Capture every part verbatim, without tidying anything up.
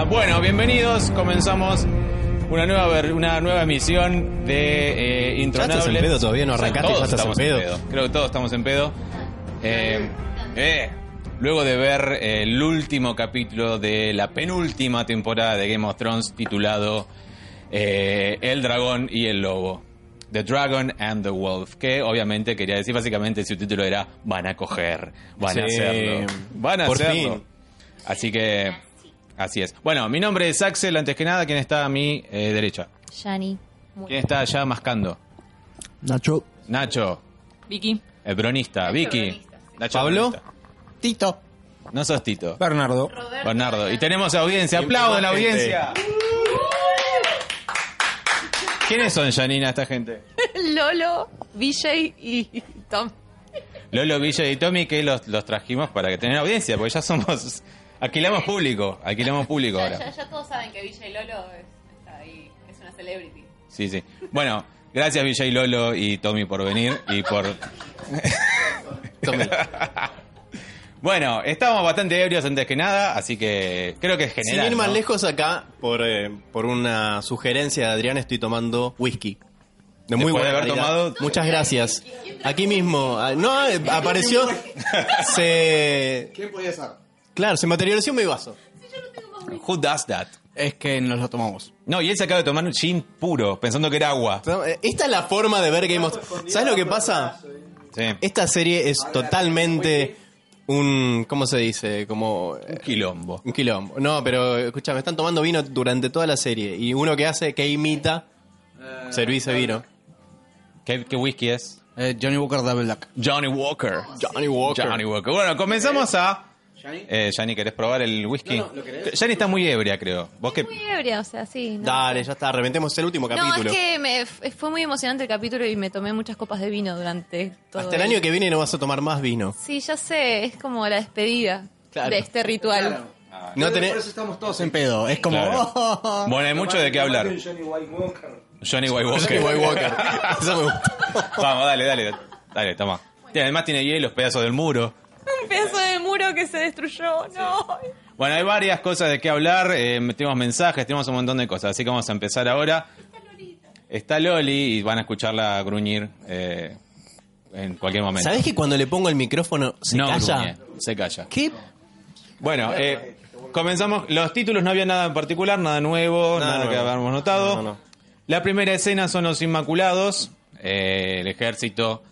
nada. Bueno, bienvenidos. Comenzamos una nueva ver, una nueva emisión de eh, Intronables. ¿Ya estás en pedo todavía? ¿No arrancaste? Todos ¿Ya estás estamos en pedo? en pedo? Creo que todos estamos en pedo. Eh, eh, luego de ver eh, el último capítulo de la penúltima temporada de Game of Thrones titulado eh, El Dragón y el Lobo. The Dragon and the Wolf, que obviamente quería decir, básicamente su título era van a coger, van Sí. a hacerlo, van a Por hacerlo. fin. Así que, así es. Bueno, mi nombre es Axel, antes que nada, ¿quién está a mi eh, derecha? Yani. ¿Quién está allá mascando? Nacho. Nacho, Vicky. el bronista, Vicky. Nacho, Pablo. bronista. Tito. No sos Tito. Bernardo. Bernardo. Y tenemos audiencia, aplauden la audiencia. ¿Quiénes son, Janina, esta gente? Lolo, Vijay y Tom. Lolo, Villa y Tommy, que los, los trajimos para que tengan audiencia, porque ya somos... Alquilamos público, alquilamos público Ya, ahora. ya, ya todos saben que Vijay Lolo es, está ahí, es una celebrity. Sí, sí. Bueno, gracias Villa y Lolo y Tommy por venir y por... Tommy. Bueno, estábamos bastante ebrios antes que nada, así que creo que es general. Sin ir más ¿no? lejos acá, por, eh, por una sugerencia de Adrián, estoy tomando whisky. De muy Después de buena haber calidad. tomado- Muchas gracias. Aquí mismo. ah, No, eh, apareció. Se. ¿Quién podía ser? Claro, se materializó mi vaso. Who does that? Es que nos lo tomamos. No, y él se acaba de tomar un gin puro, pensando que era agua. Eh, Esta es la forma de ver Game of Thrones. ¿Sabes lo que pasa? Sí. Esta serie es totalmente un. ¿Cómo se dice? Como. eh, Un quilombo. Un quilombo. No, pero escúchame, están tomando vino durante toda la serie. Y uno que hace, que imita, servirse vino. ¿Qué, qué whisky es? Eh, Johnny Walker Double Black. Johnny Walker. Johnny Walker. Johnny Walker. Bueno, comenzamos a... Eh, Yanni, ¿querés probar el whisky? No, no, ¿lo querés? Yanni está muy ebria, creo. ¿Vos qué? Muy ebria, o sea, sí. No, Dale, ya está, reventemos el último no capítulo. es que me, f- fue muy emocionante el capítulo y me tomé muchas copas de vino durante todo Hasta el año que viene no vas a tomar más vino. Sí, ya sé, es como la despedida Claro. de este ritual. No tenés... Por eso estamos todos en pedo. Es como... Claro. Bueno, hay mucho de qué hablar. Johnny White Walker. Johnny White Walker. Johnny White Walker. Eso me gusta. Vamos, dale, dale. Dale, toma. Y además tiene hielos, pedazos del muro. Un pedazo de muro que se destruyó, no. Bueno, hay varias cosas de qué hablar. Eh, tenemos mensajes, tenemos un montón de cosas. Así que vamos a empezar ahora. Está Loli y van a escucharla gruñir eh, en cualquier momento. ¿Sabés que cuando le pongo el micrófono se no calla? gruñe, se calla. ¿Qué? Bueno, eh, comenzamos. Los títulos no había nada en particular, nada nuevo, nada, Nada que nuevo. habíamos notado. No, no, no. La primera escena son los Inmaculados, eh, el ejército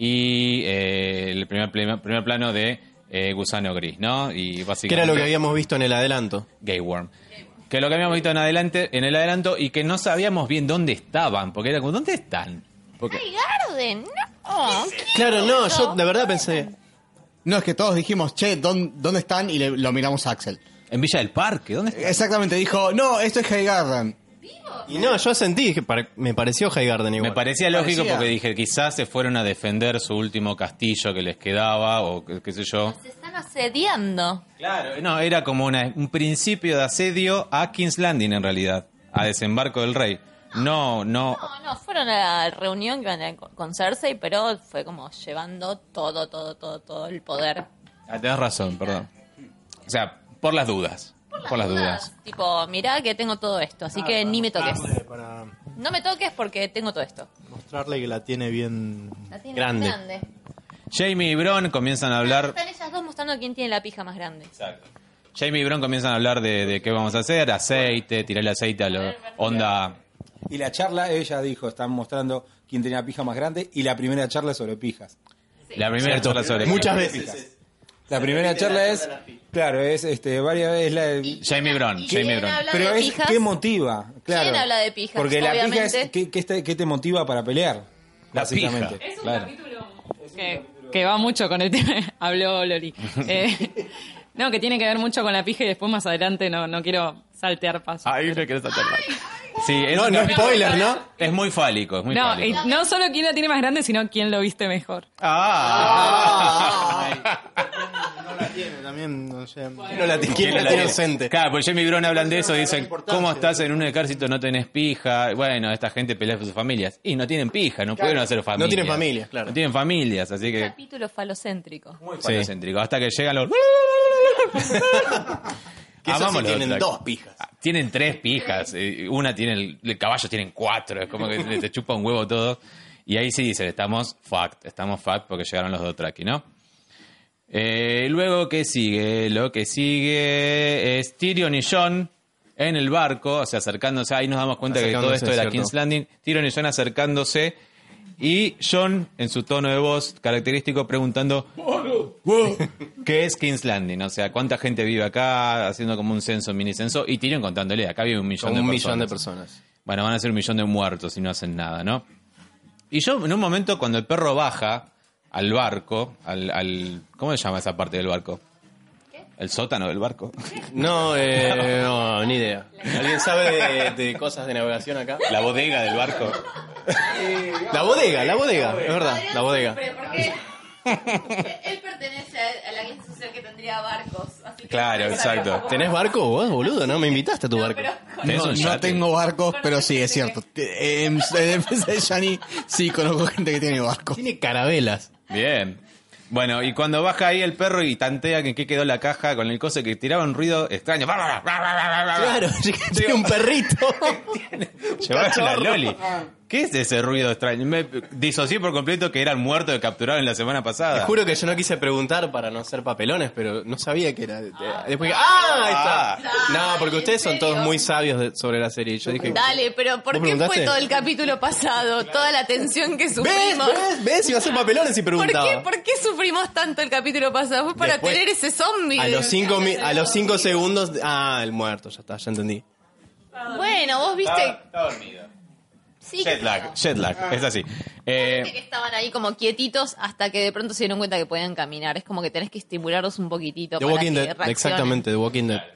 y eh, el primer, primer, primer plano de eh, Gusano Gris, ¿no? Y básicamente ¿Qué era lo que habíamos visto en el adelanto? Gay Worm. Que lo que habíamos visto en adelante, en el adelanto y que no sabíamos bien dónde estaban, porque era como, ¿dónde están? Porque ¡Ay, Garden! ¡No! Claro, no, yo de verdad pensé... No, es que todos dijimos, che, ¿dónde, dónde están? Y le- lo miramos a Axel. en Villa del Parque, ¿dónde están? Exactamente, dijo, no, esto es High Garden. Y no, yo sentí que pare- me pareció High Garden igual. Me parecía lógico Parecía. porque dije, quizás se fueron a defender su último castillo que les quedaba o qué, qué sé yo. Se están asediando. Claro, no, era como una- un principio de asedio a King's Landing en realidad, a desembarco del rey. No, no, No, no, fueron a la reunión que iban a- con Cersei, pero fue como llevando todo, todo, todo, todo el poder. ah, tenés razón, perdón. O sea, por las dudas, por las dudas. Tipo, mirá que tengo todo esto, así que ni me toques. Para No me toques porque tengo todo esto. mostrarle que la tiene bien. La tiene Grande. más grande. Jamie y Bron comienzan a hablar... Están ellas dos mostrando quién tiene la pija más grande. Exacto. Jamie y Bron comienzan a hablar de, de qué vamos a hacer, aceite, tirarle aceite a la onda... Y la charla, ella dijo, están mostrando quién tenía la pija más grande y la primera charla es sobre pijas. La primera Cierto. charla sobre... Muchas veces. La primera charla es, claro, es este varias veces la... Jamie Bron, Jamie ¿Quién Bron. habla Pero de es pijas? qué motiva, claro. ¿Quién habla de pijas? Porque la pija Obviamente. es qué, qué está- qué te motiva para pelear, La básicamente. pija. Claro. que, que va mucho con el tema. Habló Loli. Eh, no, que tiene que ver mucho con la pija y después más adelante no, no quiero saltear pasos. Ahí le querés saltar más. Sí, es, No, no spoiler, ¿no? Es muy fálico, es muy No, y fálico. no solo quién la tiene más grande, sino quién lo viste mejor. Ah. No la tiene también, no sé. ¿Quién no la, tiene? ¿Quién la tiene ausente? Claro, porque Jamie y Bron hablan de eso, dicen, ¿cómo estás en un ejército? No tenés pija. Bueno, esta gente pelea por sus familias. Y no tienen pija, no pueden hacer familias. tienen familias, claro. No tienen familias, así que... Capítulo falocéntrico. Muy falocéntrico. Hasta que llegan los... Que eso sí Amamos los tienen Dothraki. dos pijas. Ah, tienen tres pijas. eh, Una tiene, el, el caballo tienen cuatro. Es como que te, te chupa un huevo todo. Y ahí sí dicen, estamos fucked. Estamos fucked porque llegaron los Dothraki, ¿no? Eh, luego, ¿qué sigue? Lo que sigue es Tyrion y Jon en el barco, o sea, acercándose. Ahí nos damos cuenta que todo Acercándose, esto era cierto. King's Landing. Tyrion y Jon acercándose. Y Jon, en su tono de voz característico, preguntando ¿qué es King's Landing? O sea, ¿cuánta gente vive acá? Haciendo como un censo, un mini censo. Y Tyrion contándole, acá vive un millón Como de un personas. millón de personas. Bueno, van a ser un millón de muertos si no hacen nada, ¿no? Y yo, en un momento, cuando el perro baja al barco, al, al ¿cómo se llama esa parte del barco? ¿El sótano del barco? No, eh, no, ni idea. ¿Alguien sabe de, de cosas de navegación acá? La bodega del barco. La bodega, la bodega, es verdad, la bodega. Él pertenece a la clase social que tendría barcos. Así que Claro, exacto. ¿Tenés barco vos, boludo? No me invitaste a tu barco. ¿Tenés No, un no yate? tengo barcos, pero sí, es cierto. Eh, En en defensa de Gianni, sí conozco gente que tiene barcos. Tiene carabelas. Bien. Bueno, y cuando baja ahí el perro y tantea que en qué quedó la caja con el coso que tiraba un ruido extraño. Claro, tiene un perrito. Llevaron a Loli. ¿Qué es ese ruido extraño? Me disocié por completo que eran muertos de capturados en la semana pasada. Te juro que yo no quise preguntar para no hacer papelones, pero no sabía que era. Después que, ¡ah! Ahí está. No, porque ustedes son todos muy sabios de- sobre la serie. Yo dije, Dale, pero ¿por ¿Vos qué preguntaste? fue todo el capítulo pasado? Toda la tensión que ¿ves? sufrimos. ¿Ves? ¿Ves? Iba a hacer papelones y ¿Por preguntaba. qué, ¿Por qué sufrimos tanto el capítulo pasado? Fue para Después, tener ese zombie. A los cinco, mi- a los cinco segundos. Ah, el muerto, ya está, ya entendí. Bueno, vos viste. Está dormido. Sí, Jet lag, jet lag, es así. Eh, que estaban ahí como quietitos hasta que de pronto se dieron cuenta que podían caminar. Es como que tenés que estimularlos un poquitito. The para Walking que Dead, reaccionen. exactamente, The Walking Dead.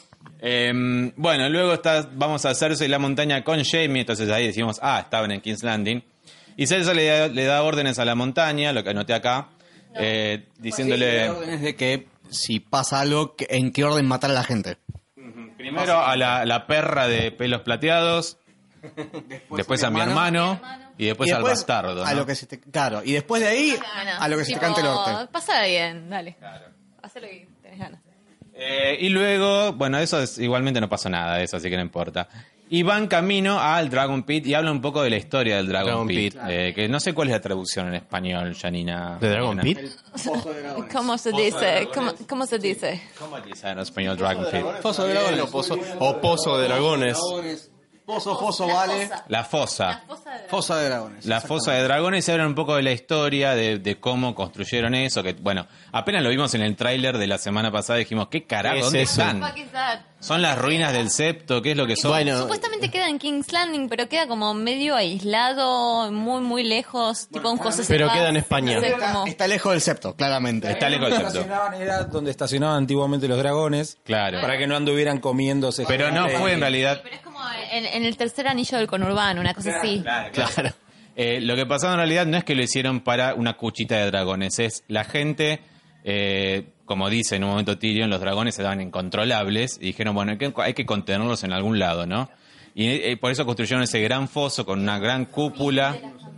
eh, bueno, luego está, vamos a Cersei y la montaña con Jaime, entonces ahí decimos, ah, estaban en King's Landing. Y Cersei le da, le da órdenes a la montaña, lo que anoté acá, eh, diciéndole órdenes de que si pasa algo, que- en qué orden matar a la gente. primero a la, la perra de pelos plateados, después a mi hermano y después, Y al después bastardo. a ¿no? lo que se te, claro, y después de ahí Ganas. a lo que se te Tipo, cante el orte. Pasa bien, dale. Haz lo que tenés ganas. Eh, y luego, bueno, eso es, igualmente no pasó nada de eso, así que no importa. Y van camino al Dragon Pit y habla un poco de la historia del Dragon, Dragon Pit. Pit. eh, que no sé cuál es la traducción en español, Janina. ¿De Dragon Janina. Pit? ¿Cómo se dice? ¿Cómo, cómo se dice? ¿Cómo dice en español Dragon Pit? Pozo de dragones. O pozo, o pozo de dragones. Pozo, foso, vale. La fosa. Fosa de dragones. La fosa de dragones, y hablan un poco de la historia, de, de cómo construyeron eso, que bueno, apenas lo vimos en el tráiler de la semana pasada, dijimos, ¿qué carajo? ¿Qué es ¿Dónde eso? están? ¿Son las ruinas del Septo? ¿Qué es lo que son? Bueno, Supuestamente queda en King's Landing, pero queda como medio aislado, muy, muy lejos, tipo un José pero Cepaz. queda en España. No sé, Está, como- está lejos del septo, claramente. Está lejos del Septo. Estacionaban, era donde estacionaban antiguamente los dragones. Claro. Para que no anduvieran comiéndose. Pero no fue en realidad... Pero es como en, en el tercer anillo del conurbano, una cosa así. claro. Eh, lo que pasó en realidad no es que lo hicieron para una cuchita de dragones, es la gente, eh, como dice en un momento Tyrion, los dragones estaban incontrolables y dijeron, bueno, hay que, hay que contenerlos en algún lado, ¿no? Y eh, por eso construyeron ese gran foso con una gran cúpula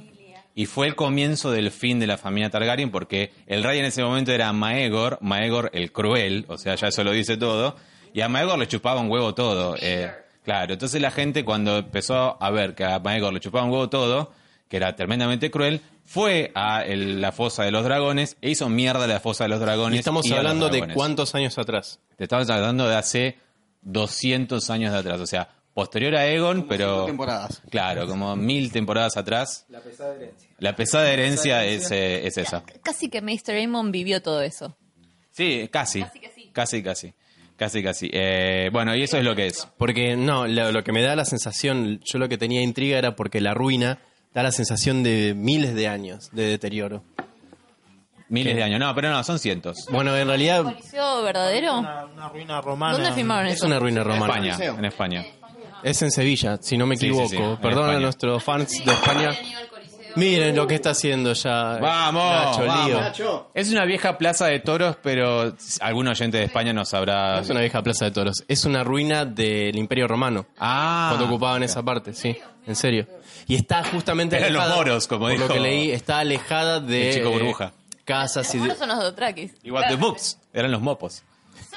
y fue el comienzo del fin de la familia Targaryen porque el rey en ese momento era Maegor, Maegor el cruel, o sea, ya eso lo dice todo, y a Maegor le chupaba un huevo todo. Eh, claro, entonces la gente cuando empezó a ver que a Maegor le chupaba un huevo todo, que era tremendamente cruel, fue a el- la fosa de los dragones e hizo mierda la fosa de los dragones. Y estamos a los hablando de dragones. cuántos años atrás. Te estamos hablando de hace doscientos años de atrás, o sea, posterior a Egon, pero... temporadas. Claro, como mil temporadas atrás. La pesada herencia. La pesada herencia es, eh, es esa. Casi que Maester Aemon vivió todo eso. Sí, casi. Casi que sí. Casi, casi. Casi, casi. Eh, bueno, y eso es lo que es. Porque no, lo, lo que me da la sensación, yo lo que tenía intriga era porque la ruina da la sensación de miles de años de deterioro. Miles ¿Qué? de años. No, pero no, son cientos. Bueno, en realidad ¿Coliseo verdadero? Una, una ruina romana. ¿Dónde filmaron es eso? una ruina En romana. España, en España. Es en Sevilla, si no me Sí, equivoco. sí, sí, en Perdón a España. nuestros fans de España. Miren lo que está haciendo ya. ¡Vamos! Nacho, vamos. lío. Es una vieja plaza de toros, pero algún oyente de España no sabrá... No es una vieja plaza de toros, es una ruina del Imperio Romano. Ah. Cuando ocupaban esa parte, sí, en serio. Y está justamente Eran los alejada, moros, como por dijo lo que leí, está alejada de el chico burbuja. eh, casas y Los de... monos son los Dothrakis. Igual de books, eran los mopos. Son como una especie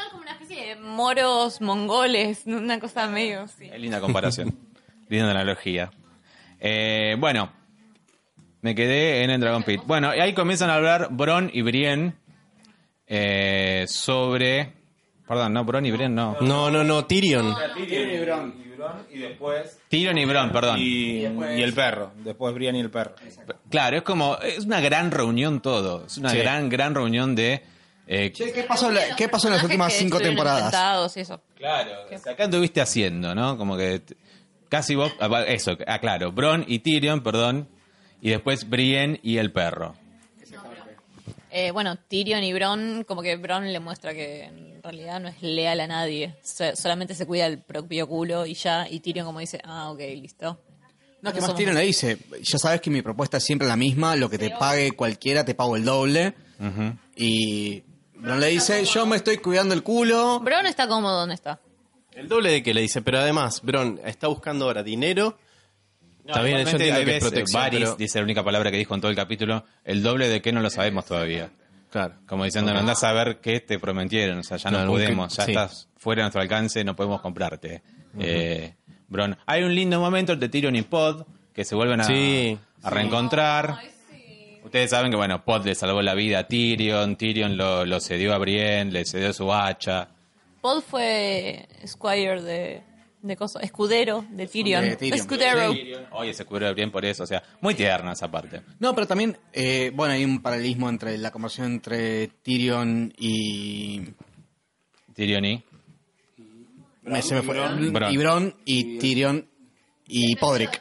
especie de moros mongoles, una cosa medio así. Es linda comparación. Linda analogía. Eh, bueno, me quedé en el Dragon Pit. Bueno, y ahí comienzan a hablar Bronn y Brienne eh, sobre... Perdón, no, Bronn y Brienne no. No, no, no, Tyrion. Tyrion y Bron. Y Bron y después... Tyrion y Bronn, perdón. Y, y el perro. Después Brian y el perro. Claro, es como... Es una gran reunión todo. Es una Sí. gran, gran reunión de... eh, Che, ¿qué pasó, en la- ¿qué pasó en las Personajes últimas que cinco estuvieron temporadas? enfrentados y eso. Claro, o sea, acá anduviste haciendo, ¿no? Como que t- casi vos... ah, Eso, ah, claro. Bronn y Tyrion, perdón. Y después Brienne y el perro. Eh, bueno, Tyrion y Bronn, como que Bronn le muestra que en realidad no es leal a nadie. So- solamente se cuida el propio culo y ya. Y Tyrion como dice, ah, ok, listo. No, que No más somos- Tyrion le dice, ya sabes que mi propuesta es siempre la misma, lo que te pague cualquiera te pago el doble. Ujú. Y Bron le dice, yo me estoy cuidando el culo. Bronn está cómodo donde está. El doble de que le dice, pero además, Bron está buscando ahora dinero. Está bien, yo Igualmente, entiendo hay que es veces, protección, Varys, pero- dice la única palabra que dijo en todo el capítulo, el doble de que no lo sabemos todavía. Claro. Como diciendo, no andás a ver qué te prometieron, o sea, ya Claro, no podemos, que- ya sí. estás fuera de nuestro alcance, no podemos comprarte. eh, Bron. Hay un lindo momento entre Tyrion y Pod, que se vuelven a, Sí. a reencontrar. Ustedes saben que, bueno, Pod le salvó la vida a Tyrion, Tyrion lo, lo cedió a Brienne, le cedió su hacha. Pod fue squire de, de cosa, escudero de Tyrion. De Tyrion. Escudero. Oye, se cubrió de Brienne por eso, o sea, muy tierna esa parte. No, pero también, eh, bueno, hay un paralelismo entre la conversación entre Tyrion y... Tyrion y... me- se me fue, Bron. y Bron y Tyrion y Podrick.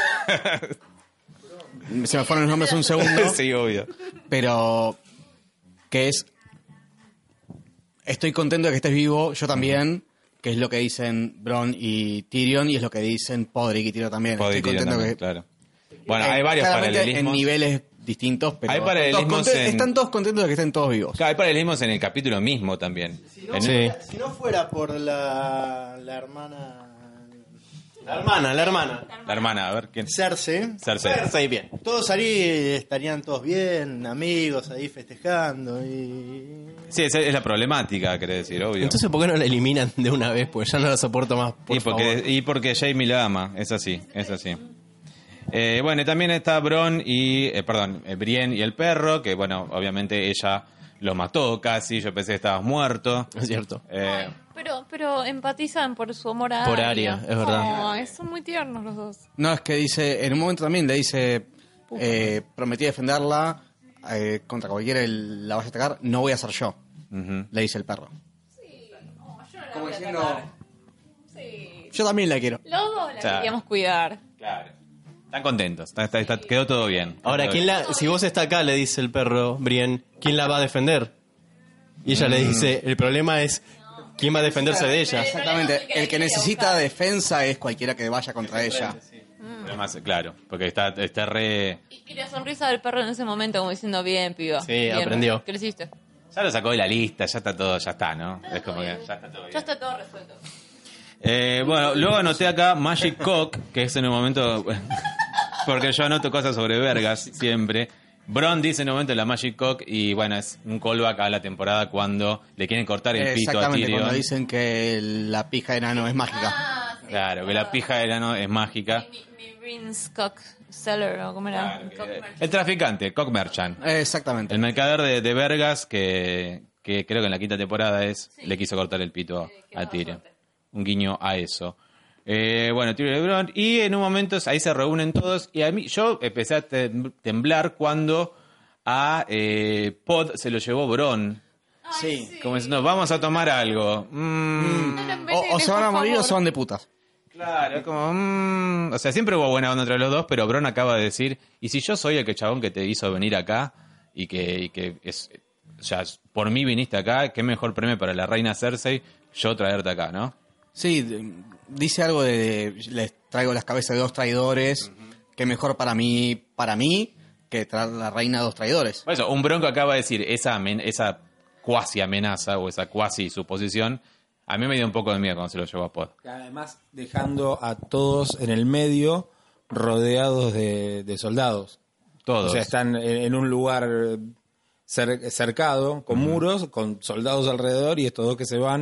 Se me fueron los nombres un segundo. sí, obvio. Pero que es estoy contento de que estés vivo, yo también, que es lo que dicen Bron y Tyrion y es lo que dicen Podrick y Tyrion también. Pod y estoy Tyrion contento también, que claro. Bueno, eh, hay varios claramente paralelismos. en niveles distintos, pero Hay todos paralelismos conten- en- están todos contentos de que estén todos vivos. Claro, hay paralelismos en el capítulo mismo también. En- Sí. Si no fuera por la, la hermana La hermana, la hermana. La hermana, a ver quién. Cersei, Cersei. Cersei, bien. todos ahí estarían todos bien, amigos ahí festejando y... Sí, esa es la problemática, querés decir, obvio. Entonces, ¿por qué no la eliminan de una vez? Porque ya no la soporto más, por y, porque, favor. y porque Jaime la ama, es así, es así. Eh, bueno, y también está Bron y, eh, perdón, eh, Brienne y el perro, que bueno, obviamente ella lo mató casi, yo pensé que estabas muerto. Es cierto. Eh, Pero, pero empatizan por su amor a Por Arya. Arya, es verdad. Ay, son muy tiernos los dos. No, es que dice, en un momento también le dice, eh, prometí defenderla eh, contra cualquiera que la vaya a atacar, no voy a ser yo, ujú. le dice el perro. Como diciendo, yo también la quiero. Los dos la O sea, queríamos cuidar. Claro. Están contentos, está- está- está- quedó todo bien. Ahora, Quedó ¿quién bien. la, si vos está acá, le dice el perro, Brienne, ¿quién la va a defender? Y ella le dice, el problema es, ¿quién va a defenderse de ella? Exactamente, el que necesita defensa es cualquiera que vaya contra ella. Además, claro, porque está, está re... Y y la sonrisa del perro en ese momento como diciendo, bien, piba. Sí, bien, aprendió. ¿Qué le hiciste? Ya lo sacó de la lista, ya está todo, ya está, ¿no? Es como que ya está todo bien. Ya está todo resuelto. Eh, bueno, luego anoté acá Magic Cock, que es en un momento... porque yo anoto cosas sobre vergas siempre. Bron dice en un momento la Magic Cock y bueno, es un callback a la temporada cuando le quieren cortar el pito a Exactamente, Tyrion. cuando dicen que la pija de enano es mágica. Ah, sí. Claro, que la pija de enano es mágica. Mi, mi Rince Cock Seller, ¿o cómo era? Claro, Cock que- Merchant. el traficante, Cock Merchant. Exactamente. El mercader de, de vergas que, que creo que en la quinta temporada es le quiso cortar el pito qué a mala Tyrion. suerte. Un guiño a eso. Eh, bueno, Tyrion y Bron. Y en un momento ahí se reúnen todos. Y a mí yo empecé a tem- temblar cuando a eh, Pod se lo llevó Bron. Sí. Como diciendo, vamos a tomar algo. Mm, No lo O, envenenes, o se van a por morir o favor. se van de putas. Claro, es como... mm, o sea, siempre hubo buena onda entre los dos, pero Bron acaba de decir, ¿y si yo soy el que chabón que te hizo venir acá? Y que, y que es... O sea, por mí viniste acá, qué mejor premio para la reina Cersei, yo traerte acá, ¿no? Sí, d- dice algo de, de- les traigo las cabezas de dos traidores, que mejor para mí, para mí, que traer la reina a dos traidores. Por eso, un bronco acaba de decir esa, amen- esa cuasi amenaza o esa cuasi suposición, a mí me dio un poco de miedo cuando se lo llevó a Pod. Además, dejando a todos en el medio rodeados de, de soldados. Todos. O sea, están en, en un lugar cer- cercado, con muros, con soldados alrededor y estos dos que se van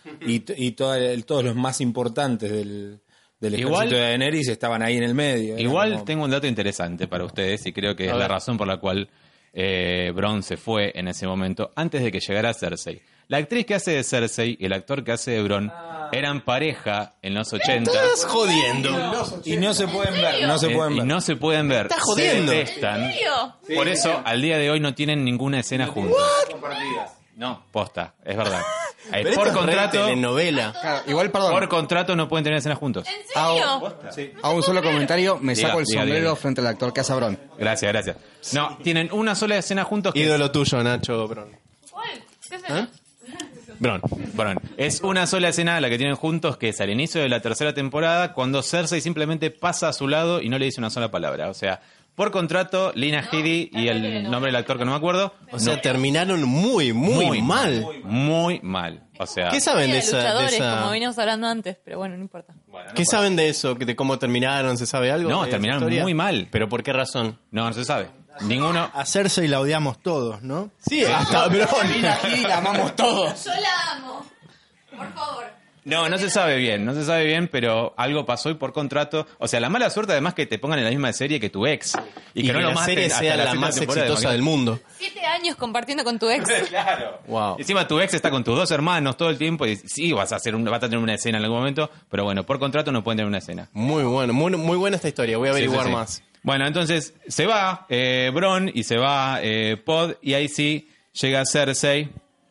y, t- y toda el- todos los más importantes del, del ejército Igual- de Daenerys estaban ahí en el medio. Era Igual como- tengo un dato interesante para ustedes y creo que es la razón por la cual eh, Bronn se fue en ese momento, antes de que llegara Cersei. La actriz que hace de Cersei y el actor que hace de Bronn eran pareja en los ochenta. Estás jodiendo. Y no se pueden ver, no se eh, pueden y ver. no se pueden ver. Estás Se jodiendo. detestan. ¿En serio? Por eso, al día de hoy no tienen ninguna escena juntos. No, posta, es verdad. Eh, Pero por esto es re contrato, telenovela. Claro, igual, perdón, por contrato no pueden tener escenas juntos. ¿En serio? hago un solo comentario, me Diga, saco el diga, sombrero diga. frente al actor que hace a Bron. Gracias, gracias. No, tienen una sola escena juntos que Ídolo tuyo, Nacho Bron. ¿Cuál? ¿Qué es Bron, Bron. Es una sola escena la que tienen juntos, que es al inicio de la tercera temporada, cuando Cersei simplemente pasa a su lado y no le dice una sola palabra. O sea, por contrato, Lina Headey y el nombre del actor que no me acuerdo, O sea, terminaron muy, muy, mal. muy mal. O sea, ¿Qué saben de de esa, de luchadores, esa- como veníamos hablando antes, pero bueno, no importa. ¿Qué saben de eso? ¿De cómo terminaron? ¿Se sabe algo? no, de esa terminaron historia? muy mal. ¿Pero por qué razón? No, no se sabe. Ninguno. A Cersei la odiamos todos, ¿no? Sí, hasta Bron. Y la amamos todos. Yo la amo. Por favor. No, no se sabe bien, no se sabe bien, pero algo pasó y por contrato. O sea, la mala suerte además que te pongan en la misma serie que tu ex. Y, que, no lo la maten serie hasta sea la, séptima más temporada, exitosa imagínate. del mundo. Siete años compartiendo con tu ex. Claro. Wow. Encima tu ex está con tus dos hermanos todo el tiempo y sí vas a hacer un, vas a tener una escena en algún momento, pero bueno, por contrato no pueden tener una escena. Muy bueno, muy, muy buena esta historia. Voy a averiguar Sí, sí, sí. más. Bueno, entonces se va eh, Bron y se va eh, Pod y ahí sí llega Cersei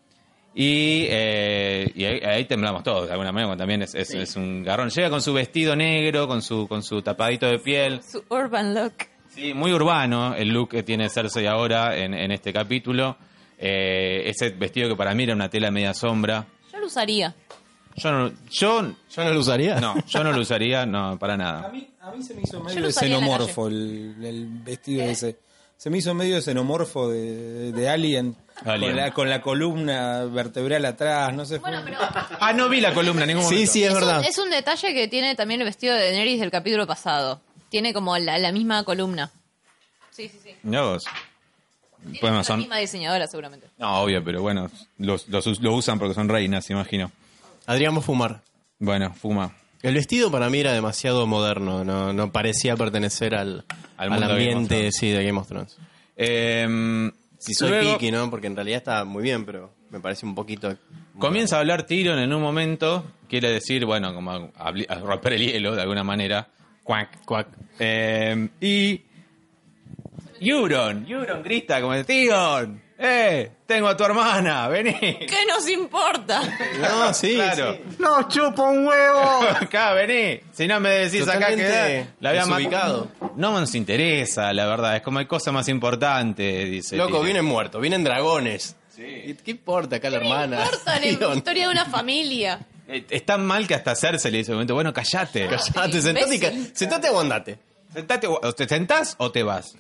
y, eh, y ahí, ahí temblamos todos de alguna manera, porque también es, es, es un garrón. Llega con su vestido negro, con su con su tapadito de piel. Su urban look. Sí, muy urbano el look que tiene Cersei ahora en, en este capítulo. Eh, ese vestido que para mí era una tela media sombra. Yo lo usaría. Yo no, yo, ¿Yo no lo usaría? no, yo no lo usaría, no, para A nada. mí, a mí se me hizo Yo medio lo de usaría en la xenomorfo el, el vestido ese. Se me hizo medio de xenomorfo de, de Alien, Alien. Con, la, con la columna vertebral atrás, no sé. fue- Bueno, pero Ah, no vi la columna en ningún Sí, momento. sí, es, es, verdad. un, es un detalle que tiene también el vestido de Daenerys del capítulo pasado. Tiene como la, la misma columna. Sí, sí, sí. Mirá vos. Tiene Pues no la son. misma diseñadora seguramente. No, obvio, pero bueno, los, los, us- lo usan porque son reinas, imagino. Adrián va a fumar. Bueno, fuma. El vestido para mí era demasiado moderno. No, no parecía pertenecer al, Al al, mundo de Game of ambiente Thrones. sí, de Game of Thrones. Eh, Si soy luego picky, ¿no? Porque en realidad está muy bien, pero me parece un poquito... comienza a hablar Tyrion en un momento, quiere decir, bueno, como a, a romper el hielo de alguna manera. Cuac, cuac. Eh, y Euron, Euron grita como, Tyrion, ¡eh! Tengo a tu hermana, vení. ¿Qué nos importa? No, sí, Claro. sí. ¡No chupa un huevo! Acá, vení. Si no me decís acá Totalmente que la había desubicado. matado. No nos interesa, la verdad. Es como hay cosas más importantes, dice. Loco, Tyrion. vienen muertos, vienen dragones. ¿Y ¿Qué importa acá la ¿Qué hermana? me importa la Tyrion. historia de una familia? Eh, Es tan mal que hasta Cersei le dice un momento, bueno, callate. Callate, sentate, y ca- sentate o andate. Sentate, o o te sentás o te vas.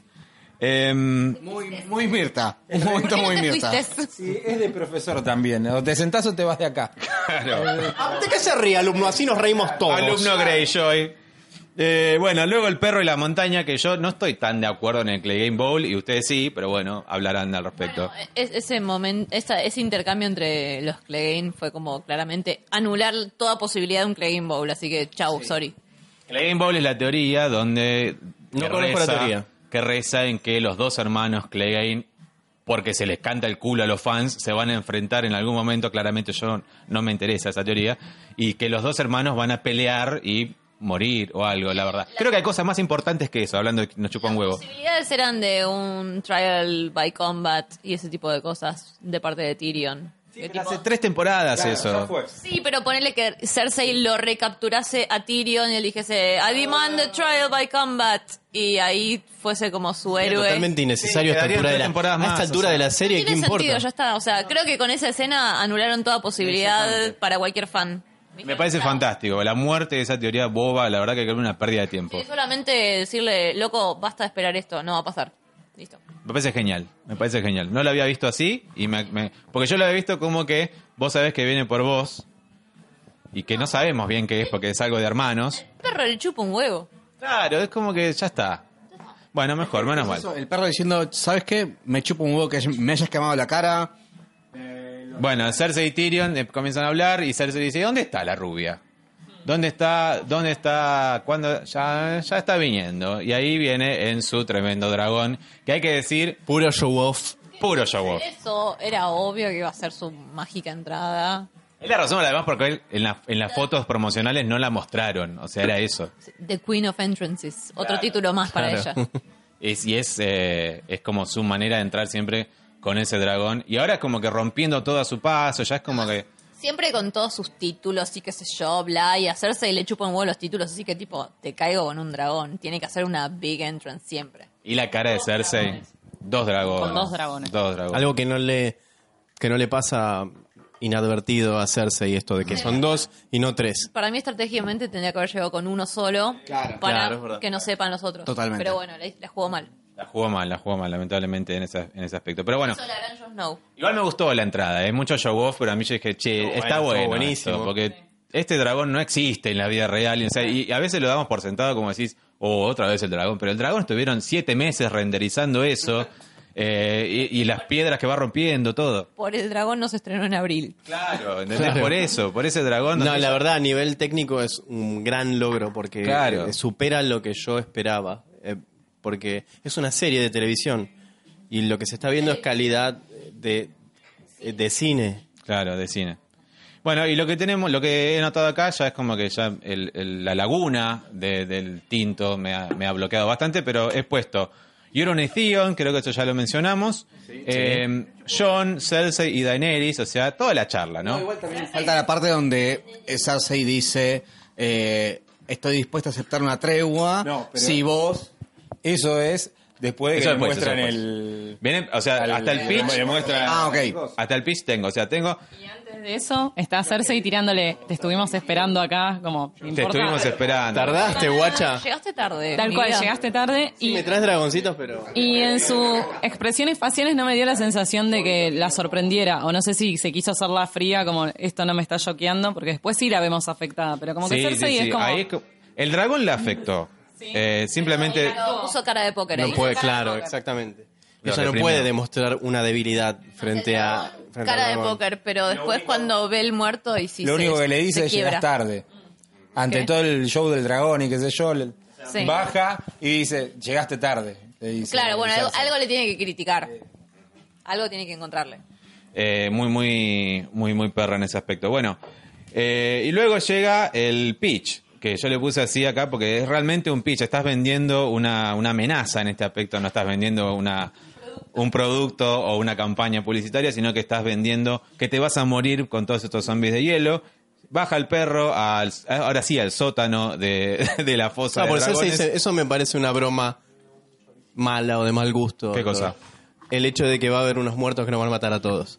Em, Muy, muy Mirta. Un momento ¿Por muy qué no te Mirta. fuiste? Sí, es de profesor también. O te sentás o te vas de acá. ¿De qué se ríe, alumno? Así nos reímos todos. alumno Greyjoy. Eh, bueno, luego el perro y la montaña, que yo no estoy tan de acuerdo en el Clay Game Bowl, y ustedes sí, pero bueno, hablarán al respecto. Bueno, es- ese momento, esa- ese intercambio entre los Clegane fue como claramente anular toda posibilidad de un Clegane Bowl, así que chau, sorry. Clay Game Bowl es la teoría donde... No que conozco la teoría. Que reza en que los dos hermanos Clegane, porque se les canta el culo a los fans, se van a enfrentar en algún momento, claramente yo no me interesa esa teoría, y que los dos hermanos van a pelear y morir o algo, la verdad. Creo que hay cosas más importantes que eso, hablando de que nos chupa un huevo. Las posibilidades eran de un trial by combat y ese tipo de cosas de parte de Tyrion. Que tipo- Hace tres temporadas eso. Sí, pero ponerle que Cersei lo recapturase a Tyrion y él dijese I demand the trial by combat y ahí fuese como su Era héroe. totalmente innecesario Sí, a esta quedarían altura, de tres la, temporadas a esta más, altura o sea. de la serie. ¿Qué Tiene importa? sentido, ya está. O sea, creo que con esa escena anularon toda posibilidad para cualquier fan. Me parece fantástico. La muerte de esa teoría boba, la verdad que creo una pérdida de tiempo. Sí, solamente decirle, loco, basta de esperar esto, no va a pasar. Listo. Me parece genial, me parece genial. No lo había visto así, y me, me- porque yo lo había visto como que vos sabés que viene por vos y que no sabemos bien qué es porque es algo de hermanos. El perro le chupa un huevo. Claro, es como que ya está. Bueno, mejor, menos Eso, mal. el perro diciendo, ¿sabes qué? Me chupo un huevo que me hayas quemado la cara. Bueno, Cersei y Tyrion eh, comienzan a hablar y Cersei dice, ¿dónde está la rubia? ¿Dónde está? ¿Dónde está? ¿Cuándo? Ya, ya está viniendo. Y ahí viene en su tremendo dragón, que hay que decir, Puro show off. puro show off. Eso era obvio que iba a ser su mágica entrada. Es la razón, además, porque él en, la- en las fotos promocionales no la mostraron. O sea, era eso. The Queen of Entrances. Otro título más para Claro. ella. Es, y es, eh, es como su manera de entrar siempre con ese dragón. Y ahora es como que rompiendo todo a su paso, ya es como que... Siempre con todos sus títulos y qué sé yo, bla, y hacerse y le chupan huevo los títulos, así que tipo, te caigo con un dragón. Tiene que hacer una big entrance siempre. Y la cara de Cersei, dos dragones. Con dos dragones. Dos dragones. Algo que no le que no le pasa inadvertido a Cersei, esto de que son dos y no tres. Para mí estratégicamente tendría que haber llegado con uno solo Claro. para Claro, es verdad. que no sepan los otros. Totalmente. Pero bueno, la, la jugó mal. La jugó mal, la jugó mal, lamentablemente, en ese, en ese aspecto. Pero bueno, Eso la gran Jon Snow. igual me gustó la entrada, es mucho show off, pero a mí yo dije, che, Estuvo está bueno, bueno, estuvo buenísimo. esto, porque este dragón no existe en la vida real. Y, o sea, y a veces lo damos por sentado como decís, oh, otra vez el dragón. Pero el dragón estuvieron siete meses renderizando eso, eh, y, y las piedras que va rompiendo, todo. Por el dragón no se estrenó en abril. Claro, ¿entendés? Por eso, por ese dragón. No, donde la ella- verdad, a nivel técnico es un gran logro porque Claro. eh, supera lo que yo esperaba. eh, porque es una serie de televisión y lo que se está viendo es calidad de, de cine. Claro, de cine. Bueno, y lo que tenemos, lo que he notado acá ya es como que ya el- el- la laguna de- del tinto me ha, me ha bloqueado bastante, pero he puesto Euron y Theon, creo que eso ya lo mencionamos, eh, Jon, Cersei y Daenerys, o sea, toda la charla, ¿no? Falta la parte donde Cersei dice, eh, estoy dispuesta a aceptar una tregua No, pero- si vos... Eso es después de que Eso le después, muestran eso el... Viene, o sea, al- hasta el pitch, Le muestran Ah, ok. hasta el pitch tengo, o sea, tengo, Y antes de eso, está Cersei tirándole, te estuvimos esperando acá, como, ¿me te importa? estuvimos esperando. ¿Tardaste, guacha? Llegaste tarde. Tal mi cual, vida. llegaste tarde Sí, y, me traes dragoncitos, pero... y en sus expresiones faciales no me dio la sensación de que la sorprendiera, o no sé si se quiso hacerla fría, como esto no me está choqueando, porque después sí la vemos afectada, pero como que Sí, Cersei sí, sí, es como... ahí es co- el dragón la afectó. Eh, simplemente... Pero puso cara de póker ahí. No puede, claro, exactamente. Lo Ella no reprimió. puede demostrar una debilidad frente a... frente Cara al de dragón. póker, pero después cuando ve el muerto y sí Lo se- único que le se dice es quiebra. llegas tarde. Ante ¿Qué? todo el show del dragón y qué sé yo, le- Sí. baja y dice, llegaste tarde. le dice Claro, bueno, algo, Cersei. algo le tiene que criticar. Algo tiene que encontrarle. Eh, muy, muy, muy, muy perra en ese aspecto. Bueno, eh, y luego llega el pitch, que yo le puse así acá porque es realmente un pitch. Estás vendiendo una, una amenaza en este aspecto, no estás vendiendo una un producto o una campaña publicitaria, sino que estás vendiendo que te vas a morir con todos estos zombies de hielo. Baja el perro, al, ahora sí, al sótano de, de la fosa No, de por eso, se dragones. dice- eso me parece una broma mala o de mal gusto. ¿Qué cosa? El hecho de que va a haber unos muertos que nos van a matar a todos.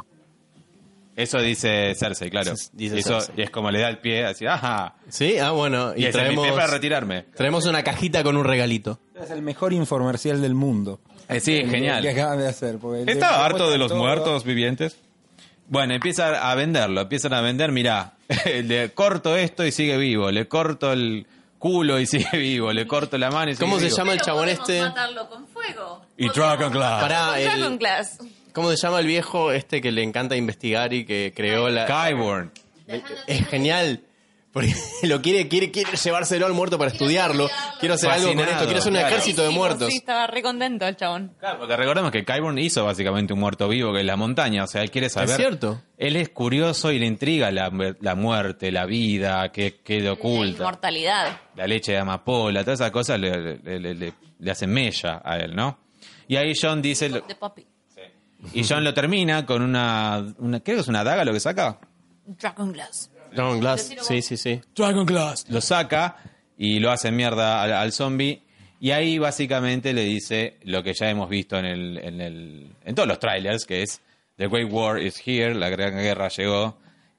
Eso dice Cersei, claro. Dice Eso Cersei. es como le da el pie, así, ajá. ¿Sí? Ah, bueno. Y, Y, ese es mi traemos, pie para retirarme. traemos una cajita con un regalito. Es el mejor infomercial del mundo. Eh, sí, El genial. que acaban de hacer. porque le- Estaba le harto de muestran los todo. muertos vivientes. Bueno, empieza a venderlo, empiezan a vender, mirá, le corto esto y sigue vivo, le corto el culo y sigue vivo, le corto la mano y sigue ¿Cómo se vivo. llama el Pero chabón podemos este? matarlo con fuego. Y Podemos Dragon Glass. Pará, Con el- Dragon Glass. ¿Cómo se llama el viejo este que le encanta investigar y que creó la... Qyburn. Es genial. Porque lo quiere, quiere, quiere llevárselo al muerto para estudiarlo. Quiero hacer algo con Fascinado, esto. Quiero hacer un claro. ejército de Sí, muertos. Sí, estaba re contento el chabón. Claro, porque recordemos que Qyburn hizo básicamente un muerto vivo, que es la montaña, o sea, él quiere saber... Es cierto. Él es curioso y le intriga la, la muerte, la vida, qué, qué le La oculta. inmortalidad. La leche de amapola, todas esas cosas le, le, le- le- le hacen mella a él, ¿no? Y ahí John dice... De Poppy. Y John lo termina con una, una... Creo que es una daga lo que saca. Dragon Glass. Dragon Glass. Sí, sí, sí. Dragon Glass. Lo saca y lo hace mierda al, al zombie. Y ahí básicamente le dice lo que ya hemos visto en el, en el en todos los trailers, que es The Great War is here, la gran guerra llegó.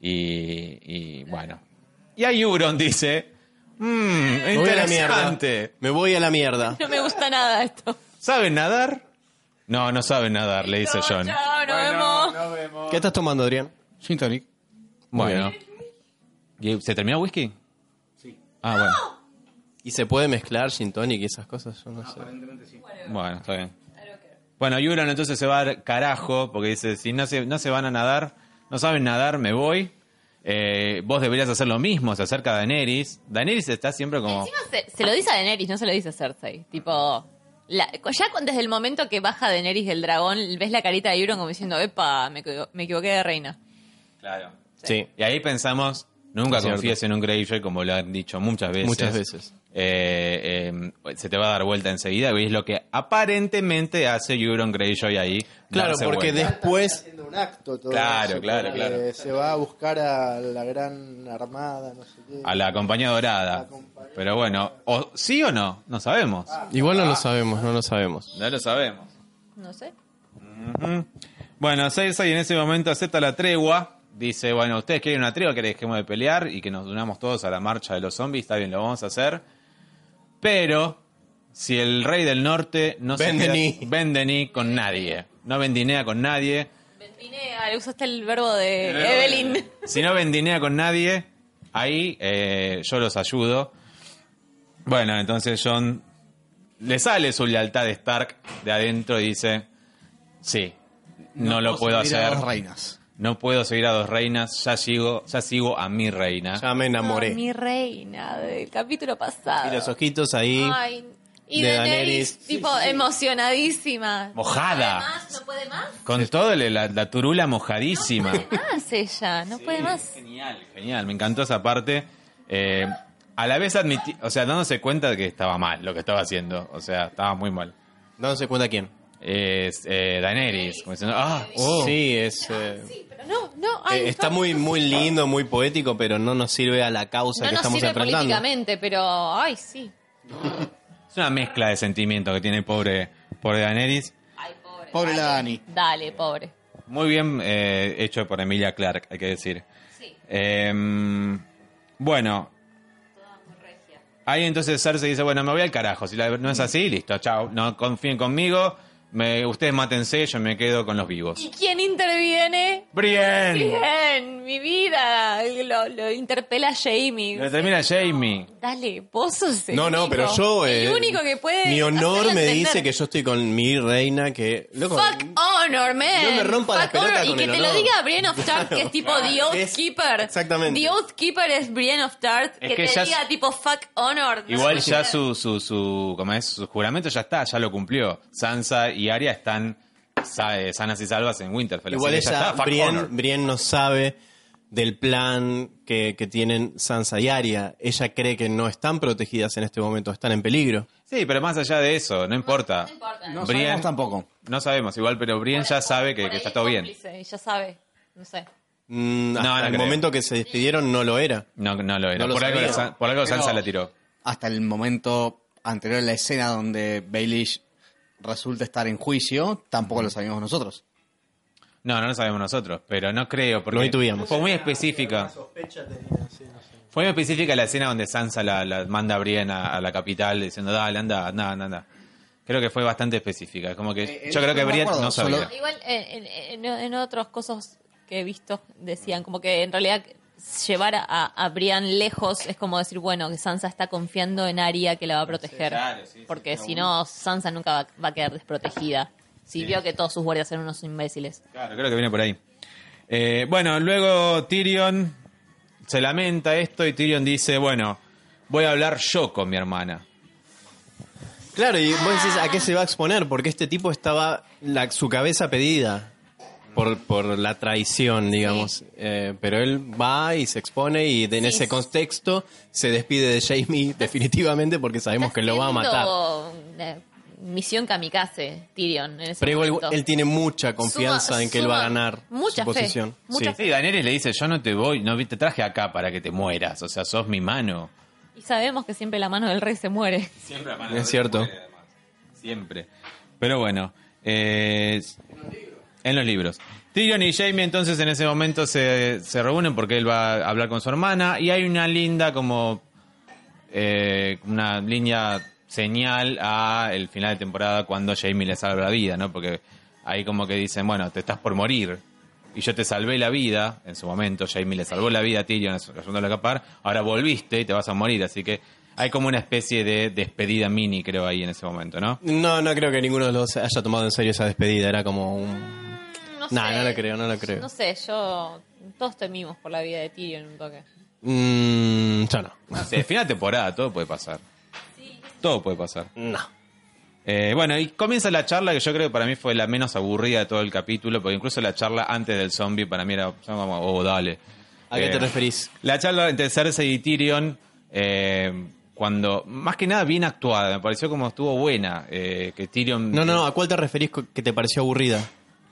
Y, y bueno. Y ahí Euron dice, mmm, Me voy a la mierda. interesante. Me voy a la mierda. No me gusta nada esto. ¿Saben nadar? No, no saben nadar, le dice John. Chao, nos vemos. ¿Qué estás tomando, Adrián? Gin tonic. Bueno. ¿Y ¿Se terminó el whisky? Sí. Ah, bueno. ¿Y se puede mezclar gin tonic y esas cosas? Yo no sé. Bueno, está bien. Bueno, Euron entonces se va al carajo porque dice, si no se, no se van a nadar, no saben nadar, me voy. Eh, vos deberías hacer lo mismo, se acerca a Daenerys. Daenerys está siempre como... Encima se, se lo dice a Daenerys, no se lo dice a Cersei. Tipo, la- ya con- desde el momento que baja Daenerys del dragón, ves la carita de Euron como diciendo, epa, me, equivo- me equivoqué de reina. Claro. Sí. Y ahí pensamos, nunca Es cierto. confíes en un Greyjoy, como lo han dicho muchas veces. Muchas veces. Eh, eh, se te va a dar vuelta enseguida, y es lo que aparentemente hace Euron Greyjoy ahí. Claro, darse porque vuelta. después... haciendo un acto todo Claro, eso, claro, porque claro. se va a buscar a la gran armada, no sé qué. A la compañía dorada. Pero bueno, o sí o no, no sabemos. Igual no lo sabemos, no lo sabemos. No lo sabemos. No sé. Ujú. Bueno, Cersei en ese momento acepta la tregua. Dice, bueno, ustedes quieren una tregua, que dejemos de pelear y que nos unamos todos a la marcha de los zombies. Está bien, lo vamos a hacer. Pero, si el rey del norte no se Vendení. queda... Vendení con nadie. No vendinea con nadie. Ventinea, le usaste el verbo de Evelyn. Si no vendinea con nadie, ahí eh, yo los ayudo. Bueno, entonces Jon le sale su lealtad de Stark de adentro y dice, sí, no, lo puedo seguir a hacer. dos reinas. No puedo seguir a dos reinas, ya sigo, ya sigo a mi reina. Ya me enamoré. Ah, mi reina del capítulo pasado. Y los ojitos ahí. Ay, y de Daenerys, Daenerys. tipo, emocionadísima. Mojada. ¿No puede más? ¿No puede más? Con todo le- la, la turula mojadísima. No puede más ella, no puede más. Genial, genial, me encantó esa parte. Eh, a la vez admití, o sea, dándose cuenta de que estaba mal lo que estaba haciendo. O sea, estaba muy mal. Dándose cuenta quién. Es eh, Daenerys, como diciendo, ah, oh. Sí, es... eh, Sí, pero no, no. Ay, eh, está no. muy muy lindo, muy poético, pero no nos sirve a la causa No que nos estamos sirve enfrentando. políticamente, pero. Ay, sí. Es una mezcla de sentimientos que tiene el pobre, pobre Daenerys. Ay, pobre. Pobre la Dani. Dale, pobre. Muy bien eh, hecho por Emilia Clarke, hay que decir. Sí. Eh, bueno. Ahí entonces Cersei dice, bueno, me voy al carajo. Si la- no es así, listo, chao. No confíen conmigo. Me, ustedes mátense, yo me quedo con los vivos. ¿Y quién interviene? ¡Brienne! Bien, mi vida. Lo, lo interpela a Jamie. Lo termina Jamie. Dale, vos sos el No, no, único. pero yo... El eh, único que puede. Mi honor hacerla me entender. dice que yo estoy con mi reina, que... Loco, Fuck honor, man. No me rompa la Fuck pelota honor. con Y que el te lo honor. diga Brienne of Tarth, que es tipo The Oath Es- Keeper. exactamente. The Oath Keeper es Brienne of Tarth. Es Que, que te ya diga es- tipo fuck honor. No Igual sé. ya su, su, su, ¿cómo es? Su juramento ya está, ya lo cumplió. Sansa y Arya están sa- eh, sanas y salvas en Winterfell. igual así que ya ella, está, fuck Brienne, honor. Brienne no sabe del plan que, que tienen Sansa y Arya. Ella cree que no están protegidas en este momento, están en peligro. Sí, pero más allá de eso, no importa. No importa. No Brienne- sabemos tampoco. No sabemos igual, pero Brienne ya sabe que, Por que ahí está es todo bien. cómplice, y ya sabe. No sé. Mm, No, hasta no el creo. momento que se despidieron no lo era. No, no lo era. No lo por, algo, sabía. San- por algo Sansa Pero- la tiró. Hasta el momento anterior a la escena donde Baelish resulta estar en juicio, tampoco lo sabíamos nosotros. No, no lo sabemos nosotros, pero no creo, porque No intuíamos. fue muy específica. Sospecha tenía, sí, no sé. Fue muy específica la escena donde Sansa la, la manda a Brienne a, a la capital diciendo, dale, anda, anda, anda, anda. Creo que fue bastante específica. Como que Eh, yo eh, creo que no me Brienne acuerdo, no sabía. solo- Igual en, en, en, en otras cosas que he visto decían como que en realidad llevar a, a Brienne lejos es como decir, bueno, que Sansa está confiando en Arya que la va a proteger. Claro, sí, sí, porque si no, Sansa nunca va, va a quedar desprotegida. Si vio que todos sus guardias eran unos imbéciles. Claro, creo que viene por ahí. Eh, bueno, luego Tyrion se lamenta esto y Tyrion dice, bueno, voy a hablar yo con mi hermana. Claro, y vos decís, ¿a qué se va a exponer? Porque este tipo estaba la, su cabeza pedida por, por la traición, digamos. Eh, pero él va y se expone y en Sí. ese contexto se despide de Jaime definitivamente porque sabemos Está que lo va a matar. haciendo una misión kamikaze, Tyrion, en ese Pero igual momento. él tiene mucha confianza Suma- en que él va a suma ganar mucha su fe, posición. mucha Sí. Sí, Daenerys le dice, yo no te voy, no te traje acá para que te mueras, o sea, sos mi mano. Y sabemos que siempre la mano del rey se muere. Siempre la Es cierto. Siempre. Pero bueno, eh, en los libros. Tyrion y Jaime entonces en ese momento se, se reúnen porque él va a hablar con su hermana y hay una linda como eh, una línea señal a el final de temporada cuando Jaime le salva la vida, ¿no? Porque ahí como que dicen, bueno, te estás por morir y yo te salvé la vida en su momento, Jaime le salvó la vida a Tyrion ayudándolo a escapar, ahora volviste y te vas a morir, así que hay como una especie de despedida mini, creo, ahí en ese momento, ¿no? No, no creo que ninguno de los haya tomado en serio esa despedida. Era como un... No No, sé. no lo creo, no lo creo. No sé, yo... Todos temimos por la vida de Tyrion un toque. Mm, yo no. No sé, final de temporada, todo puede pasar. Todo puede pasar. No. Eh, bueno, y comienza la charla que yo creo que para mí fue la menos aburrida de todo el capítulo, porque incluso la charla antes del zombie para mí era como, oh, dale. ¿A qué Eh, te referís? La charla entre Cersei y Tyrion, eh, cuando, más que nada bien actuada, me pareció como estuvo buena, eh, que Tyrion... No, no, no, ¿a cuál te referís co- que te pareció aburrida?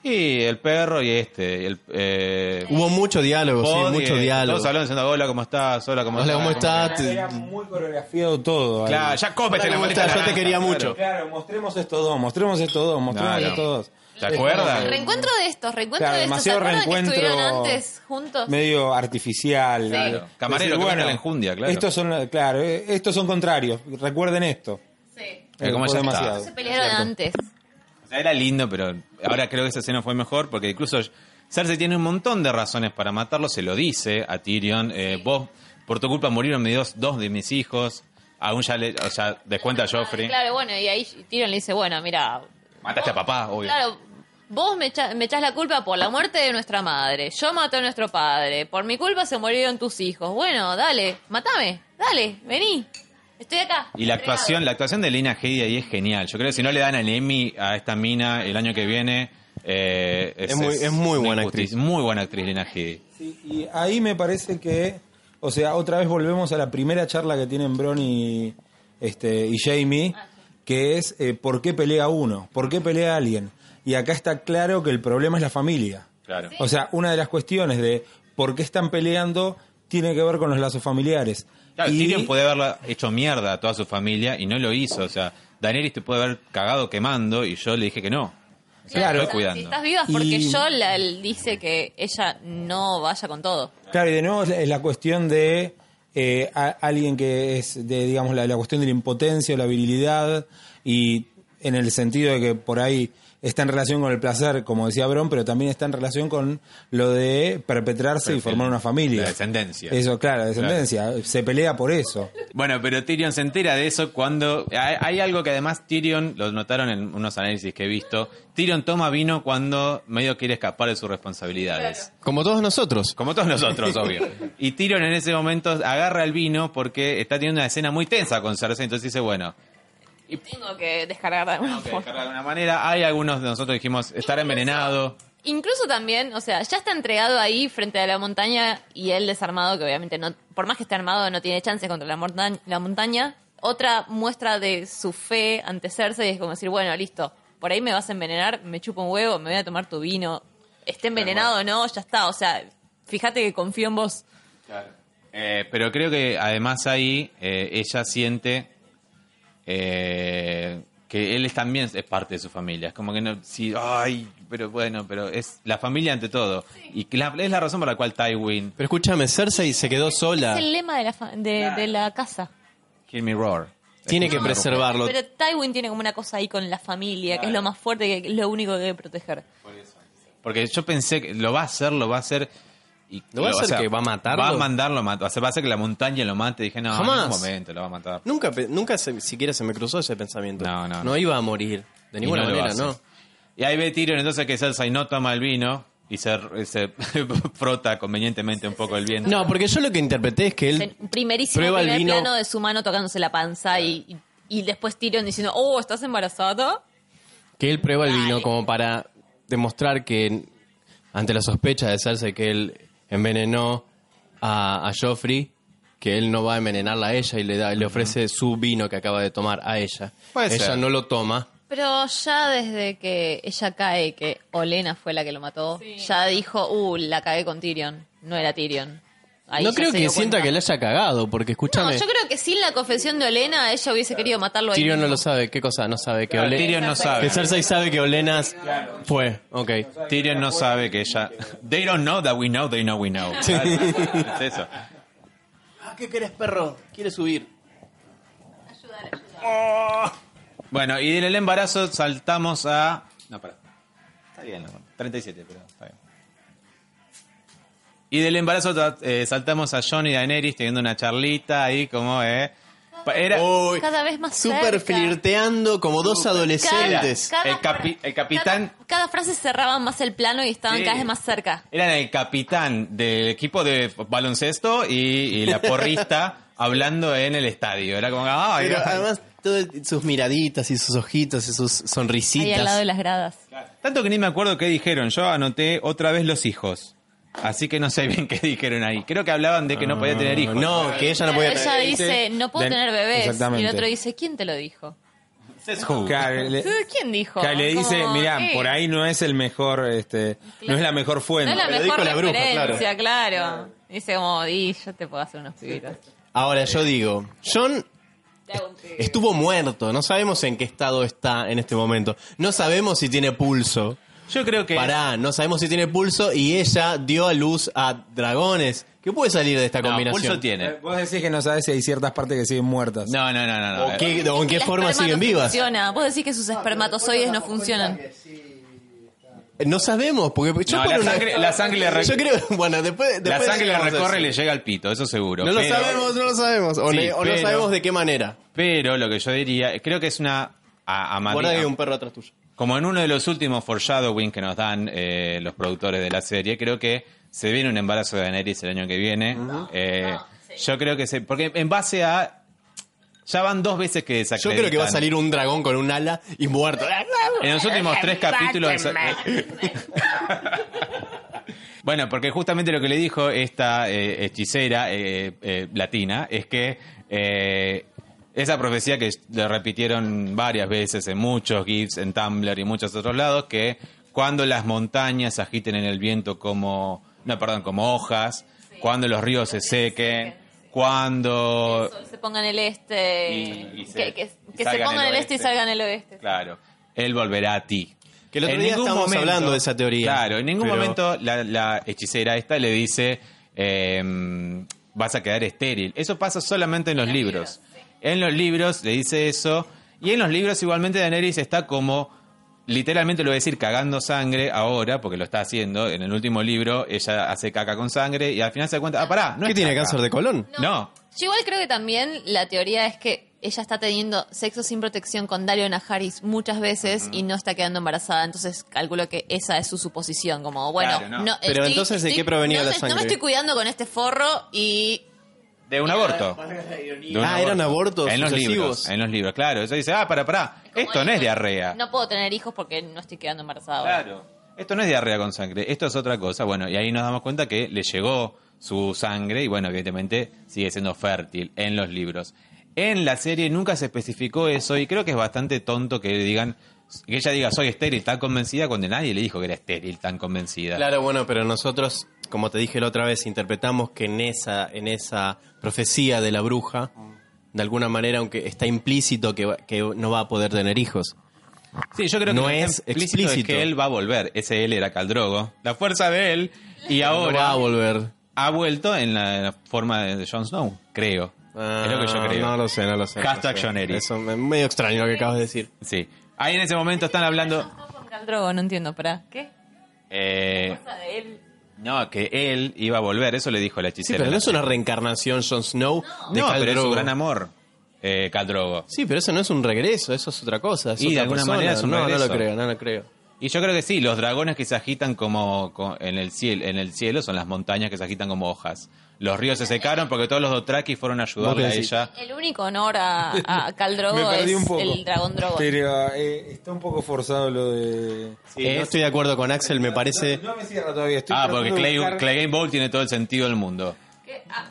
Y el perro y este, y el... Eh, Hubo mucho diálogo, sí, Pod y, mucho eh, diálogo. Todos hablando diciendo, hola, ¿cómo estás? Hola, ¿cómo Hola, estás? ¿cómo estás? que- Era muy coreografiado todo. ahí. Claro, ya cómete Hola, la ¿cómo maldita estás? Yo te naranja, quería claro. mucho. Claro, mostremos estos dos, mostremos estos dos, mostremos Claro. estos dos. ¿Te acuerdas? El reencuentro de estos, reencuentro Claro, de estos. ¿Se demasiado acuerdan que reencuentro estuvieron antes juntos? medio artificial. Claro. Eh, Camarero decir, que mata la enjundia, claro. Estos son, claro, eh, estos son contrarios. Recuerden esto. Sí. Eh, ¿cómo fue ya está? demasiado. Se pelearon Cierto. antes. O sea, era lindo, pero ahora creo que esa escena fue mejor porque incluso Cersei tiene un montón de razones para matarlo, se lo dice a Tyrion, eh, vos por tu culpa murieron mis dos, dos de mis hijos, aún ya le, o sea, descuenta a Joffrey, Claro, bueno, y ahí Tyrion le dice, bueno, mira... mataste a papá, obvio. Claro, vos me, echa- me echás la culpa por la muerte de nuestra madre. Yo maté a nuestro padre. Por mi culpa se murieron tus hijos. Bueno, dale, matame. Dale, vení. Estoy acá. Y la entregado. actuación, la actuación de Lena Headey ahí es genial. Yo creo que si no le dan el Emmy a esta mina el año que viene, eh, Es muy- es muy una buena injusticia. actriz. Muy buena actriz Lena Headey. Sí, y ahí me parece que, o sea, otra vez volvemos a la primera charla que tienen Bron y, este, y Jamie, que es eh, ¿por qué pelea uno? ¿Por qué pelea alguien? Y acá está claro que el problema es la familia. Claro. O sea, una de las cuestiones de por qué están peleando tiene que ver con los lazos familiares. Claro, y, Tyrion puede haberla hecho mierda a toda su familia y no lo hizo. O sea, Daenerys te puede haber cagado quemando y yo le dije que no. O sea, Claro. estoy cuidando. Si estás viva es porque Y- yo la, dice que ella no vaya con todo. Claro, y de nuevo es la, es la cuestión de eh, a- alguien que es de, digamos, la, la cuestión de la impotencia o la virilidad, y en el sentido de que por ahí está en relación con el placer, como decía Bron, pero también está en relación con lo de perpetrarse y formar una familia. La descendencia. Eso, claro, la descendencia. Se pelea por eso. Bueno, pero Tyrion se entera de eso cuando... Hay, hay algo que además Tyrion, lo notaron en unos análisis que he visto, Tyrion toma vino cuando medio quiere escapar de sus responsabilidades. Como todos nosotros. Como todos nosotros, obvio. Y Tyrion en ese momento agarra el vino porque está teniendo una escena muy tensa con Cersei, entonces dice, bueno... Y tengo que descargar de alguna Ok, forma. de alguna manera, hay algunos de nosotros dijimos, estará envenenado. Incluso también, o sea, ya está entregado ahí frente a la montaña y él desarmado, que obviamente no, por más que esté armado, no tiene chances contra la, monta- la montaña. Otra muestra de su fe ante Cersei es como decir, bueno, listo, por ahí me vas a envenenar, me chupo un huevo, me voy a tomar tu vino, esté envenenado o no, ya está. O sea, fíjate que confío en vos. Eh, pero creo que además ahí eh, ella siente eh, que él es también es parte de su familia. Es como que no, sí, ay, pero bueno, pero es la familia ante todo. Y que la- es la razón por la cual Tywin, Pero escúchame, Cersei se quedó sola. Es el lema de la, fa- de, de la casa. Hear Me Roar. Tiene que No, preservarlo. Pero Tywin tiene como una cosa ahí con la familia, que es lo más fuerte, que es lo único que debe proteger. Porque yo pensé que lo va a hacer, lo va a hacer. Y, ¿Lo va a o hacer sea, que va a matarlo? Va a mandarlo, mata- o sea, va a hacer que la montaña lo mate. Dije, no, Jamás. en ningún momento lo va a matar. Nunca, pe- nunca se- siquiera se me cruzó ese pensamiento. No, no, no. No iba a morir. De Y ninguna no lo manera, hace. no. Y ahí ve Tyrion entonces que Cersei no toma el vino y se, se frota convenientemente un poco el viento. No, porque yo lo que interpreté es que él En primerísimo prueba el primer vino. plano de su mano tocándose la panza y, y, y después Tyrion diciendo, oh, ¿estás embarazada? que él prueba el vino Dale. como para demostrar que ante la sospecha de Cersei que él envenenó a, a Joffrey, que él no va a envenenarla a ella y le da le ofrece su vino que acaba de tomar a ella. Puede ella ser. no lo toma. Pero ya desde que ella cae, que Olena fue la que lo mató, ya dijo, uh, la cagué con Tyrion. No era Tyrion. Ahí no ya creo se que dio sienta cuenta. que le haya cagado, porque No, escúchame, yo creo que sin la confesión de Olena, ella hubiese querido matarlo ahí Tyrion no mismo. lo sabe. ¿Qué cosa? No sabe que Ole- Tyrion no sabe. Que Cersei sabe que Olenas fue. Ok. Tyrion no sabe que ella... They don't know that we know, they know we know. Es eso. ¿Qué querés, perro? Quiere subir. Bueno, y del embarazo saltamos a... No, pará. Está bien, no, treinta y siete, pero está bien. Y del embarazo eh, saltamos a Jon y Daenerys teniendo una charlita ahí como, eh... Era Uy, Cada vez más súper cerca. flirteando como dos adolescentes. Cada- el, capi- el capitán... Cada, cada frase cerraba más el plano y estaban Sí. cada vez más cerca. Era el capitán del equipo de baloncesto y, y la porrista hablando en el estadio. Era como, ay, Pero ay. además, todo- sus miraditas y sus ojitos y sus sonrisitas. Ahí al lado de las gradas. Tanto que ni me acuerdo qué dijeron. Yo anoté otra vez los hijos. Así que no sé bien qué dijeron ahí. Creo que hablaban de que no podía tener hijos. No, que ella no podía Ella tener. dice, no puedo de- tener bebés. exactamente. Y el otro dice, ¿quién te lo dijo? Says who. Claro, le, ¿Quién dijo? claro, le dice, Como, mirá, eh, por ahí no es el mejor, este, no es la mejor fuente. No es la Lo mejor dijo la bruja, referencia, claro. Dice como, y yo te puedo hacer unos pibitos. Ahora yo digo, John Te hago un pibe. estuvo muerto, no sabemos en qué estado está en este momento. No sabemos si tiene pulso. Yo creo que... Pará, no sabemos si tiene pulso y ella dio a luz a dragones. ¿Qué puede salir de esta No, combinación? pulso tiene. Eh, Vos decís que no sabés si hay ciertas partes que siguen muertas. No, no, no, no. no. ¿O, qué- o en qué El forma esperma siguen no vivas? Funciona. Vos decís que sus espermatozoides no funcionan. No sabemos, porque yo No, por la una- sangre- la sangre le re- Yo creo, bueno, después, La después sangre le llegamos a recorre y eso. le llega al pito, eso seguro. No lo Pero- sabemos, no lo sabemos. O, Sí, ne- o no pero- sabemos de qué manera. Pero lo que yo diría, creo que es una... A, a Guarda que hay Madrid- un perro atrás tuyo. Como en uno de los últimos foreshadowing que nos dan eh, los productores de la serie, creo que se viene un embarazo de Daenerys el año que viene. Eh, yo creo que se... Porque en base a... Ya van dos veces que Yo desacreditan. creo que va a salir un dragón con un ala y muerto. En los últimos tres capítulos... Bueno, porque justamente lo que le dijo esta eh, hechicera eh, eh, latina es que eh, esa profecía que le repitieron varias veces en muchos GIFs, en Tumblr y muchos otros lados, que cuando las montañas se agiten en el viento como, no, perdón, como hojas, cuando los ríos se sequen, cuando... El sol se ponga en el este. Y- y se- que que- y que salga se en ponga en el el este y oeste. salga en el oeste. Claro, él volverá a ti. Que el otro En día ningún estábamos momento- hablando de esa teoría. Claro, en ningún Pero- momento la, la hechicera esta le dice eh, vas a quedar estéril. Eso pasa solamente en los libros. En los libros le dice eso y en los libros igualmente Daenerys está como literalmente lo voy a decir cagando sangre ahora porque lo está haciendo. En el último libro ella hace caca con sangre y al final se da cuenta, ah, pará, no ¿Qué es tiene, caca. cáncer de colon? No. Yo igual creo que también la teoría es que ella está teniendo sexo sin protección con Dario Najaris muchas veces y no está quedando embarazada. Entonces calculo que esa es su suposición. Como, bueno, Claro, no. no, Pero entonces, ¿de qué provenía no la me- No sangre? me estoy cuidando con este forro y... De un aborto. De un Ah, eran abortos en los sucesivos. libros. En los libros, claro. Eso dice, ah, para, para. Esto no es diarrea. No puedo tener hijos porque no estoy quedando embarazada. Claro. Esto no es diarrea con sangre, esto es otra cosa. Bueno, y ahí nos damos cuenta que le llegó su sangre y bueno, evidentemente sigue siendo fértil en los libros. En la serie nunca se especificó eso y creo que es bastante tonto que digan, que ella diga soy estéril tan convencida cuando nadie le dijo que era estéril tan convencida. Claro, bueno, pero nosotros, como te dije la otra vez, interpretamos que en esa, en esa profecía de la bruja, de alguna manera, aunque está implícito que, va- que no va a poder tener hijos. Sí, yo creo No que lo es que está implícito es explícito. que él va a volver. Ese él era Khal Drogo. La fuerza de él y No ahora va a volver. ha vuelto en la, en la forma de Jon Snow, creo. Ah, es lo que yo creo. No lo sé, no lo sé. Hashtag no sé. John Eris. Eso es medio extraño lo que acabas de decir. Sí. Ahí en ese momento están hablando... Con Khal Drogo, no entiendo, ¿para qué? Eh, Cosa de él. no, que él iba a volver, eso le dijo la Sí, hechicera. pero no es una reencarnación Jon Snow de No, Khal pero es su Drogo. gran amor, eh, Khal Drogo. Sí, pero eso no es un regreso, eso es otra cosa. Es Y de otra alguna persona. manera es un no, no regreso. lo creo, no lo creo. Y yo creo que sí, los dragones que se agitan como, co- en el cielo, en el cielo son las montañas que se agitan como hojas. Los ríos se secaron porque todos los Dothraki fueron a ayudarle a ¿Vos qué decís? ella. El único honor a, a Khal Me Drogo perdí es un poco. el dragón Drogo. Pero eh, está un poco forzado lo de... Sí, no estoy de acuerdo con Axel, me parece... No me cierra todavía. Estoy Ah, tratando porque de Clay, buscar- Clegane Bowl tiene todo el sentido del mundo. ¿Qué? Ah,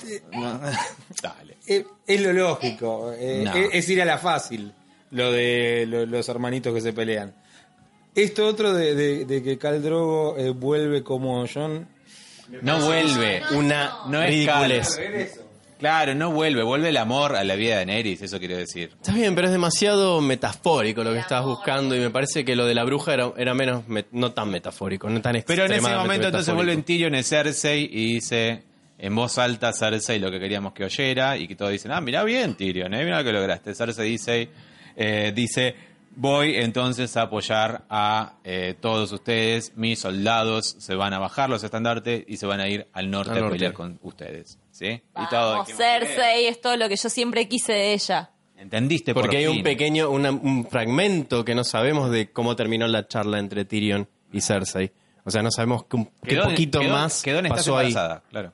Dale. Es, es lo lógico. eh, No. es, es ir a la fácil. Lo de lo- los hermanitos que se pelean. Esto otro de, de- de que Khal Drogo eh, vuelve como John. No vuelve. Una No es ridiculez. Claro, no vuelve. Vuelve el amor a la vida de Daenerys, eso quiero decir. Está bien, pero es demasiado metafórico lo que estabas buscando y me parece que lo de la bruja era, era menos, met- no tan metafórico, no tan Pero en ese extremadamente momento entonces metafórico. vuelven Tyrion y Cersei y dice en voz alta Cersei lo que queríamos que oyera y que todos dicen, ah, mirá bien Tyrion, eh, mirá lo que lograste. Cersei dice, eh, dice voy entonces a apoyar a eh, todos ustedes. Mis soldados se van a bajar los estandartes y se van a ir al norte Al a norte. pelear con ustedes. ¿Sí? Y todo. Vamos, Cersei, es todo lo que yo siempre quise de ella. ¿Entendiste? Por Porque hay un fin? pequeño, una- un fragmento que no sabemos de cómo terminó la charla entre Tyrion y Cersei. O sea, no sabemos qué, un- qué Quedó en- poquito quedó- más quedó en esta pasó ahí. embarazada, claro.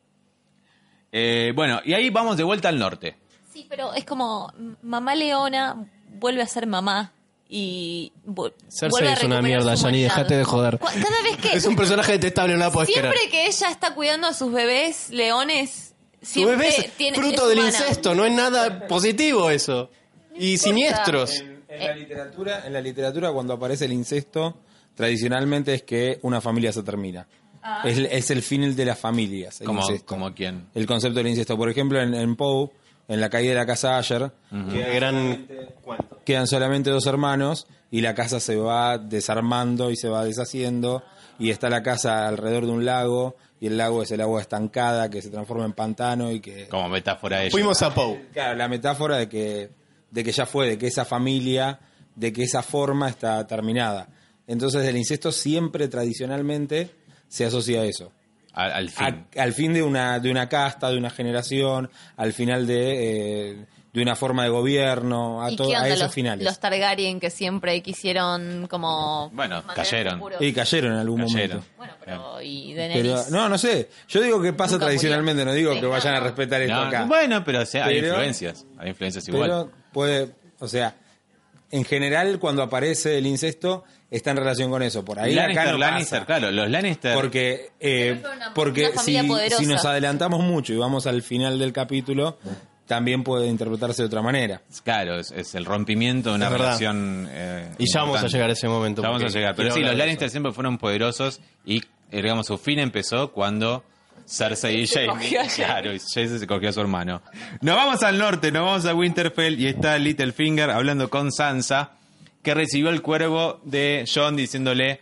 Eh, bueno, y ahí vamos de vuelta al norte. Sí, pero es como m- mamá Leona vuelve a ser mamá y vu- Cersei vuelve a es una recuperar mierda, su Johnny, humanidad. dejate de joder. Cu- Cada vez que Es un personaje detestable, no la puedes siempre querer. que ella está cuidando a sus bebés leones, Su siempre bebé es tiene fruto es del humana. incesto, no es nada positivo eso. Y siniestros. En, en la literatura, en la literatura cuando aparece el incesto, tradicionalmente es que una familia se termina. Es, es el fin de las familias, el Como, incesto. como quién. El concepto del incesto. Por ejemplo, en, en Poe, en la caída de la casa Asher, Qué gran cuento. quedan solamente dos hermanos y la casa se va desarmando y se va deshaciendo y está la casa alrededor de un lago y el lago es el agua estancada que se transforma en pantano y que... Como metáfora de ella. Fuimos a Poe. Claro, la metáfora de que, de que ya fue, de que esa familia, de que esa forma está terminada. Entonces el incesto siempre tradicionalmente se asocia a eso. Al, al fin. A- al fin de una, de una casta, de una generación, al final de, eh, de una forma de gobierno, a, ¿Y todo, qué a onda esos los, finales. los Targaryen que siempre quisieron como Bueno, mantenerse cayeron. puros? Y cayeron en algún Cayeron. momento. Bueno, pero y Pero, Daenerys. no, no sé. Yo digo que pasa Nunca tradicionalmente, murió. no digo Sí, que vayan no, a no. respetar esto No, acá. bueno, pero o sea, hay Pero- influencias. Hay influencias igual. Pero puede, o sea, en general cuando aparece el incesto está en relación con eso. Por ahí Lannister, acá no Lannister, pasa. claro, los Lannister. Porque, eh, Pero fue una- porque una familia si, poderosa. si nos adelantamos mucho y vamos al final del capítulo, también puede interpretarse de otra manera. Claro, es, es el rompimiento de una Es verdad. relación. eh, Y ya vamos a importante. llegar a ese momento. Ya vamos a porque llegar. Pero quiero sí, los hablar de Lannister eso. siempre fueron poderosos y, eh, digamos, su fin empezó cuando Cersei y Se Jaime. cogió a Jaime. Claro, y Jaime se cogió a su hermano. Nos vamos al norte, nos vamos a Winterfell y está Littlefinger hablando con Sansa, que recibió el cuervo de Jon diciéndole: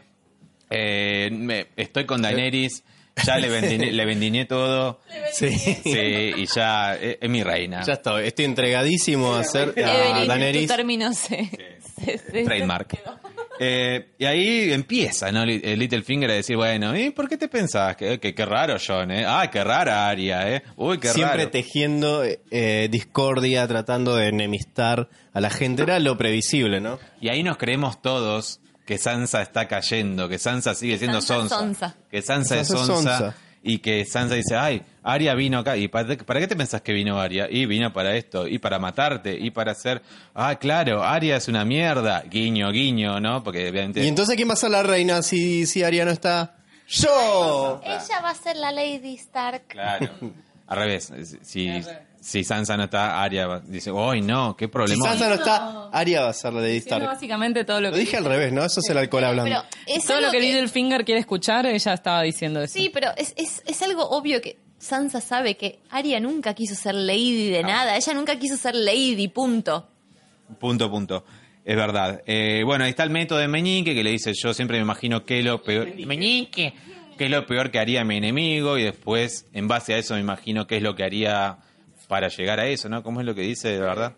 eh, me- estoy con Daenerys, ya le vendiné, le vendiné todo. Sí. Sí, y ya es, es mi reina. Ya estoy. Estoy entregadísimo a hacer a Evelyn, tu Daenerys. término se, se- se- Trademark. Eh, y ahí empieza, ¿no? Li- eh, Littlefinger a decir, bueno, ¿y por qué te pensás? Que, que, qué raro, Jon, ¿eh? Ah, qué rara Arya, ¿eh? Uy, qué Siempre raro. tejiendo eh, discordia, tratando de enemistar a la gente. Era lo previsible, ¿no? Y ahí nos creemos todos que Sansa está cayendo, que Sansa sigue siendo Sansa es Sonsa. Sonsa. Que Sansa es Sansa es Sonsa. Sonsa. Y que Sansa dice, ay, Arya vino acá. ¿Y para, para qué te pensás que vino Arya? Y vino para esto, y para matarte, y para hacer... Ah, claro, Arya es una mierda. Guiño, guiño, ¿no? Porque obviamente... ¿Y entonces quién va a ser la reina si, si Arya no está? ¡Yo! Ella va a ser la Lady Stark. Claro. Al revés. Si, si Sansa no está, Arya va- dice, ¡ay, no! ¡Qué Si problema! Sansa no está, Arya va a ser la Lady Diciendo Stark. básicamente todo lo Lo que dije al revés, ¿no? Eso es el alcohol hablando. Pero es todo algo lo que Littlefinger quiere escuchar, ella estaba diciendo eso. Sí, pero es, es, es algo obvio que Sansa sabe que Arya nunca quiso ser Lady de nada. Ella nunca quiso ser Lady, punto. Punto, punto. Es verdad. Eh, bueno, ahí está el método de Meñique que le dice, yo siempre me imagino que es lo peor... Meñique. ¿Qué es lo peor que haría mi enemigo? Y después, en base a eso, me imagino qué es lo que haría para llegar a eso, ¿no? ¿Cómo es lo que dice, de verdad?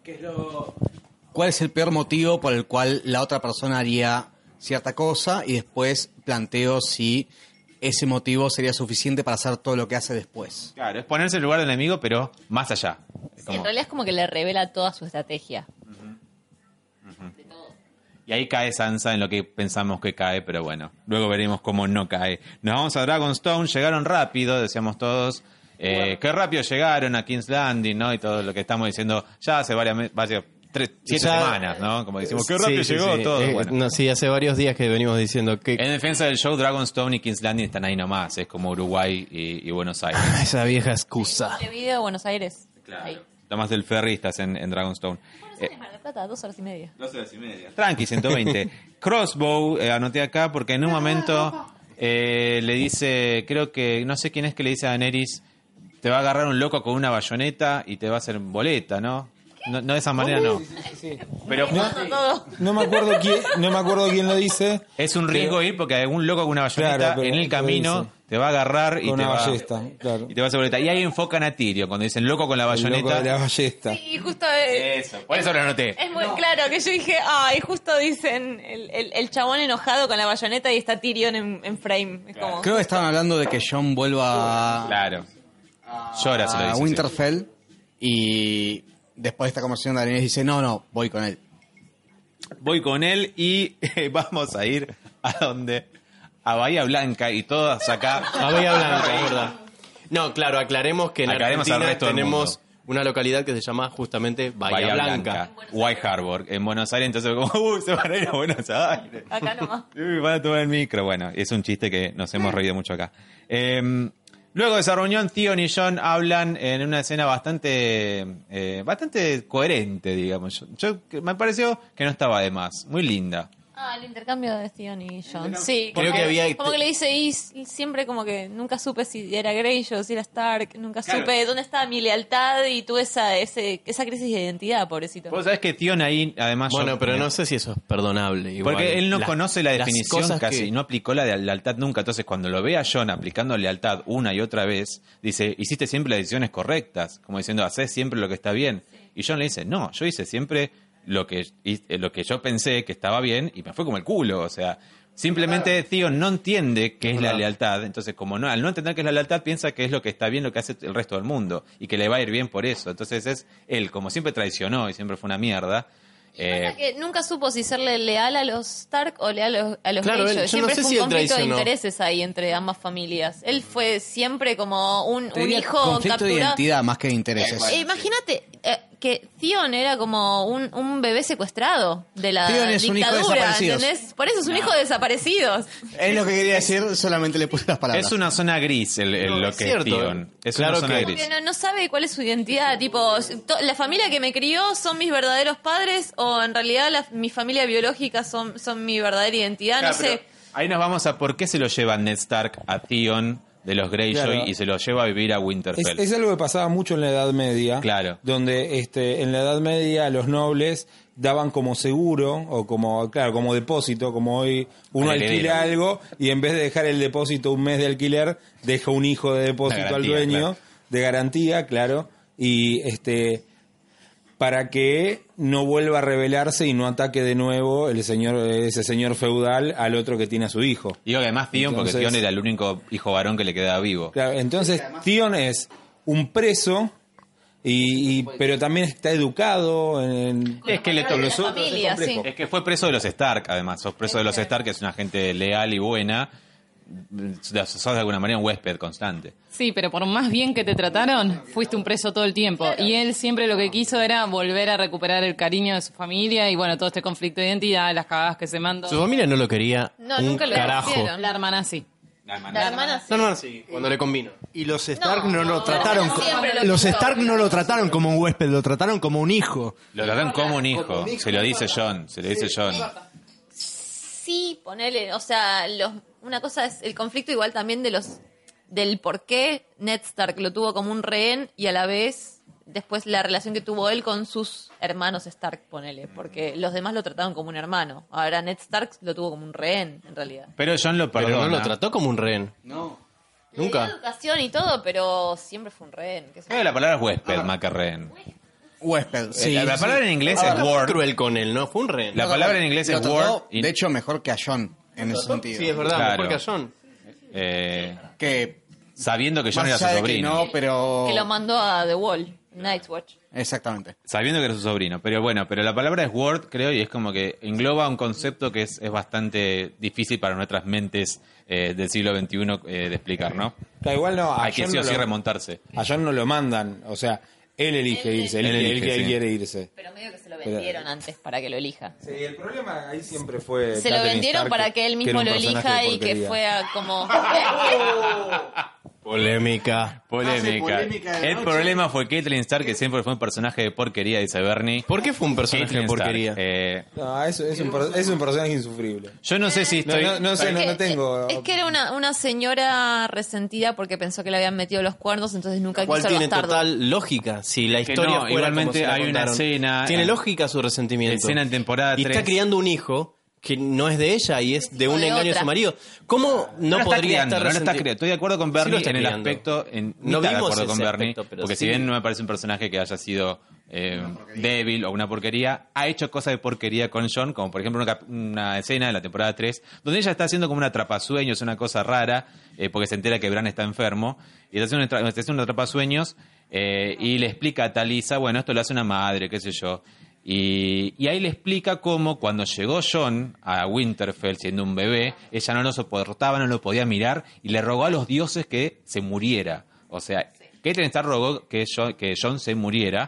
¿Cuál es el peor motivo por el cual la otra persona haría cierta cosa? Y después planteo si ese motivo sería suficiente para hacer todo lo que hace después. Claro, es ponerse en el lugar del enemigo, pero más allá. Es Sí, como- en realidad es como que le revela toda su estrategia. Y ahí cae Sansa en lo que pensamos que cae, pero bueno, luego veremos cómo no cae. Nos vamos a Dragonstone, llegaron rápido, decíamos todos. Eh, qué rápido llegaron a King's Landing, ¿no? Y todo lo que estamos diciendo ya hace varias, me- varias tres, siete Ya- semanas, ¿no? Como decimos, qué rápido Sí, sí, llegó sí. todo. Eh, Bueno. no, sí, hace varios días que venimos diciendo que En defensa del show, Dragonstone y King's Landing están ahí nomás, es como Uruguay y, y Buenos Aires. esa vieja excusa. De video Buenos Aires. Ahí. Tomás del Ferry, estás en, en Dragonstone. Buenos Aires, Mar del Plata, dos horas y media. Dos horas y media. Tranqui, ciento veinte. Crossbow, eh, anoté acá porque en un momento eh, le dice, creo que, no sé quién es que le dice a Daenerys, te va a agarrar un loco con una bayoneta y te va a hacer boleta, ¿no? No, no de esa manera, no. sí. Pero No, todo. no me acuerdo quién, no me acuerdo quién lo dice. es un riesgo ir porque algún loco con una bayoneta Claro, pero en el lo camino dice. te va a agarrar y Con te, una va, ballesta, claro. y te va a hacer boleta. Y ahí enfocan a Tyrion cuando dicen loco con la El loco bayoneta. de la ballesta. Y justo eh, Eso, por eso lo anoté. es muy claro que yo dije, ay, justo dicen el, el, el chabón enojado con la bayoneta y está Tyrion en, en frame. Es como, Creo que estaban hablando de que Jon vuelva a, Claro. Llora, se lo a dice. Winterfell y después de esta conversación Daenerys dice, no, no, voy con él. Voy con él y vamos a ir a donde a Bahía Blanca y todas acá. A Bahía Blanca, es verdad. No, claro, aclaremos que en Aclaremos al Argentina resto del tenemos mundo. una localidad que se llama justamente Bahía, Bahía Blanca. Blanca, White Harbor, en Buenos Aires, entonces como, uy, se van a ir a Buenos Aires. acá nomás. Uy, van a tomar el micro. Bueno, es un chiste que nos hemos reído mucho acá. Eh, luego de esa reunión, Theon y Jon hablan en una escena bastante eh, bastante coherente, digamos. Yo, yo- me pareció que no estaba de más. Muy linda. Ah, el intercambio de Theon y Jon. Sí, Creo como que había- Como que le dice, y s- siempre como que nunca supe si era Greyjoy o si era Stark. Nunca supe dónde estaba mi lealtad y tuve esa, ese, esa crisis de identidad, pobrecito. Vos sabés que Theon ahí, además... yo- Bueno, pero no sé si eso es perdonable. igual. Porque él no Las- conoce la las definición cosas casi, que- no aplicó la de lealtad nunca. Entonces, cuando lo ve a Jon aplicando lealtad una y otra vez, dice, hiciste siempre las decisiones correctas, como diciendo, haces siempre lo que está bien. Y Jon le dice, no, yo hice siempre lo que, hice- lo que yo pensé que estaba bien y me fue como el culo. O sea, simplemente Theon no entiende qué es la lealtad. Entonces, como no, al no entender qué es la lealtad, piensa que es lo que está bien, lo que hace el resto del mundo y que le va a ir bien por eso. Entonces, es él, como siempre traicionó y siempre fue una mierda. Pasa Eh, que nunca supo si serle leal a los Stark o leal a los, a los Claro, Greyjoy. él- yo Siempre no sé fue si un él conflicto de traicionó. intereses ahí entre ambas familias. Él fue siempre como un, Te un diría hijo conflicto de capturado. identidad más que de intereses. Eh, imagínate eh, que Theon era como un, un bebé secuestrado de la Theon es un hijo de dictadura, desaparecidos. ¿entendés? Por eso es un hijo de desaparecidos. Es lo que quería decir, solamente le puse las palabras. Es una zona gris el, el- No, lo es que cierto, es Theon. Es claro una zona que- gris. Porque no, no sabe cuál es su identidad. Tipo, to- la familia que me crió son mis verdaderos padres o en realidad la- mi familia biológica son, son mi verdadera identidad. Claro, no pero sé. ahí nos vamos a por qué se lo lleva Ned Stark a Theon de los Greyjoy Claro. y se lo lleva a vivir a Es, Winterfell. es algo que pasaba mucho en la Edad Media. Claro. Donde este, en la Edad Media los nobles daban como seguro o como, claro, como depósito, como hoy uno Al heredero. alquila algo y en vez de dejar el depósito un mes de alquiler, deja un hijo de depósito De al garantía, dueño, claro. de garantía, claro, y este para que no vuelva a rebelarse y no ataque de nuevo el señor ese señor feudal al otro que tiene a su hijo. Digo que además Theon, porque Entonces- Theon era el único hijo varón que le quedaba vivo. Claro, entonces Theon es un preso, y, y- pero también está educado en... Es que le Con la tocó. familia, sí. Es que fue preso de los Stark, además. Sos preso de los Stark, que es una gente leal y buena. Sos de alguna manera un huésped constante. Sí, pero por más bien que te trataron, fuiste un preso todo el tiempo. Y él siempre lo que quiso era volver a recuperar el cariño de su familia y bueno, todo este conflicto de identidad, las cagadas que se mandó. Su familia no lo quería No, un nunca lo carajo. hicieron. La hermana sí. La hermana sí. No, no, sí, cuando le combino. Y los Stark No, no, lo no, trataron no, co- siempre lo los quiso. Stark no lo trataron como un huésped, lo trataron como un hijo. Lo tratan como un hijo. Se lo dice Jon. Se lo dice Jon. Sí, ponele, o sea, los, una cosa es el conflicto igual también de los del por qué Ned Stark lo tuvo como un rehén y a la vez después la relación que tuvo él con sus hermanos Stark, ponele, porque los demás lo trataron como un hermano. Ahora Ned Stark lo tuvo como un rehén, en realidad. Pero Jon lo Pero perdona. no lo trató como un rehén. No. Le dio Nunca. educación y todo, pero siempre fue un rehén. qué sé yo. Creo que la palabra es huésped, más que rehén. Huésped, sí. la, la palabra en inglés Ah, es no fue ward. cruel con él, ¿no? Fue un rehén. La palabra en inglés Lo es trató, ward. y- de hecho, mejor que a John, en ese sentido. Sí, es verdad, Claro. mejor que a Jon. eh, Que, sabiendo que Jon más era su allá de que sobrino. no, pero... Que lo mandó a The Wall, Night's Watch. Exactamente. Sabiendo que era su sobrino. Pero bueno, pero la palabra es word, creo, y es como que engloba un concepto que es, es bastante difícil para nuestras mentes eh, del siglo veintiuno eh, de explicar, ¿no? Claro, igual no, a Hay que Jon sí o no sí lo- remontarse. a Jon no lo mandan, o sea, él elige Él- irse, él, Él él- elige, él sí. quiere irse. Pero medio que se lo vendieron antes para que lo elija. Sí, el problema ahí siempre fue... Se lo Catherine vendieron Stark, para que él era mismo un lo personaje elija de y que porquería. fue a como... Polémica. Polémica. Ah, sí, polémica de la El noche. problema fue Caitlyn Stark, que siempre fue un personaje de porquería, dice Bernie. ¿Por qué fue un personaje Caitlyn de porquería? Stark, eh, No, es, es, un, per- es un personaje insufrible. yo no sé si No, estoy... no, no sé, no, Que- no tengo. Es que era una, una señora resentida porque pensó que le habían metido los cuernos, entonces nunca ¿Cuál quiso ser tiene bastardo. total lógica? Si la Que historia no, fuera igualmente como se la hay una contaron. escena- Tiene eh, lógica su resentimiento. escena en temporada Y tres. está criando un hijo que no es de ella y es de un de engaño de otra. su marido. ¿Cómo no, No, lo está podría criando, estar no lo está resentido? criando. Estoy de acuerdo con Sí Bernie lo está en el criando. aspecto, en No mitad de vimos acuerdo con ese Bernie, aspecto, pero porque sí. si bien no me parece un personaje que haya sido eh, débil o una porquería, ha hecho cosas de porquería con Jon, como por ejemplo una, cap- una escena de la temporada tres, donde ella está haciendo como una atrapasueños, una cosa rara, eh, porque se entera que Bran está enfermo, y está haciendo una, tra- está haciendo una atrapasueños, eh, y le explica a Talisa, bueno, esto lo hace una madre, qué sé yo. Y, y ahí le explica cómo cuando llegó Jon a Winterfell siendo un bebé, ella no lo soportaba, no lo podía mirar y le rogó a los dioses que se muriera. O sea, Caitlyn Stark rogó que Jon, que Jon se muriera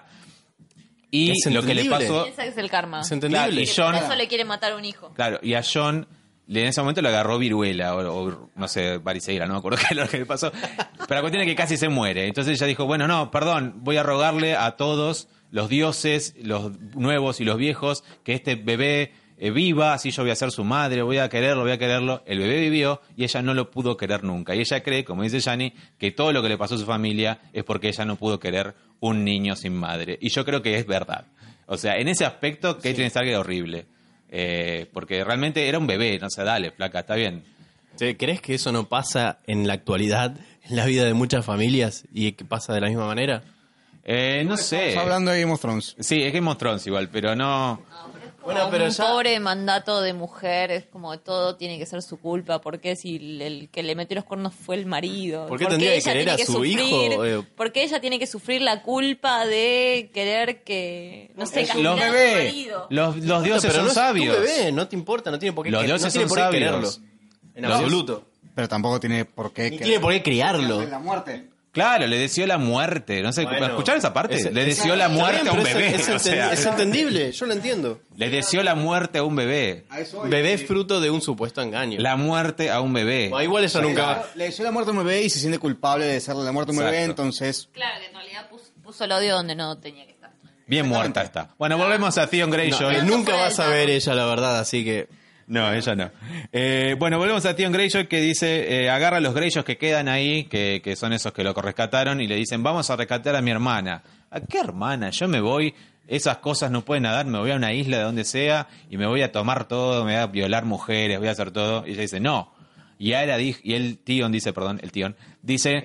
y Es lo que le entendible. pasó... Piensa que es el karma. Es entendible. Claro, y Que por Jon- eso le quiere matar a un hijo. Claro, y a Jon le- en ese momento le agarró viruela o, o, no sé, variceira, no me acuerdo qué es lo que le pasó. Pero la cuestión es que casi se muere. Entonces ella dijo, bueno, no, perdón, voy a rogarle a todos los dioses, los nuevos y los viejos, que este bebé eh, viva, así yo voy a ser su madre, voy a quererlo, voy a quererlo. El bebé vivió y ella no lo pudo querer nunca. Y ella cree, como dice Yanni, que todo lo que le pasó a su familia es porque ella no pudo querer un niño sin madre. Y yo creo que es verdad. O sea, en ese aspecto, Caitlyn Stark era horrible. Eh, porque realmente era un bebé, no sé, dale, flaca, está bien. ¿Te- ¿Crees que eso no pasa en la actualidad, en la vida de muchas familias y que pasa de la misma manera? Eh, no sé. Estamos hablando de Game of Thrones. Sí, es Game of Thrones igual, pero no... Bueno, Como pero un ya- pobre mandato de mujer, es como todo tiene que ser su culpa. ¿Por qué si el, el que le metió los cuernos fue el marido? ¿Por qué tendría que ella querer tiene a su hijo, eh? ¿Por qué ella tiene que sufrir la culpa de querer que, no sé, Los castigar a su bebés, marido? los, los dioses Pero son no es sabios. tu bebé, no te importa, no tiene por qué, Los que- dioses no tiene son por qué sabios. quererlo. En Los absoluto. Pero tampoco tiene por qué. Ni que- tiene por qué criarlo. La muerte. Claro, le deseó la muerte. No sé, Bueno, ¿escucharon esa parte? es- le es- deseó la Está muerte bien, a un pero bebé. Es, o es sea, enten- es entendible, yo lo entiendo. le deseó la muerte a un bebé. A eso voy. Bebé es fruto de un supuesto engaño. La muerte a un bebé. Ah, igual eso nunca va. Le deseo la muerte a un bebé y se siente culpable de hacerle la muerte a un bebé, Exacto. entonces... Claro, que en realidad puso, puso el odio donde no tenía que estar. Bien muerta está. Bueno, volvemos a Theon No, Greyjoy. eh, No, nunca fuera vas a del ver tarro. ella, la verdad, así que... No, ella no. Eh, bueno, volvemos a Theon Greyjoy que dice, eh, agarra a los Greyjoys que quedan ahí, que, que son esos que lo rescataron, y le dicen, vamos a rescatar a mi hermana. ¿A qué hermana? Yo me voy, esas cosas no pueden nadar, me voy a una isla de donde sea, y me voy a tomar todo, me voy a violar mujeres, voy a hacer todo. Y ella dice, no. Y Aera dijo, y el Theon dice, perdón, el Theon, dice...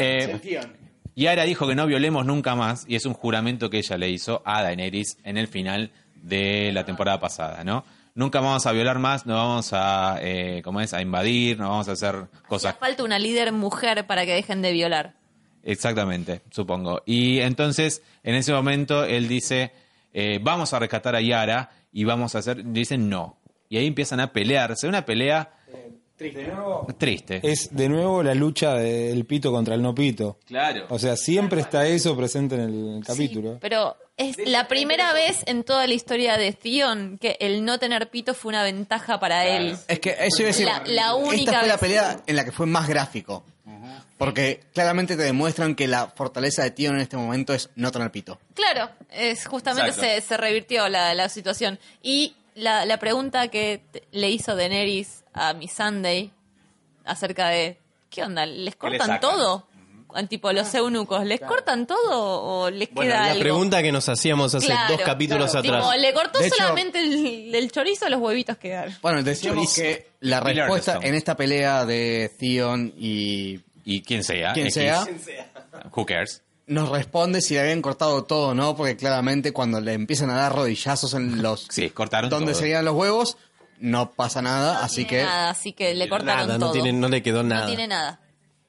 eh, Y Aera dijo que no violemos nunca más, y es un juramento que ella le hizo a Daenerys en el final de la temporada pasada, ¿no? Nunca vamos a violar más, no vamos a, eh, ¿cómo es? A invadir, no vamos a hacer cosas. Hacía falta una líder mujer para que dejen de violar. Exactamente, supongo. Y entonces, en ese momento, él dice, eh, vamos a rescatar a Yara y vamos a hacer... Dicen no. Y ahí empiezan a pelearse, una pelea De nuevo, triste. es de nuevo la lucha del pito contra el no pito. Claro. O sea, siempre está eso presente en el capítulo. Pero es la primera vez en toda la historia de Theon que el no tener pito fue una ventaja para él. Es que eso iba a decir, La- la única esta fue la vez. pelea en la que fue más gráfico. Porque claramente te demuestran que la fortaleza de Tion en este momento es no tener pito. Claro, es justamente Exacto. se, se revirtió la, la situación. Y la, la pregunta que te- le hizo Daenerys a Miss Sunday acerca de, ¿qué onda? ¿Les cortan sacan? todo? Tipo los eunucos, ¿les cortan todo o les Bueno, queda la algo? pregunta que nos hacíamos hace Claro, dos capítulos claro. atrás. Tipo, le cortó De hecho- solamente el, el chorizo a los huevitos quedaron. Bueno, decíamos que la Pilar respuesta Stone. en esta pelea de Theon y Y quien sea. quien X, sea, Who cares? nos responde si le habían cortado todo o no, porque claramente cuando le empiezan a dar rodillazos en los... Sí, cortaron donde todo. serían los huevos, no pasa nada, así Tiene que... nada, así que le cortaron Nada, no, todo. tiene, no le quedó nada. No tiene nada.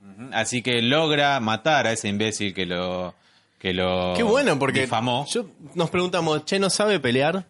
Así que logra matar a ese imbécil que lo que lo Qué bueno, porque difamó. yo, nos preguntamos, ¿Che no sabe pelear?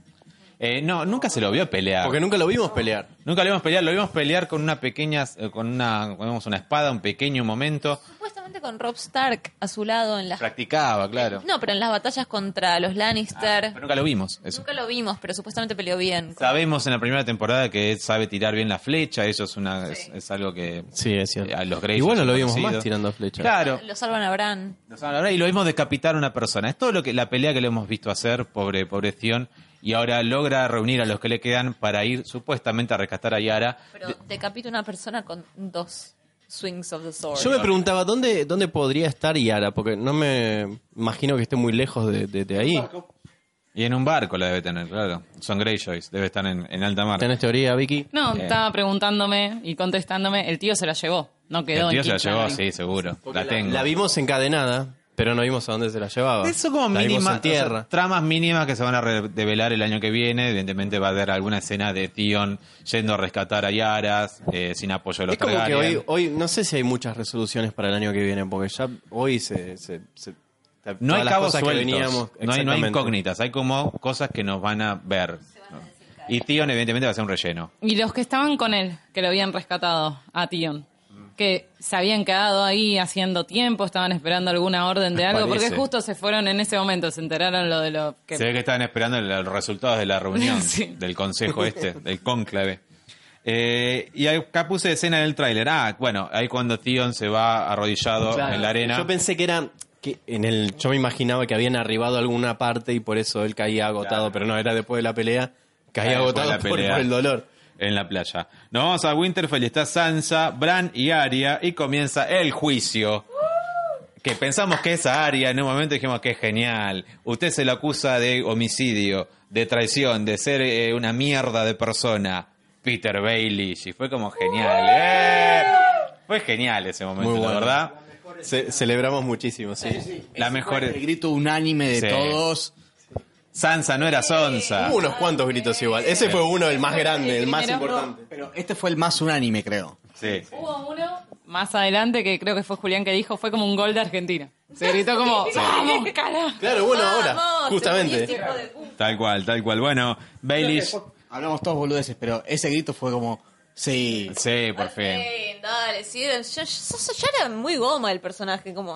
Eh, no, nunca se lo vio pelear. Porque nunca lo vimos pelear. Nunca lo vimos pelear, lo vimos pelear con una pequeña, eh, con una, digamos, una espada, un pequeño momento. Supuestamente supuestamente con Robb Stark a su lado en las... Practicaba, claro. No, pero en las batallas contra los Lannister. Ah, pero nunca lo vimos, eso. Nunca lo vimos, pero supuestamente peleó bien. Sabemos en la primera temporada que sabe tirar bien la flecha, eso es una es, es algo que Sí, es cierto. eh, a los Greyjoy Y bueno, son lo vimos conocidos. más tirando flechas. Claro. Lo salvan a Bran. Lo saben hablar y lo vimos decapitar a una persona. Es todo lo que la pelea que le hemos visto hacer, pobre pobre Theon, y ahora logra reunir a los que le quedan para ir supuestamente a rescatar a Yara. Pero decapita una persona con dos swings of the sword. Yo me preguntaba, ¿dónde, dónde podría estar Yara? Porque no me imagino que esté muy lejos de, de, de ahí. Y en un barco la debe tener, claro. Son Greyjoys, debe estar en, en alta mar. ¿Tenés teoría, Vicky? No, Eh. estaba preguntándome y contestándome, el tío se la llevó, no quedó El tío en se la King's llevó, Landing. sí, seguro. Porque La tengo. La vimos encadenada, pero no vimos a dónde se la llevaba. Eso como la vimos mínima, en tierra. o sea, tramas mínimas que se van a re- develar el año que viene. Evidentemente va a haber alguna escena de Theon yendo a rescatar a Yara eh, sin apoyo de los Es como que Targaryen. hoy, hoy, no sé si hay muchas resoluciones para el año que viene, porque ya hoy se... se, se No hay todas las cabos cosas que sueltos, veníamos- no, hay, no hay exactamente. incógnitas, hay como cosas que nos van a ver. Y Theon evidentemente va a ser un relleno. Y los que estaban con él, que lo habían rescatado a Tion, que se habían quedado ahí haciendo tiempo, estaban esperando alguna orden de algo, Parece. porque justo se fueron en ese momento, se enteraron lo de lo que... Se ve que estaban esperando el- los resultados de la reunión, Sí. del consejo este, del cónclave. Eh, y acá puse escena del tráiler. Ah, bueno, ahí cuando Theon se va arrodillado Claro. en la arena. Yo pensé que era... que en el Yo me imaginaba que habían arribado a alguna parte y por eso él caía agotado, pero no, era después de la pelea. Caía Ah, después de agotado la por, pelea. por el dolor. En la playa. Nos vamos a Winterfell y está Sansa, Bran y Arya y comienza el juicio. Que pensamos que es a Arya, en un momento dijimos que es genial. Usted se lo acusa de homicidio, de traición, de ser eh, una mierda de persona. Peter Baelish. Y fue como genial. ¡Eh! Fue genial ese momento, Muy bueno. la verdad. Ce- celebramos muchísimo, sí. La mejor... El grito unánime de Sí. todos. Sansa no era Sonsa. Hubo unos cuantos gritos igual. Ese fue uno, el más grande, el más Primero. importante. Pero este fue el más unánime, creo. Sí. Hubo uno más adelante que creo que fue Julián que dijo, fue como un gol de Argentina. Se gritó como, ¡vamos, carajo! Claro, bueno, ahora, Vamos, justamente. te hijo de puta. Tal cual, tal cual. Bueno, Baelish... Hablamos todos boludeces, pero ese grito fue como... Sí. Sí, por fin. Fin, dale, sí, ya, ya- ya era muy goma el personaje, como...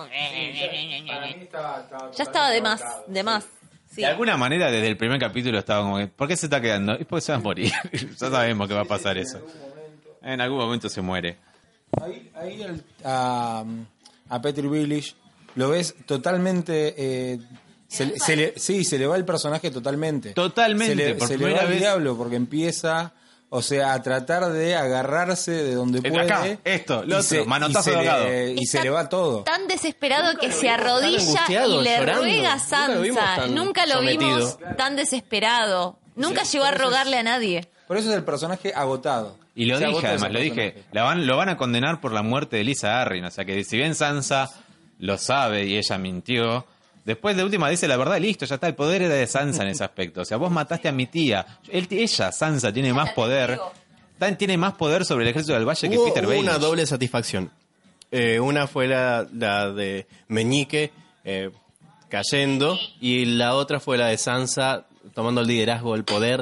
Ya estaba de más, de más. Sí. De alguna manera, desde el primer capítulo estaba como que, ¿por qué se está quedando? Es porque se va a morir. Ya sabemos que va a pasar eso. En algún momento se muere. Ahí, ahí el- a, a Peter Baelish lo ves totalmente... eh, se, le- se le, sí, se le va el personaje totalmente. Totalmente, Se le, por se le primera va el vez. diablo porque empieza... O sea, a tratar de agarrarse de donde Eh, puede. acá, esto, lo y otro, se- manotazo y se de ahogado. le- Y se Está le va todo. Tan desesperado que se arrodilla angustiado, y le llorando. ruega a Nunca lo vimos Sansa. tan Nunca lo sometido. vimos tan desesperado. Nunca llegó a rogarle a nadie. Por eso es el personaje agotado. Y lo Se dije, agota además, ese lo dije. personaje. La van, lo van a condenar por la muerte de Lisa Arryn. O sea que si bien Sansa lo sabe y ella mintió, después de última dice la verdad y listo, ya está. El poder era de Sansa en ese aspecto. O sea, vos mataste a mi tía. Él, ella, Sansa, tiene más poder. Tan- Tiene más poder sobre el ejército del Valle que Hubo, Peter hubo Baelish. una doble satisfacción. Eh, una fue la, la de Meñique eh, cayendo y la otra fue la de Sansa tomando el liderazgo, el poder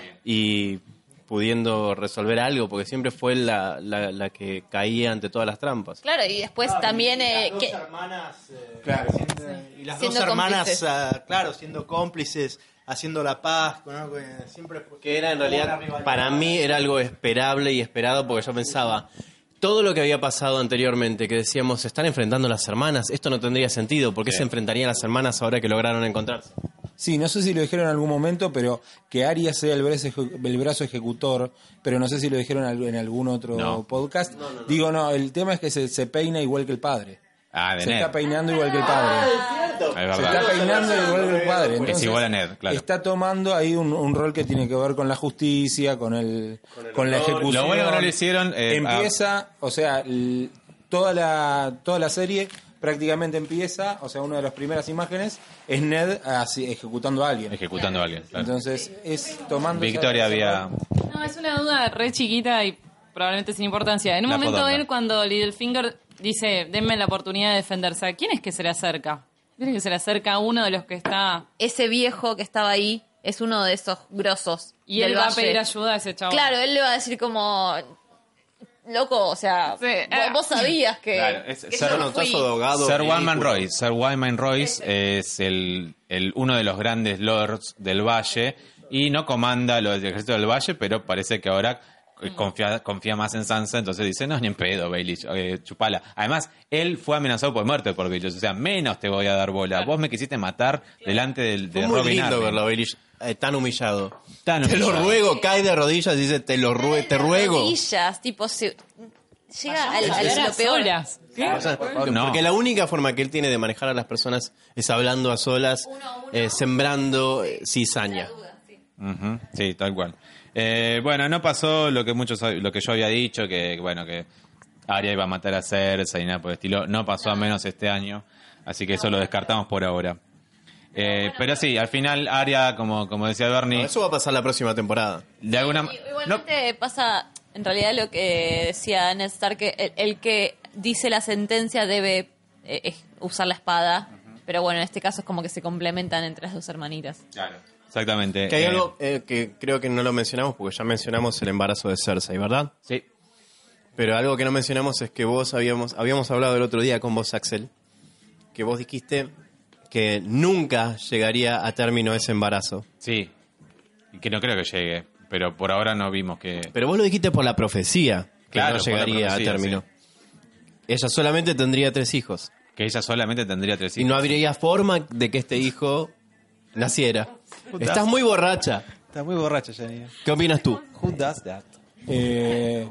y pudiendo resolver algo, porque siempre fue la, la, la que caía ante todas las trampas. Claro, y después también... eh, que, hermanas, eh, siendo- y las Siendo dos hermanas, cómplices. ah, claro, siendo cómplices, haciendo la paz, ¿no? Que siempre fue- Que era en hubo una realidad, rivalidad. para mí era algo esperable y esperado, porque yo pensaba, todo lo que había pasado anteriormente, que decíamos, se están enfrentando las hermanas, esto no tendría sentido, ¿por qué se enfrentarían las hermanas ahora que lograron encontrarse? Sí, no sé si lo dijeron en algún momento, pero que Arya sea el brazo, eje- el brazo ejecutor, pero no sé si lo dijeron al- en algún otro No. podcast. Digo, no, el tema es que se, se peina igual que el padre. Ah, de Se Ned. está peinando igual que el padre. Es Se verdad. está peinando igual que el padre. Es Entonces, igual a Ned, claro. Está tomando ahí un, un rol que tiene que ver con la justicia, con el, con la ejecución. Lo bueno que no lo hicieron, eh, empieza, o sea, l- toda la toda la serie prácticamente empieza, o sea, una de las primeras imágenes es Ned así, ejecutando a alguien. Ejecutando a alguien. claro. Entonces es tomando esa- Victoria ese había... rol. No, es una duda re chiquita y probablemente sin importancia. En un La momento podonga. él, cuando Littlefinger dice, denme la oportunidad de defenderse, ¿a quién es que se le acerca? ¿Quién es que se le acerca a uno de los que está... ese viejo que estaba ahí es uno de esos grosos. Y del él va a valle. pedir ayuda a ese chavo? Claro, él le va a decir como... loco, o sea, Sí. vos, vos sabías que, Claro, es- que ser- yo No, fui. estás ahogado, Sir ridículo. Wyman Royce. Sir Wyman Royce es el, el uno de los grandes lords del Valle y no comanda los del ejército del Valle, pero parece que ahora eh, confía, confía más en Sansa, entonces dice, no, ni en pedo, Baelish, eh, chupala. Además, él fue amenazado por muerte por Baelish, o sea, menos te voy a dar bola. Vos me quisiste matar delante del, de Fue muy Robin lindo Arryn. verlo, Baelish, eh, tan humillado. Tan Te lo humillado. ruego, cae de rodillas y dice, te lo ruego, te ruego. Rodillas, tipo, se, llega al, al- Era lo peor. solas. ¿Qué? O sea, porque, No. porque la única forma que él tiene de manejar a las personas es hablando a solas, eh, sembrando eh, cizaña. Ujú, sí, tal cual. Eh, bueno, no pasó lo que muchos lo que yo había dicho, que bueno, que Arya iba a matar a Cersei y nada por el estilo. No pasó a menos este año, así que eso lo descartamos por ahora. Eh, pero sí, al final Arya, como, como decía Bernie, No, eso va a pasar la próxima temporada. de alguna ma- I- no, Igualmente pasa, en realidad lo que decía Ned Stark, que el, el que dice la sentencia debe eh, eh, usar la espada, pero bueno, en este caso es como que se complementan entre las dos hermanitas. Claro, exactamente. Que hay Eh, algo eh, que creo que no lo mencionamos porque ya mencionamos el embarazo de Cersei, ¿verdad? Sí, Pero algo que no mencionamos es que vos habíamos, habíamos hablado el otro día con vos, Axel, que vos dijiste que nunca llegaría a término ese embarazo. sí. Y que no creo que llegue, pero por ahora no vimos que... Pero vos lo dijiste por la profecía, que Claro, no por la llegaría profecía, a término. Ella solamente tendría tres hijos. Que ella solamente tendría tres Y hijos. no habría forma de que este hijo naciera. Estás muy borracha. Está muy borracha, Jenny. ¿Qué opinas tú Who does that? Eh,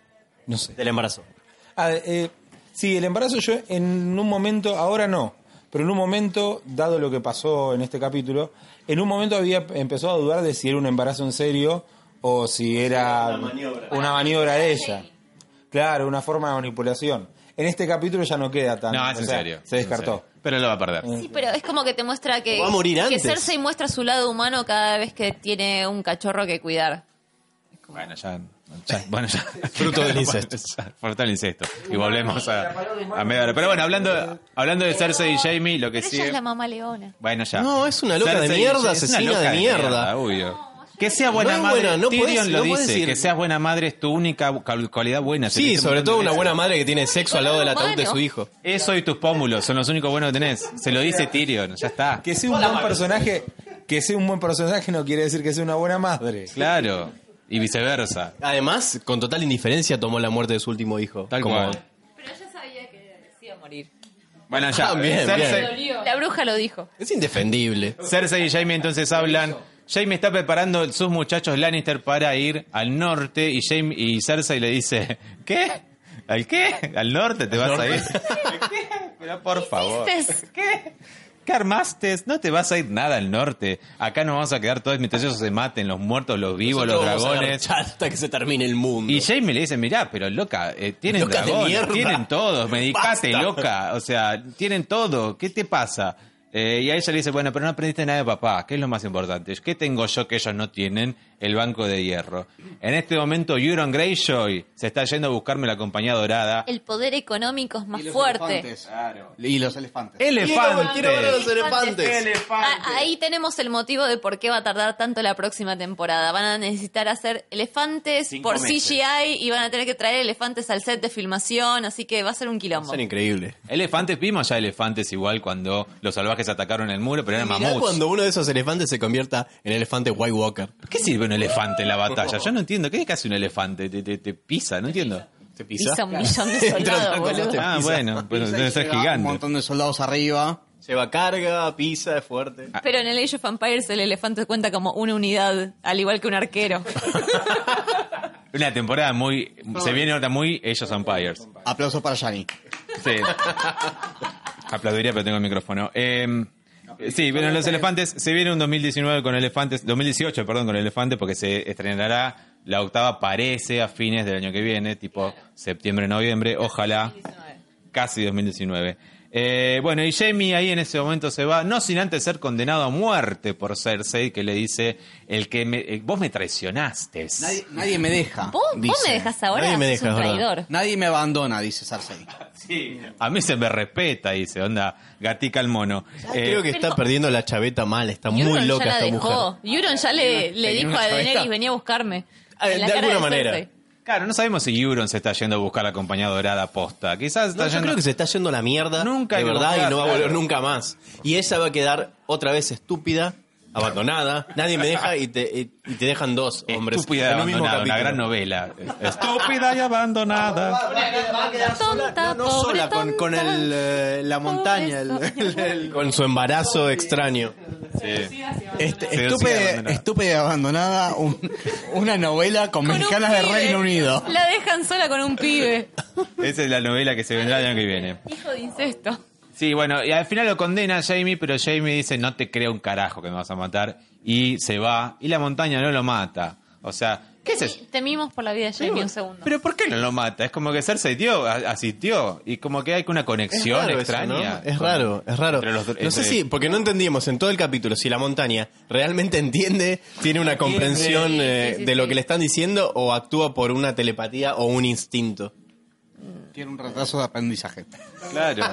no sé. del embarazo? Ah, eh, sí, el embarazo yo en un momento, ahora no, pero en un momento, dado lo que pasó en este capítulo, en un momento había empezado a dudar de si era un embarazo en serio o si era una maniobra, una maniobra de ella. Claro, una forma de manipulación. En este capítulo ya no queda tan... No, es o en sea, serio. Se es en descartó. serio. Pero lo va a perder. Sí, pero es como que te muestra que, O va a morir que antes. Cersei muestra su lado humano cada vez que tiene un cachorro que cuidar. Bueno, ya, ya- bueno, ya. Fruto del incesto. Ya, Fruto del incesto. Y volvemos a, a media hora. Pero bueno, hablando, hablando de Cersei y Jaime, lo que Pero ella sigue... es la mamá leona. Bueno, ya. No, es una loca de Cersei mierda, es una asesina loca de mierda. obvio. Que sea buena No es madre, buena, no Tyrion podés- lo no podés dice, decir- que seas buena madre es tu única cal- cualidad buena. Se lo Sí, dice un sobre montón todo de una veces. buena madre que tiene sexo al lado del ataúd de su hijo. Eso y tus pómulos son los únicos buenos que tenés. Se lo dice Tyrion, ya está. Que sea un buen personaje, que sea un buen personaje no quiere decir que sea una buena madre. Claro. Y viceversa. Además, con total indiferencia tomó la muerte de su último hijo. Tal Como- cual. Pero ella sabía que se iba a morir. Bueno, ya. Ah, bien, Cersei, bien. La bruja lo dijo. Es indefendible. Cersei y Jaime entonces hablan. Jaime está preparando sus muchachos Lannister para ir al norte y Jaime y Cersei le dice, ¿qué? ¿Al qué? ¿Al norte te vas a ir? ¿Qué? Pero por favor. hiciste? ¿Qué? ¿Qué armaste? No te vas a ir nada al norte. Acá nos vamos a quedar todos mientras ellos se maten, los muertos, los vivos, los Nosotros vamos a dragones. garchar hasta que se termine el mundo. Y Jaime le dice, mirá, pero loca, eh, tienen Loca de dragones, mierda. tienen todos, medicate, Basta. loca. O sea, tienen todo, ¿qué te pasa? Eh, y a ella le dice, bueno, pero no aprendiste nada de papá, ¿qué es lo más importante? ¿Qué tengo yo que ellos no tienen? El banco de hierro. En este momento, Euron Greyjoy se está yendo a buscarme la compañía dorada. El poder económico es más Y los fuerte. elefantes. Y los elefantes. ¡Elefante! Quiero ver a los elefantes. A- Ahí tenemos el motivo de por qué va a tardar tanto la próxima temporada. Van a necesitar hacer elefantes Cinco por meses. C G I y van a tener que traer elefantes al set de filmación, así que va a ser un quilombo. Son increíbles. Elefantes, vimos ya elefantes igual cuando los salvajes atacaron el muro, pero eran Mirá mamuts. cuando uno de esos elefantes se convierta en elefante White Walker. ¿Qué sirve un elefante en la batalla? Yo no entiendo. ¿Qué es que hace un elefante? ¿Te, te, te pisa? No entiendo. ¿Te Pisa un millón de soldados, boludo. Ah, bueno, pero debe ser Llega Un gigante. montón de soldados arriba. Lleva carga, pisa, es fuerte. Pero en el Age of Empires el elefante cuenta como una unidad, al igual que un arquero. Una temporada muy... Se viene otra muy Age of Empires. Aplausos para Yanni. Sí. Aplaudiría, pero tengo el micrófono. Eh, sí, bueno, los elefantes. Se viene un dos mil diecinueve con elefantes. dos mil dieciocho, perdón, con elefantes, porque se estrenará la octava, parece, a fines del año que viene, tipo septiembre, noviembre. Ojalá. Casi dos mil diecinueve. Eh, bueno, y Jaime ahí en ese momento se va, no sin antes ser condenado a muerte por Cersei, que le dice, el que me, eh, vos me traicionaste. Nadie, nadie me deja. ¿Vos, vos dice. me dejas ahora? Nadie me Sos deja, un es verdad. traidor. Nadie me abandona, dice Cersei. Sí, a mí se me respeta, dice, onda, gatica el mono. Eh, Creo que está pero- perdiendo la chaveta mal, está muy Euron loca ya la esta dejó. mujer. Euron ya le, le tenía dijo una a chaveta. Daenerys, venía a buscarme. Ah, En la de cara alguna de manera. Cersei. Claro, no sabemos si Euron se está yendo a buscar la compañía dorada posta. Quizás está No, yo yendo... creo que se está yendo a la mierda. Nunca de hay que verdad, confiar, y no va a volver claro. nunca más. Y ella va a quedar otra vez estúpida, abandonada. Nadie me deja y te, y y te dejan dos hombres. Estúpida y en un mismo abandonada, una capítulo. gran novela. Estúpida y abandonada. Va a quedar sola, Tonta, no, no pobre sola con, con tonta. el, eh, la montaña. El, el- el- Con su embarazo extraño. Sí. Este, Sí, estúpida, sí, abandonada. estúpida y abandonada, un- una novela con Con un mexicanas de pibe. Reino Unido. La dejan sola con un pibe. Esa es la novela que se vendrá el año que viene. Hijo de incesto. Sí, bueno, y al final lo condena a Jaime, pero Jaime dice, no te creo un carajo que me vas a matar. Y se va, y la montaña no lo mata. O sea, ¿qué es eso? Temimos por la vida de Jamie un segundo. Pero ¿por qué no lo mata? Es como que Cersei dio, a- asistió, y como que hay una conexión raro eso, extraña. ¿no? Es raro, es raro. Entre los- No sé entre- si, porque no entendimos en todo el capítulo si la montaña realmente entiende, tiene una comprensión Sí, eh, sí, sí, de lo sí. que le están diciendo o actúa por una telepatía o un instinto. Tiene un retraso de aprendizaje. Claro.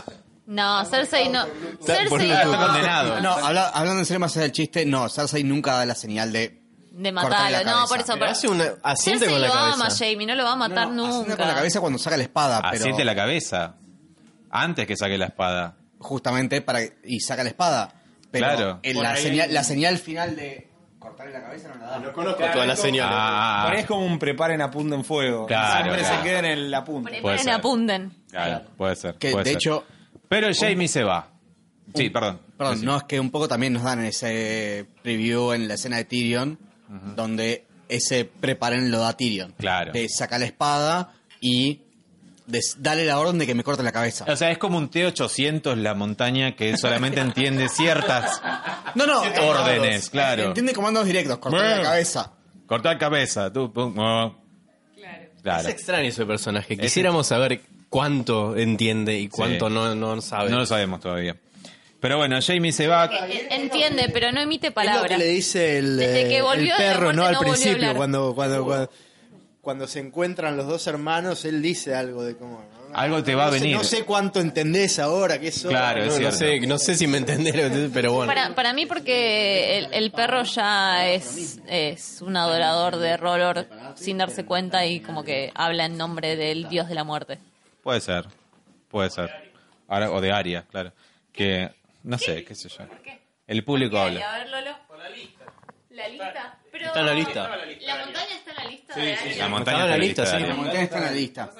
No, Cersei no. Está- por Cersei una- Está no. condenado. No, habla- hablando en serio más allá del chiste, no, Cersei nunca da la señal de... De cortarle la matarlo. No, cabeza. por eso. Pero por- hace una, asiente Cersei con la lo cabeza. ama a Jamie, no lo va a matar No, no, asiente nunca. con la cabeza cuando saca la espada, pero Asiente la cabeza. Antes que saque la espada. justamente para y saca la espada. Pero Claro. en Por la, ahí- señal, la señal final de cortarle la cabeza no la da. No conozco todas las señales. Ah, Por ahí es como un preparen, apunten fuego. Claro, Siempre claro. se queda en el apunte. Puede Preparen, ser. apunten. claro, puede ser. Que, puede de ser. hecho, Pero Jaime se va. Sí, perdón. perdón, Sí. no es que un poco también nos dan ese preview en la escena de Tyrion, donde ese preparen lo da Tyrion. Claro. De sacar la espada y de darle la orden de que me corte la cabeza. O sea, es como un T ochocientos la montaña que solamente entiende ciertas No, no, órdenes, claro. Entiende comandos directos, cortar Bueno. la cabeza. Cortar cabeza, tú, pum, oh. Claro. Es extraño ese personaje. Quisiéramos saber cuánto entiende y cuánto Sí. no, no sabe. No lo sabemos todavía. Pero bueno, Jaime se va. Eh, Entiende, pero no emite Es lo palabras. que le dice el, Desde que eh, volvió el de la perro, muerte ¿no? Al no volvió a principio, hablar. cuando, cuando, cuando, cuando se encuentran los dos hermanos, él dice algo de como... ¿no? Algo te va a No sé- venir. No sé cuánto entendés ahora, que eso... Claro, es No, no cierto. sé, no sé si me entendieron, pero bueno. Para, para mí porque el, el perro ya es, es un adorador de Rolor sin darse cuenta y como que habla en nombre del dios de la muerte. Puede ser. Puede ser. Ahora, o de Aria, claro. Que, no sé, qué sé yo. El público A habla. ver, Lolo. La lista. ¿La lista? Pero Está en la lista. ¿La montaña está en la lista de Aria? La montaña Estaba en la está lista, lista, sí. Aria. La montaña está en la lista.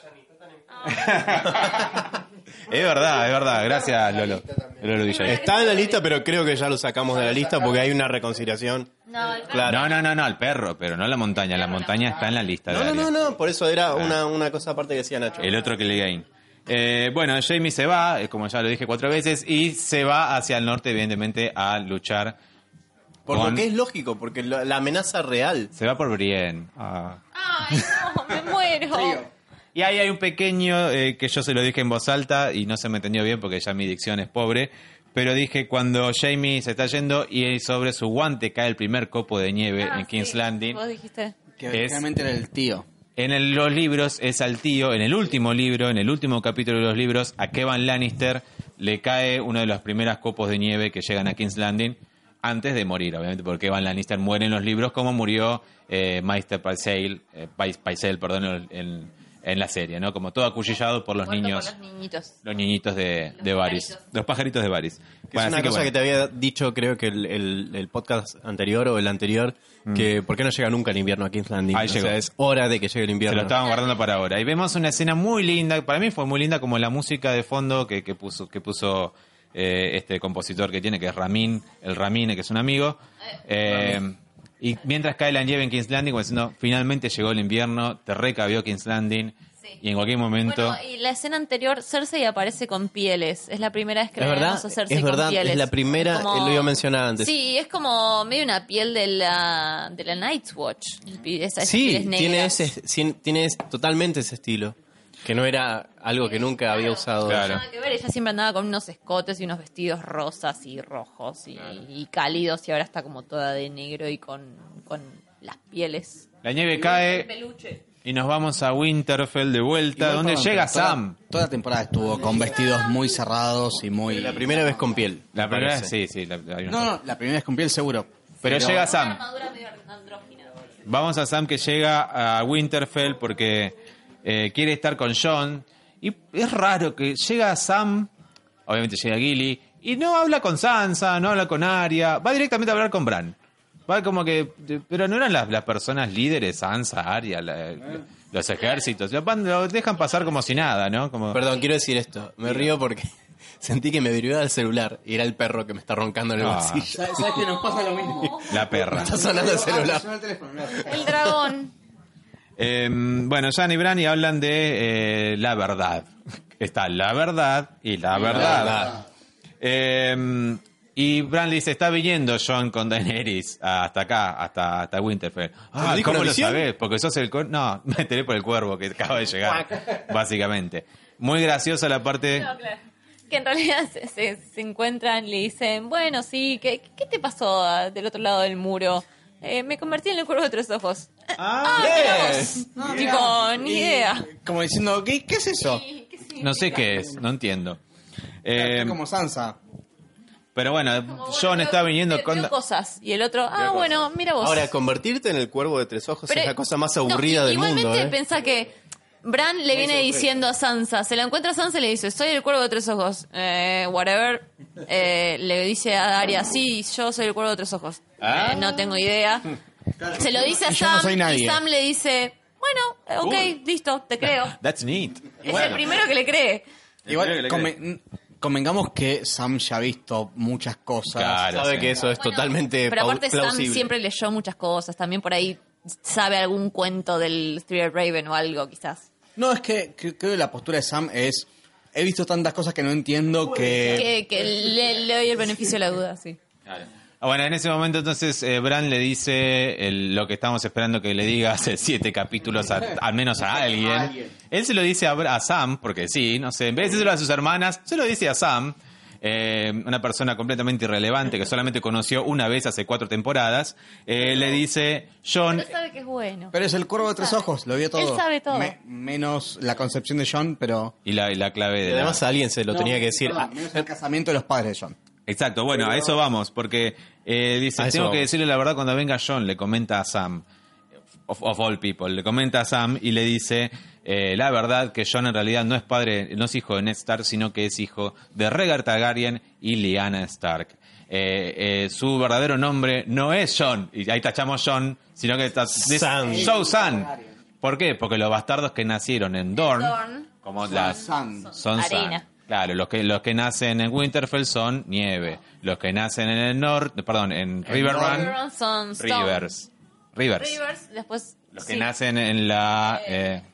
Es verdad, es verdad. Gracias, Lolo. Lolo D J. Está en la lista, pero creo que ya lo sacamos de la lista porque hay una reconciliación. No, el perro. Claro. No, no, no, no, el perro, pero no la montaña. La montaña está en la lista de No, no, Aria. no, no, por eso era una, una cosa aparte que decía Nacho. El otro que le gain. Eh, bueno, Jaime se va, eh, como ya lo dije cuatro veces, y se va hacia el norte, evidentemente, a luchar. Por con- lo que es lógico, porque la, la amenaza real. Se va por Brienne. Ah. Ay, no, me muero. Y ahí hay un pequeño, eh, que yo se lo dije en voz alta y no se me entendió bien porque ya mi dicción es pobre, pero dije cuando Jaime se está yendo y sobre su guante cae el primer copo de nieve Ah, en King's sí, Landing. Vos dijiste. Que Es- realmente era el tío. En el- los libros es al tío, en el último libro, en el último capítulo de los libros, a Kevan Lannister le cae uno de los primeros copos de nieve que llegan a King's Landing antes de morir, obviamente, porque Kevan Lannister muere en los libros como murió eh, Maester Pycelle, eh, Py- Pycelle, perdón, en, en- en la serie, ¿no? Como todo acuchillado por los Muerto niños, por los niñitos. los niñitos de, de Varys, pajaritos. los pajaritos de Varys. Que Bueno, es así una cosa bueno. que te había dicho, creo que el, el- el podcast anterior o el anterior, que ¿por qué no llega nunca el invierno a King's Landing? Ahí o llegó. sea, es hora de que llegue el Se invierno. lo estaban guardando para ahora. Y vemos una escena muy linda, para mí fue muy linda, como la música de fondo que, que puso, que puso eh, este compositor que tiene, que es Ramin, el Ramine, que es un amigo. Eh, y mientras cae la nieve en King's Landing, como diciendo, finalmente llegó el invierno, te recabió King's Landing, Sí. y en cualquier momento... Bueno, y la escena anterior, Cersei aparece con pieles. Es la primera vez que Es la verdad, vemos a Cersei es con verdad, pieles. es la primera, Como- eh, lo iba a mencionar antes. Sí, es como medio una piel de la, de la Night's Watch. Esa, esas Sí, pieles tiene negras. ese, sí, tiene ese- totalmente ese estilo, que no era algo que nunca había usado. Claro. Nada que ver, ella siempre andaba con unos escotes y unos vestidos rosas y rojos y, y cálidos y ahora está como toda de negro y con, con las pieles. La nieve cae Peluche. y nos vamos a Winterfell de vuelta, Igual, donde perdón, llega pero toda- Sam. Toda la temporada estuvo con vestidos muy cerrados y muy... La primera vez con piel. La me primera, parece. sí, sí. la- la- No, no, la primera vez con piel seguro. Pero llega Sam. Armadura medio andrógina. vamos a Sam que llega a Winterfell porque eh, quiere estar con Jon. Y es raro que llega Sam, obviamente llega Gilly, y no habla con Sansa, no habla con Arya, va directamente a hablar con Bran. Va como que, pero no eran las, las personas líderes, Sansa, Arya, la, los ejércitos, lo, van- lo dejan pasar como si nada, ¿no? Como, Perdón, quiero decir esto. Me río porque sentí que me vibraba el celular y era el perro que me está roncando en el Ah. bolsillo. ¿Sabes sabes que nos pasa lo mismo? la perra. Está sonando el celular. Suena el teléfono, mirá. El dragón. Eh, bueno, Jan y Bran y hablan de eh, la verdad. Está la verdad y la verdad. verdad. Eh, y Bran le dice, está viniendo Jon con Daenerys hasta acá, hasta, hasta Winterfell. Ah, lo dijo ¿cómo en la lo visión? sabés? Porque sos el... cuer- No, me enteré por el cuervo que acaba de llegar, básicamente. Muy graciosa la parte... No, claro. Que en realidad se, se- se encuentran y le dicen, bueno, sí, ¿qué, qué te pasó ah, del otro lado del muro? Eh, me convertí en el cuervo de tres ojos. Ah, yes. vos. Tipo, ni Y idea. Como diciendo, ¿qué, qué es eso? No sé qué es, no entiendo. Eh, Es como Sansa. pero bueno, Como, Jon bueno, está veo- viniendo veo con... cosas. Y el otro, ah, cosas. bueno, mira vos. Ahora, convertirte en el cuervo de tres ojos Pero- es la cosa más no, aburrida y- del igualmente mundo, ¿eh? pensá que Bran le viene diciendo a Sansa, se la encuentra a Sansa y le dice, soy el cuervo de tres ojos. Eh, whatever. Eh, le dice a Arya, sí, yo soy el cuervo de tres ojos. Eh, no tengo idea. Se lo dice a Y yo no Sam soy nadie. y Sam le dice, bueno, ok, listo, te creo. That's neat. Es el primero que le cree. Igual, conven- convengamos que Sam ya ha visto muchas cosas. Claro. Sabe sí. que eso es Bueno, totalmente Pero pau- aparte Sam plausible. siempre leyó muchas cosas. También por ahí sabe algún cuento del Spirit Raven o algo, quizás. No, es que cre- creo que la postura de Sam es... He visto tantas cosas que no entiendo que... Que, que le, le doy el beneficio de la duda, sí. Ah, bueno, en ese momento entonces eh, Bran le dice el- lo que estamos esperando que le diga hace siete capítulos a- al menos a alguien. Él se lo dice a, Bra- a Sam, porque sí, no sé, en vez de decirlo a sus hermanas, se lo dice a Sam, eh, una persona completamente irrelevante que solamente conoció una vez hace cuatro temporadas. Eh, le dice, Jon, Pero sabe que es bueno. Pero es el cuervo de tres ojos, lo vio todo. Él sabe todo. Me- menos la concepción de John, pero... y la, y la clave Y de la... además a alguien se lo tenía que decir. Perdón, Ah, menos el casamiento de los padres de John. Exacto, bueno, a eso vamos, porque eh, dice, A eso tengo que vamos. decirle la verdad cuando venga Jon, le comenta a Sam, of, of all people, le comenta a Sam y le dice eh, la verdad que Jon en realidad no es padre, no es hijo de Ned Stark, sino que es hijo de Rhaegar Targaryen y Lyanna Stark. Eh, eh, su verdadero nombre no es Jon, y ahí tachamos Jon, sino que está, es Sam. Showsan. ¿Por qué? Porque los bastardos que nacieron en Dorne, Dorne como las San. son Arena. San. Claro, los que los que nacen en Winterfell son nieve. Los que nacen en el norte, perdón, en Riverrun, Riverrun son Stone. Rivers. Rivers. Rivers, después... Los que sí. nacen en la eh,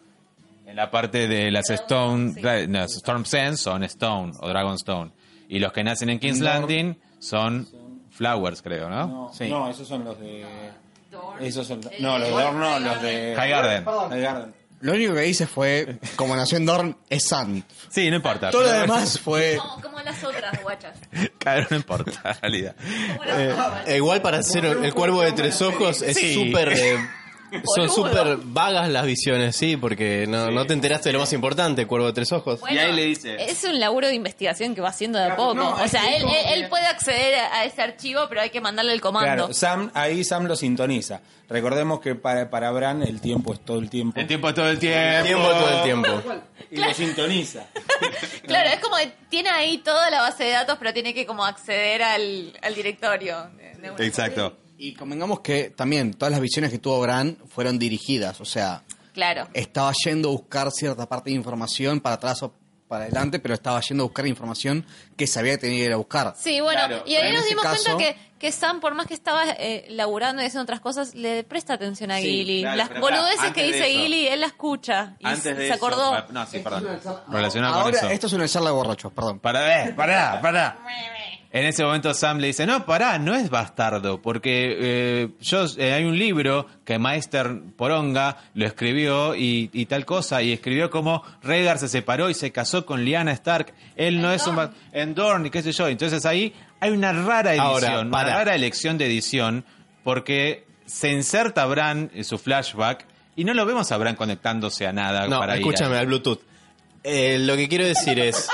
en la parte de las Stone, sí. no, Storm Sands son Stone o Dragonstone. Y los que nacen en King's Landing son Flowers, creo, ¿no? No, Sí. no, esos son los de... Esos son... No, los de Dorne no, los de... Highgarden. Highgarden. Lo único que hice fue, como nació en Dorne, es San. Sí, no importa. Todo lo pero- demás fue... Como, como las otras guachas. Claro, no importa, en realidad. Como las otras. Eh, igual para hacer el cuervo de tres ojos es Sí. súper... eh, son Boludo. súper vagas las visiones, sí, porque no, no te enteraste de lo más importante, cuervo de tres ojos. Bueno, Y ahí le dice- Es un laburo de investigación que va haciendo de a poco. o sea, él, él, él puede acceder a ese archivo, pero hay que mandarle el comando. Claro, Sam, ahí Sam lo sintoniza. Recordemos que para, para Bran el tiempo es todo el tiempo. El tiempo es todo el tiempo. El tiempo todo el tiempo. Y lo sintoniza. Claro, es como que tiene ahí toda la base de datos, pero tiene que como acceder al, al directorio. de- de una- Exacto. Y convengamos que también todas las visiones que tuvo Bran fueron dirigidas. O sea, Claro. estaba yendo a buscar cierta parte de información para atrás o para adelante, pero estaba yendo a buscar información que sabía que tenía que ir a buscar. Sí, bueno, Claro, y ahí en nos ese dimos caso- cuenta que, que Sam, por más que estaba eh, laburando y haciendo otras cosas, le presta atención a Sí, Gilly. claro, Las pero pará, boludeces antes que de dice eso. Gilly, él la escucha. Y Antes de se eso- acordó. ah, no, sí, perdón. Relacionado con Ahora, eso. esto es una charla de borrachos, perdón. Para ver, pará, pará. En ese momento Sam le dice, no, pará, no es bastardo, porque eh, yo eh, hay un libro que Meister Poronga lo escribió y, y tal cosa, y escribió como Rhaegar se separó y se casó con Lyanna Stark, él no es un... ba- En Dorne, y qué sé yo. Entonces ahí hay una rara edición, Ahora, una pará. rara elección de edición, porque se inserta Bran en su flashback y no lo vemos a Bran conectándose a nada No, para escúchame, ir al Bluetooth. Eh, lo que quiero decir es,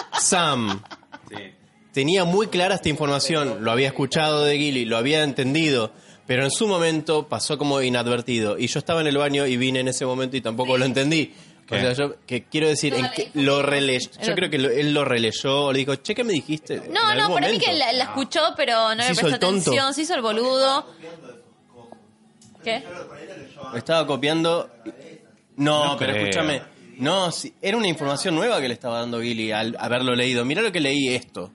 Sam a... Sí. tenía muy clara esta información, lo había escuchado de Gilly, lo había entendido, pero en su momento pasó como inadvertido. Y yo estaba en el baño y vine en ese momento y tampoco lo entendí. O sea, yo que quiero decir, en que lo releyó, yo creo que lo- él lo releyó, le dijo, che, ¿qué me dijiste? En No, no, algún para mí momento. que la, la escuchó, pero no Se le hizo prestó el tonto. atención, se hizo el boludo. ¿Qué? Estaba copiando. No, No pero creo. escúchame. No, sí, era una información nueva que le estaba dando Gilly al haberlo leído. Mirá lo que leí esto.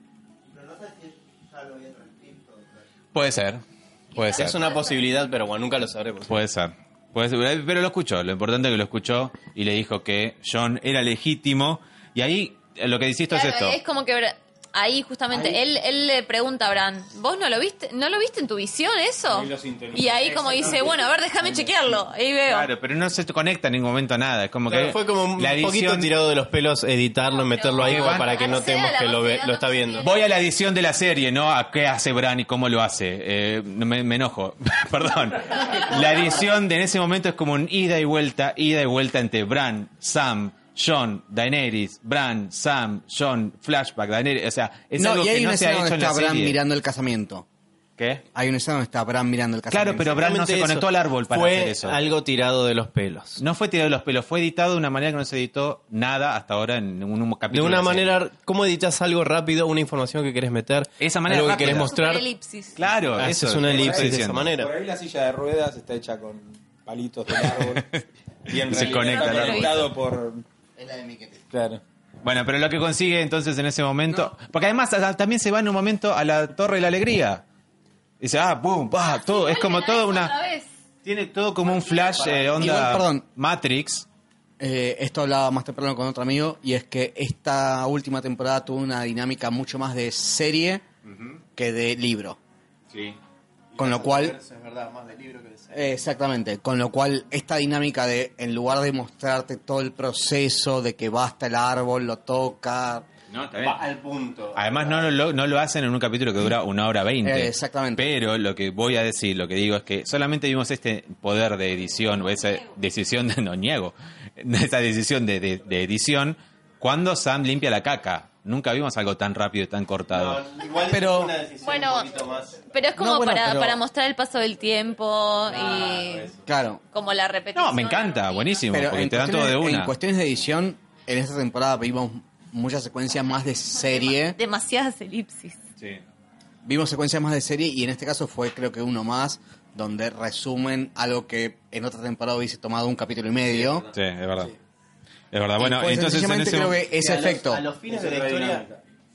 Puede ser. Puede ser. Es una posibilidad, pero bueno, nunca lo sabremos. Puede ser. Puede ser. Pero lo escuchó. Lo importante es que lo escuchó y le dijo que John era legítimo. Y ahí eh, lo que hiciste Claro, es esto. es como que Bra- ahí justamente él él le pregunta a Bran, ¿vos no lo viste no lo viste en tu visión eso? Y ahí como dice, bueno, a ver, déjame chequearlo. Ahí veo. Claro, pero no se conecta en ningún momento a nada. Es como Claro, que fue como un la poquito edición. tirado de los pelos editarlo, meterlo ahí como para que notemos que lo, ve, lo está viendo. Voy a la edición de la serie, ¿no? A qué hace Bran y cómo lo hace. Eh, no me, me enojo, perdón. La edición de en ese momento es como un ida y vuelta, ida y vuelta entre Bran, Sam, Jon, Daenerys, Bran, Sam, Jon, flashback, Daenerys. O sea, es No, algo y hay que no una se ha escena hecho donde en la está Bran serie. mirando el casamiento. ¿Qué? Hay una escena donde está Bran mirando el casamiento. Claro, pero Bran no se Realmente conectó eso al árbol para fue hacer eso. algo tirado de los pelos. No fue tirado de los pelos, fue editado de una manera que no se editó nada hasta ahora en un, un De capítulo. una la serie. manera, ¿cómo editas algo rápido? Una información que querés meter. Esa manera algo que rápida. querés mostrar. Super elipsis. Claro, Haces eso una eso elipsis estoy de esa diciendo. manera. Por ahí la silla de ruedas está hecha con palitos del árbol. Y en Y se realidad conecta está al árbol. conectado por... Es la de Miquete. Claro. Bueno, pero lo que consigue entonces en ese momento... Porque además a- también se va en un momento a la Torre de la Alegría. Dice, ah, boom, pa, todo. Es como toda Otra una... vez. Tiene todo como un flash eh, onda Igual, perdón. Matrix. Eh, esto hablaba más temprano con otro amigo y es que esta última temporada tuvo una dinámica mucho más de serie que de libro. Sí. Con lo cual, Es verdad, más de libro que de serie. eh, exactamente, con lo cual esta dinámica de, en lugar de mostrarte todo el proceso de que va hasta el árbol, lo toca, No, está bien. Va al punto. Además no lo, no lo hacen en un capítulo que dura una hora veinte. Eh, exactamente. Pero lo que voy a decir, lo que digo es que solamente vimos este poder de edición o esa decisión, de, no niego, esa decisión de, de, de edición cuando Sam limpia la caca. Nunca vimos algo tan rápido y tan cortado. No, igual Pero- es una decisión Bueno, un poquito más. pero es como No, bueno, para, pero- para mostrar el paso del tiempo y claro. como la repetición. No, me encanta, buenísimo, Pero porque en te dan todo de cuestiones- una. En cuestiones de edición, en esta temporada vimos muchas secuencias más de serie. Demasiadas elipsis. Sí. Vimos secuencias más de serie y en este caso fue creo que uno más donde resumen algo que en otra temporada hubiese tomado un capítulo y medio. Sí, es verdad. Es verdad. Y Bueno, pues, entonces en sencillamente ese creo momento... que ese a los- efecto, a los fines de la historia.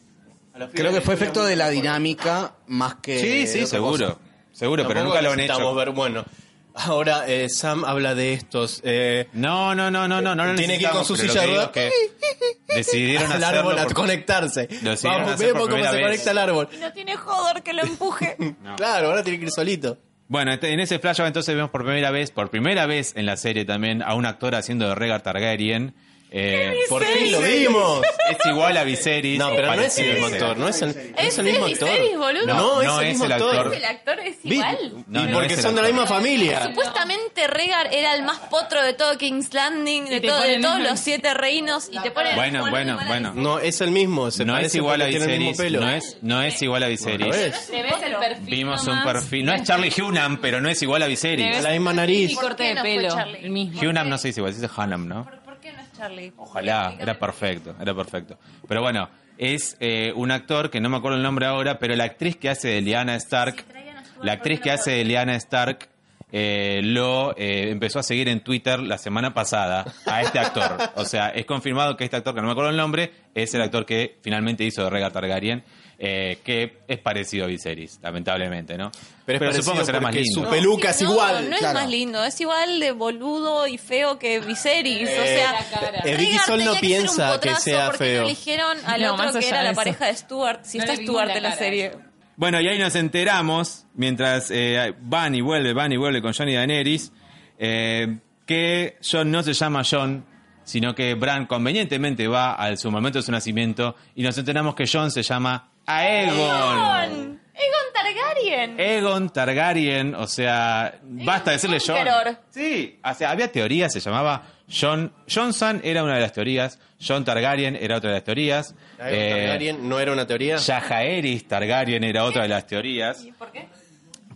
a los fines creo de que la fue historia efecto de la muy dinámica más que Sí, de sí, otra seguro. cosa. Seguro, pero Tampoco nunca lo han necesitamos hecho. ver, bueno, ahora eh, Sam habla de estos. Eh, No, no, no, no, no, no lo Tiene que ir con necesitamos, su pero silla lo que digo de es que decidieron al hacerlo árbol a por- conectarse. Lo decidieron Vamos, hacer vemos por cómo se primera vez. conecta el árbol. Y no tiene Hodor que lo empuje. Claro, ahora tiene que ir solito. Bueno, este- en ese flashback entonces vemos por primera vez, por primera vez en la serie también, a un actor haciendo de Rhaegar Targaryen. Eh, Por fin lo vimos. es igual a Viserys. No, o pero no es parecido el a mismo Viserys. actor, no es el, no es el ¿Es mismo el actor. Viserys, boludo? No, No, es no el es mismo el actor. actor. El actor es Vi- igual. No, y no porque es el son de la actor. misma familia. Supuestamente Rhaegar era el más potro de todo King's Landing, de, te todo, de ponen todos un- los siete reinos, y te ponen... Bueno, bueno, bueno. No, es el mismo. Se No es parece igual a porque tiene el mismo Viserys. pelo. No es, no es igual a ¿Lo Viserys. ves? Le ves el perfil. Vimos un nomás. perfil. No es Charlie Hunnam, pero no es igual a Le Viserys. ves La misma nariz. Y corte ¿Por qué de no fue pelo. Charlie? El mismo. Hunnam no se dice igual, se dice Hunnam, ¿no? ¿Por, por qué no es Charlie? Ojalá, Explícame. era perfecto, era perfecto. Pero bueno, es eh, un actor que no me acuerdo el nombre ahora, pero la actriz que hace de Lyanna Stark, la actriz que hace de Lyanna Stark, eh, lo eh, empezó a seguir en Twitter la semana pasada a este actor. O sea, es confirmado que este actor, que no me acuerdo el nombre, es el actor que finalmente hizo de Rhaegar Targaryen, eh, que es parecido a Viserys, lamentablemente, ¿no? Pero es parecido supongo que será más porque lindo. su peluca es No, igual. No es claro. más lindo, es igual de boludo y feo que Viserys. o sea, la cara. Eh, Vicky Rhaegar Sol no tenía que ser un piensa que potrazo sea porque feo. no eligieron al No, otro más que allá era de la eso. pareja de Stuart. Si No está le vimos Stuart la en la cara. serie. Bueno, y ahí nos enteramos, mientras eh, Van y vuelve, Van y vuelve con Jon y Daenerys, eh, que Jon no se llama Jon, sino que Bran convenientemente va al su momento de su nacimiento y nos enteramos que Jon se llama Aegon. Egon, Egon Targaryen. Egon Targaryen, o sea, basta decirle Jon. Conqueror. Sí, o sea, había teorías, se llamaba Jon. Jon Sand era una de las teorías, Jon Targaryen era otra de las teorías. Aegon eh, Targaryen no era una teoría. Jaehaerys Targaryen era otra de las teorías. ¿Y por qué?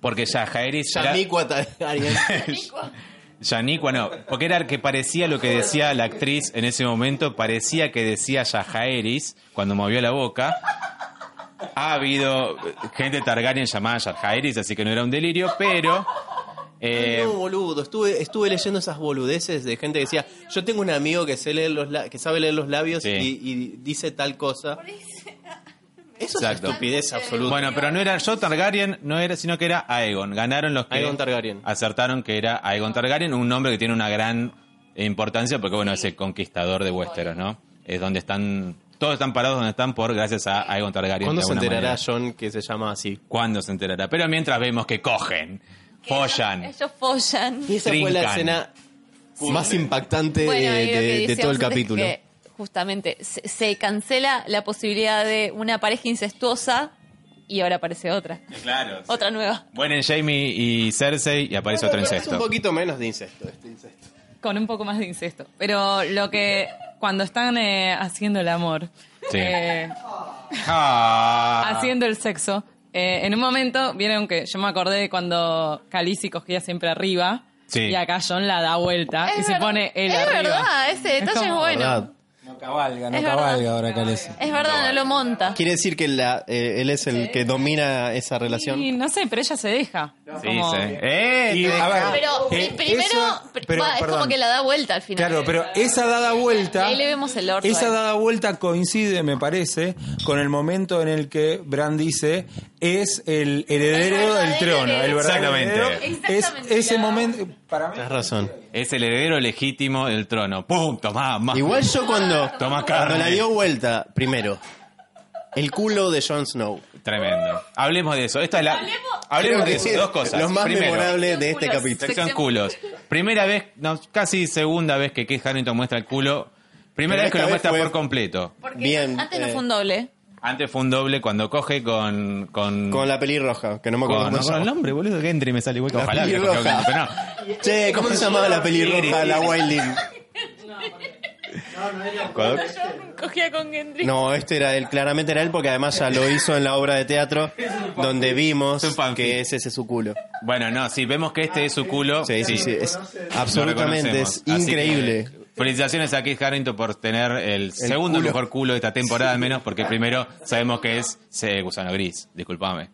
Porque Jaehaerys era... Yaniqua Targaryen. Yaniqua no, porque era el que parecía lo que decía la actriz en ese momento, parecía que decía Jaehaerys cuando movió la boca. Ha habido gente Targaryen llamada Jaehaerys, así que no era un delirio, pero... Eh, no, boludo, estuve, estuve leyendo esas boludeces de gente que decía, yo tengo un amigo que, sé leer los la- que sabe leer los labios Sí. y, y dice tal cosa. Eso Exacto. es estupidez absoluta. Bueno, pero no era yo Targaryen, no era, sino que era Aegon. Ganaron los que Aegon Targaryen. acertaron que era Aegon Targaryen, un nombre que tiene una gran importancia porque bueno, es el conquistador de Westeros, ¿no? Es donde están, todos están parados donde están por gracias a Aegon Targaryen. ¿Cuándo de se alguna enterará manera. John que se llama así? ¿Cuándo se enterará? Pero mientras vemos que cogen, follan. Ellos follan. Y esa fue la Trincan. escena más impactante Bueno, de, y lo que de- de decíamos todo el antes, capítulo. que justamente se, se cancela la posibilidad de una pareja incestuosa y ahora aparece otra. Claro. Otra nueva. Mueren Jaime y Cersei y aparece otro Es un incesto. poquito menos de incesto, este incesto. Con un poco más de incesto. Pero lo que... Cuando están eh, haciendo el amor, Sí. eh, Ah. haciendo el sexo, eh, en un momento, vieron que yo me acordé de cuando Khaleesi cogía siempre arriba, Sí. y acá John la da vuelta y Es se ver- pone él es arriba. verdad, ese detalle es, como- bueno. ¿Verdad? No cabalga, no Es cabalga verdad. ahora Khaleesi. Es verdad, no lo monta. Quiere decir que la, eh, él es el que domina esa relación. Y no sé, pero ella se deja. Sí, Como- sí. ¡Eh! Y, te a ver, Pero eh, pri- primero, eso- pri- pero, va, es perdón. como que la da vuelta al final. Claro, pero esa dada vuelta, Ahí le vemos el orto. esa ahí. dada vuelta coincide, me parece, con el momento en el que Bran dice es el heredero El del verdadero trono. El heredero. verdadero Exactamente. heredero es Exactamente. ese momento. Para mí, Tienes razón. Es el heredero legítimo del trono. ¡Pum! Tomá, más. Igual yo cuando, Toma cuando carne. la dio vuelta, primero, el culo de Jon Snow. Tremendo. Hablemos de eso. Esta es la... Hablemos- Hablemos Creo de que eso. es Dos cosas. Lo más Primero, memorable de este Culos. capítulo. sección culos. Primera vez, no, casi segunda vez que Kit Harington muestra el culo. Primera Pero vez que esta lo vez muestra fue- por completo. Porque Bien, antes no eh, fue un doble. Antes fue un doble cuando coge con... Con, Con la pelirroja, que no me acuerdo con- cómo no, se con el llama. nombre, boludo, que entre y me sale igual que La ojalá. que pelirroja. coge con- pero no. Che, ¿cómo se llamaba la pelirroja, la Wilding? ¿Cuál? Cogía con Gendry. No, este era él, claramente era él, porque además ya lo hizo en la obra de teatro, donde vimos Es un fanfic. que es ese su culo. Bueno, no, si vemos que este es su culo. Sí, sí, sí, es lo absolutamente, es reconocemos. Así increíble. que, felicitaciones a Kit Harington por tener el, segundo culo. mejor culo de esta temporada, al menos, porque primero sabemos que es ese gusano gris. Disculpame.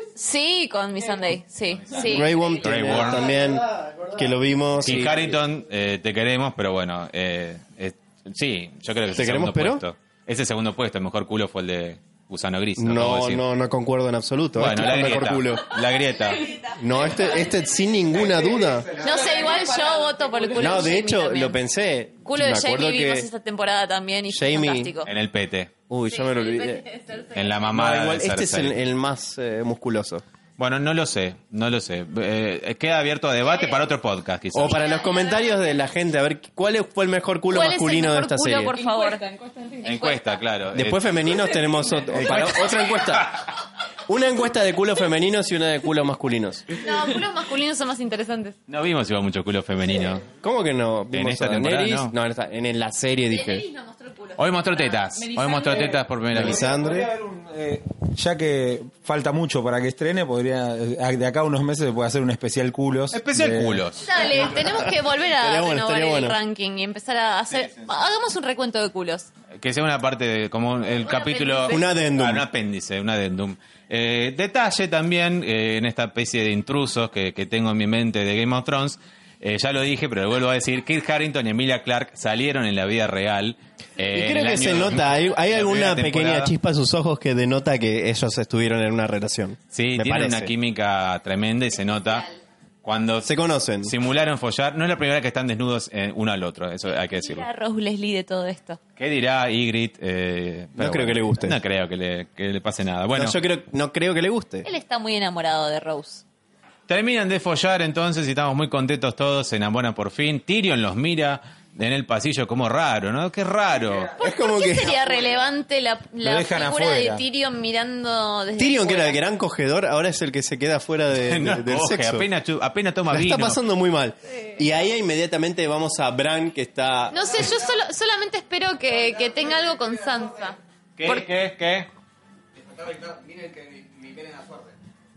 Sí, con mi Sunday. Sí, sí. Grey Worm Grey tiene Worm. también, que lo vimos. Kit y- Harington, eh, te queremos, pero bueno, eh, eh, sí, yo creo que es ¿Te el queremos, segundo pero? puesto. Ese segundo puesto, el mejor culo fue el de gusano gris. lo acabo de No, decir. no, no concuerdo en absoluto. Bueno, este la es el mejor grieta. culo. La grieta. No, este, este sin ninguna duda. No sé, igual yo voto por el culo No, de de Jamie hecho, también. lo pensé. Culo Me de acuerdo Jamie vimos que... esta temporada también y fue Jamie- fantástico. En el pete. Uy, yo me lo olvidé. En la No, mamada igual, de este es el, Cersei. el más eh, musculoso. Bueno, no lo sé, no lo sé. Eh, queda abierto a debate para otro podcast, quizás. O para los comentarios de la gente, a ver cuál fue el mejor culo ¿Cuál es el masculino de mejor esta culo, serie. por favor? Encuesta, claro. Después Eh, femeninos tenemos ot- o para otra encuesta. Una encuesta de culos femeninos y una de culos masculinos. No, culos masculinos son más interesantes. no vimos igual mucho culo femenino. ¿Cómo que no? Vimos esta a temporada, Daenerys. no. en, esta- en la serie dije. Daenerys no mostró el culo. Hoy mostró tetas. Hoy mostró tetas por primera vez. Melisandre. eh, ya que falta mucho para que estrene, podría eh, de acá a unos meses se puede hacer un especial culos. Especial de- culos. Dale, tenemos que volver a Estaría bueno, renovar estaría el bueno. ranking y empezar a hacer... Hagamos un recuento de culos. Que sea una parte de, como el capítulo... apéndice. Un adendum. Ah, un apéndice, un adendum. Eh, detalle también, eh, en esta especie de intrusos que, que tengo en mi mente de Game of Thrones, eh, ya lo dije, pero lo vuelvo a decir, Kit Harington y Emilia Clarke salieron en la vida real. eh, Y en creo el que año- se nota, hay, hay la alguna primera pequeña temporada. chispa en sus ojos que denota que ellos estuvieron en una relación. Sí, me tienen parece. una química tremenda y se nota. Cuando Se conocen. simularon follar, no es la primera vez que están desnudos eh, uno al otro, eso hay que decirlo. Era Rose Leslie de todo esto. ¿Qué dirá Ygritte? Eh, pero No creo que le guste. No creo que le, que le pase nada. Bueno, No, yo creo, no creo que le guste. Él está muy enamorado de Rose. terminan de follar entonces y estamos muy contentos todos, se enamoran por fin. Tyrion los mira en el pasillo como raro, ¿no? Qué raro. Es como ¿Por qué que sería relevante la, la dejan figura afuera. de Tyrion mirando desde Tyrion, que era el afuera? gran cogedor, ahora es el que se queda fuera de- de- No, del coge, sexo. apenas, chu- apenas toma La vino. está pasando muy mal. Y ahí inmediatamente vamos a Bran, que está... No sé, yo solo, solamente espero que, que tenga algo con Sansa. ¿Qué? Por- ¿Qué? ¿Qué?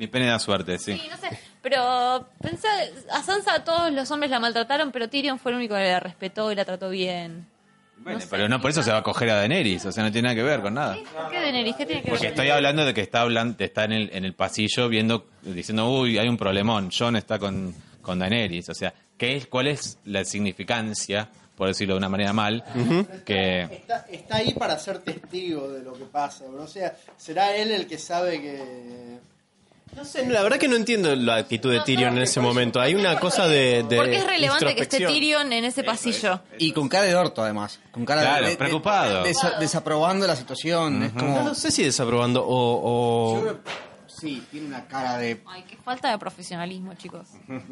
Mi pene da suerte, sí. Sí, no sé, pero pensé, a Sansa todos los hombres la maltrataron, pero Tyrion fue el único que la respetó y la trató bien. Bueno, sé. pero no por eso se va a coger a Daenerys, o sea, no tiene nada que ver con nada. ¿Por qué Daenerys? ¿Qué tiene que Porque ver? estoy hablando de que está hablando, está en el, en el pasillo viendo, diciendo, uy, hay un problemón, Jon está con, con Daenerys, o sea, ¿qué es, ¿cuál es la significancia, por decirlo de una manera mal, que... Está, está ahí para ser testigo de lo que pasa, bro. O sea, será él el que sabe que... No sé, la verdad que no entiendo la actitud de Tyrion en ese momento. Hay una cosa de, de Porque es relevante que esté introspección. Tyrion en ese pasillo. Y con cara de orto, además. Con cara Claro, de, de- preocupado. de- desa- desaprobando la situación. Es como... No sé si desaprobando o... o- Sí, tiene una cara de... Ay, qué falta de profesionalismo, chicos.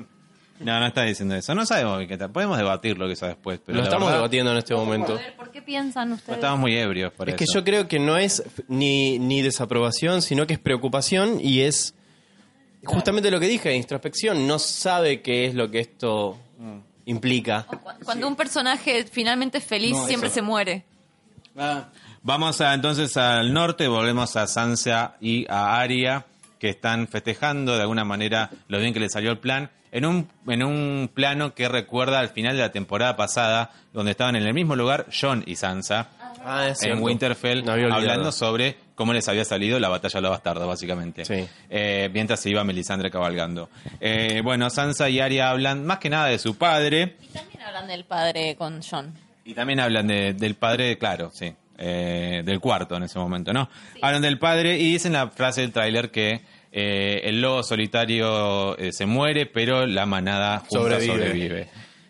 No, no está diciendo eso. No sabemos qué tal. Podemos debatirlo quizás después, pero lo la estamos verdad, debatiendo en este momento. A ver, ¿por qué piensan no ustedes? estamos muy ebrios por Es eso. que yo creo que no es ni, ni desaprobación, sino que es preocupación y es justamente lo que dije, introspección. No sabe qué es lo que esto implica. Cu- Cuando un personaje finalmente es feliz, No, siempre eso. se muere. Ah, Vamos a, entonces al norte, volvemos a Sansa y a Arya, que están festejando de alguna manera lo bien que les salió el plan, en un, en un plano que recuerda al final de la temporada pasada, donde estaban en el mismo lugar Jon y Sansa, Ah, es en cierto. Winterfell, No había olvidado. hablando sobre cómo les había salido la batalla de los bastardos, básicamente. Sí. Eh, mientras se iba Melisandre cabalgando. Eh, bueno, Sansa y Arya hablan más que nada de su padre, Y también hablan del padre con Jon. y también hablan de- del padre, claro, sí, eh, del cuarto en ese momento, ¿no? Hablan del padre y dicen la frase del tráiler que eh, el lobo solitario eh, se muere, pero la manada junta sobrevive. Sobrevive.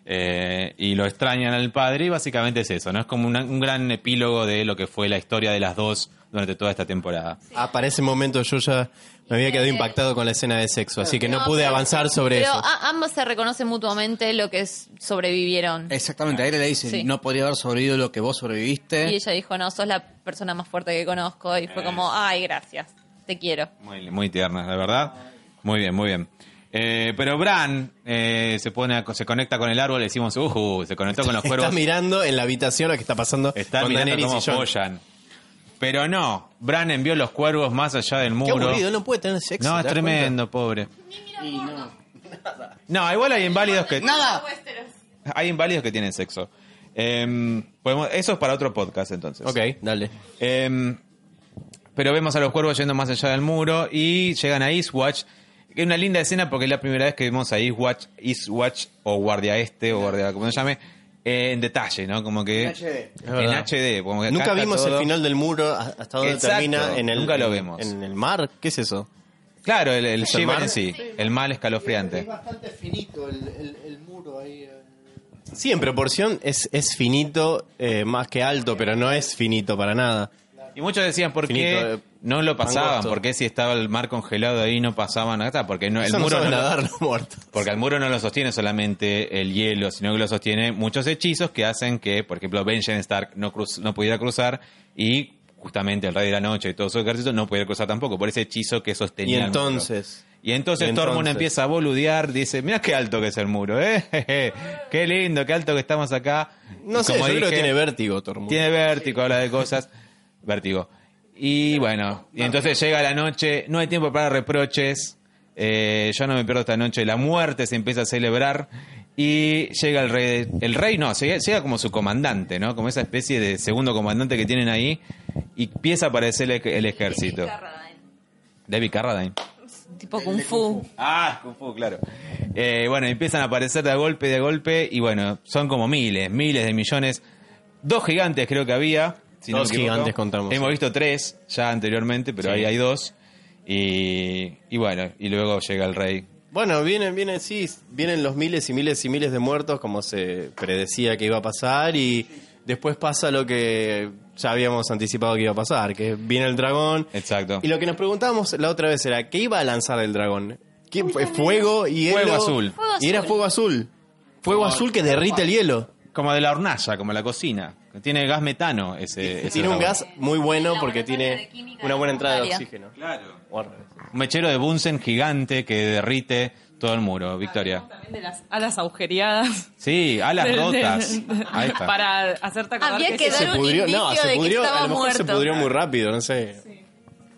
Eh, y lo extrañan al padre y básicamente es eso, ¿no? Es como una- un gran epílogo de lo que fue la historia de las dos durante toda esta temporada. Ah, para ese momento yo ya me había quedado impactado con la escena de sexo, así que no, pude pero- avanzar sobre pero eso. a- ambos se reconocen mutuamente lo que es- sobrevivieron. exactamente, Aire le dice, Sí. no podría haber sobrevivido lo que vos sobreviviste. Y ella dijo, no, sos la persona más fuerte que conozco. Y fue como, ay, gracias, te quiero. Muy, muy tierna, de verdad. Muy bien, muy bien. Eh, pero Bran eh, se pone a- se conecta con el árbol, le decimos, uh, se conectó con los cuervos. Está mirando en la habitación lo que está pasando Está con mirando Daenerys cómo y Jon. follan. Pero no, Bran envió los cuervos más allá del Qué muro. aburrido, no puede tener sexo. No, ¿te es das tremendo, pobre. Y no. No, igual hay inválidos que Nada. hay inválidos que tienen sexo. Em, podemos, eso es para otro podcast entonces. cuenta? Ok, dale. Em, pero vemos a los cuervos yendo más allá del muro y llegan a Eastwatch. Que es una linda escena porque es la primera vez que vemos a Eastwatch, Eastwatch o Guardia Este o Guardia, como se llame, eh, en detalle, ¿no? Como que En H D. Es en verdad. H D. Como que Nunca capta vimos todo. el final del muro a- hasta donde Exacto, termina en el nunca lo vemos. en el mar. ¿Qué es eso? Claro, el, el ¿Es el Shiver mar? en sí, el mal Es escalofriante. bastante finito el, el, el muro ahí. eh. Sí, en proporción es, es finito, eh, más que alto, pero no es finito para nada. Y muchos decían por Finito, qué eh, no lo pasaban, angosto. por qué si estaba el mar congelado ahí no pasaban acá, porque no, el Eso no muro sabe no lo- nadar los muertos. porque el muro no lo sostiene solamente el hielo, sino que lo sostiene muchos hechizos que hacen que, por ejemplo, Benjen Stark no, cruz- no pudiera cruzar y justamente el Rey de la Noche y todo su ejército no pudiera cruzar tampoco, por ese hechizo que Y sostenía el muro. entonces, Y entonces, Y entonces- Tormund empieza a boludear, dice, mira qué alto que es el muro, ¿eh? Jeje, qué lindo, qué alto que estamos acá. no Y sé, como yo creo que dije, tiene vértigo, Tormund. tiene vértigo, habla de cosas. Vértigo. Y bueno, y entonces llega la noche, no hay tiempo para reproches. eh, yo no me pierdo esta noche. La muerte se empieza a celebrar. Y llega el rey. El rey no, llega, llega como su comandante, ¿no? Como esa especie de segundo comandante que tienen ahí. Y empieza a aparecer el, el ejército. David Carradine. Tipo Kung Fu. Ah, Kung Fu, claro. Eh, bueno, empiezan a aparecer de golpe, de golpe. Y bueno, son como miles, miles de millones. Dos gigantes creo que había. si no Dos me equivoco. gigantes contamos, Hemos sí. visto tres ya anteriormente, pero Sí. ahí hay dos. Y, y bueno, y luego llega el rey. Bueno, vienen, vienen, sí, vienen los miles y miles y miles de muertos como se predecía que iba a pasar y después pasa lo que ya habíamos anticipado que iba a pasar, que viene el dragón. Exacto. Y lo que nos preguntábamos la otra vez era, ¿qué iba a lanzar el dragón? ¿Qué fue? ¿Fuego y hielo? Fuego azul. Fuego Y era azul. fuego azul. Fuego azul que derrite el hielo. Como de la hornalla, como la cocina. Que tiene gas metano ese. ese Tiene un dragón. gas muy bueno El porque laboratorio de tiene química una buena entrada de secundaria. oxígeno. Claro. Guarda. Un mechero de Bunsen gigante que derrite todo el muro. Victoria. También de las alas agujereadas. Sí, alas De- de- rotas. Ahí está. Para hacerte acordar Había que, que ese- dar Se un pudrió, no, indicio se de que pudrió, estaba a lo mejor se muerto. pudrió muy rápido, no sé.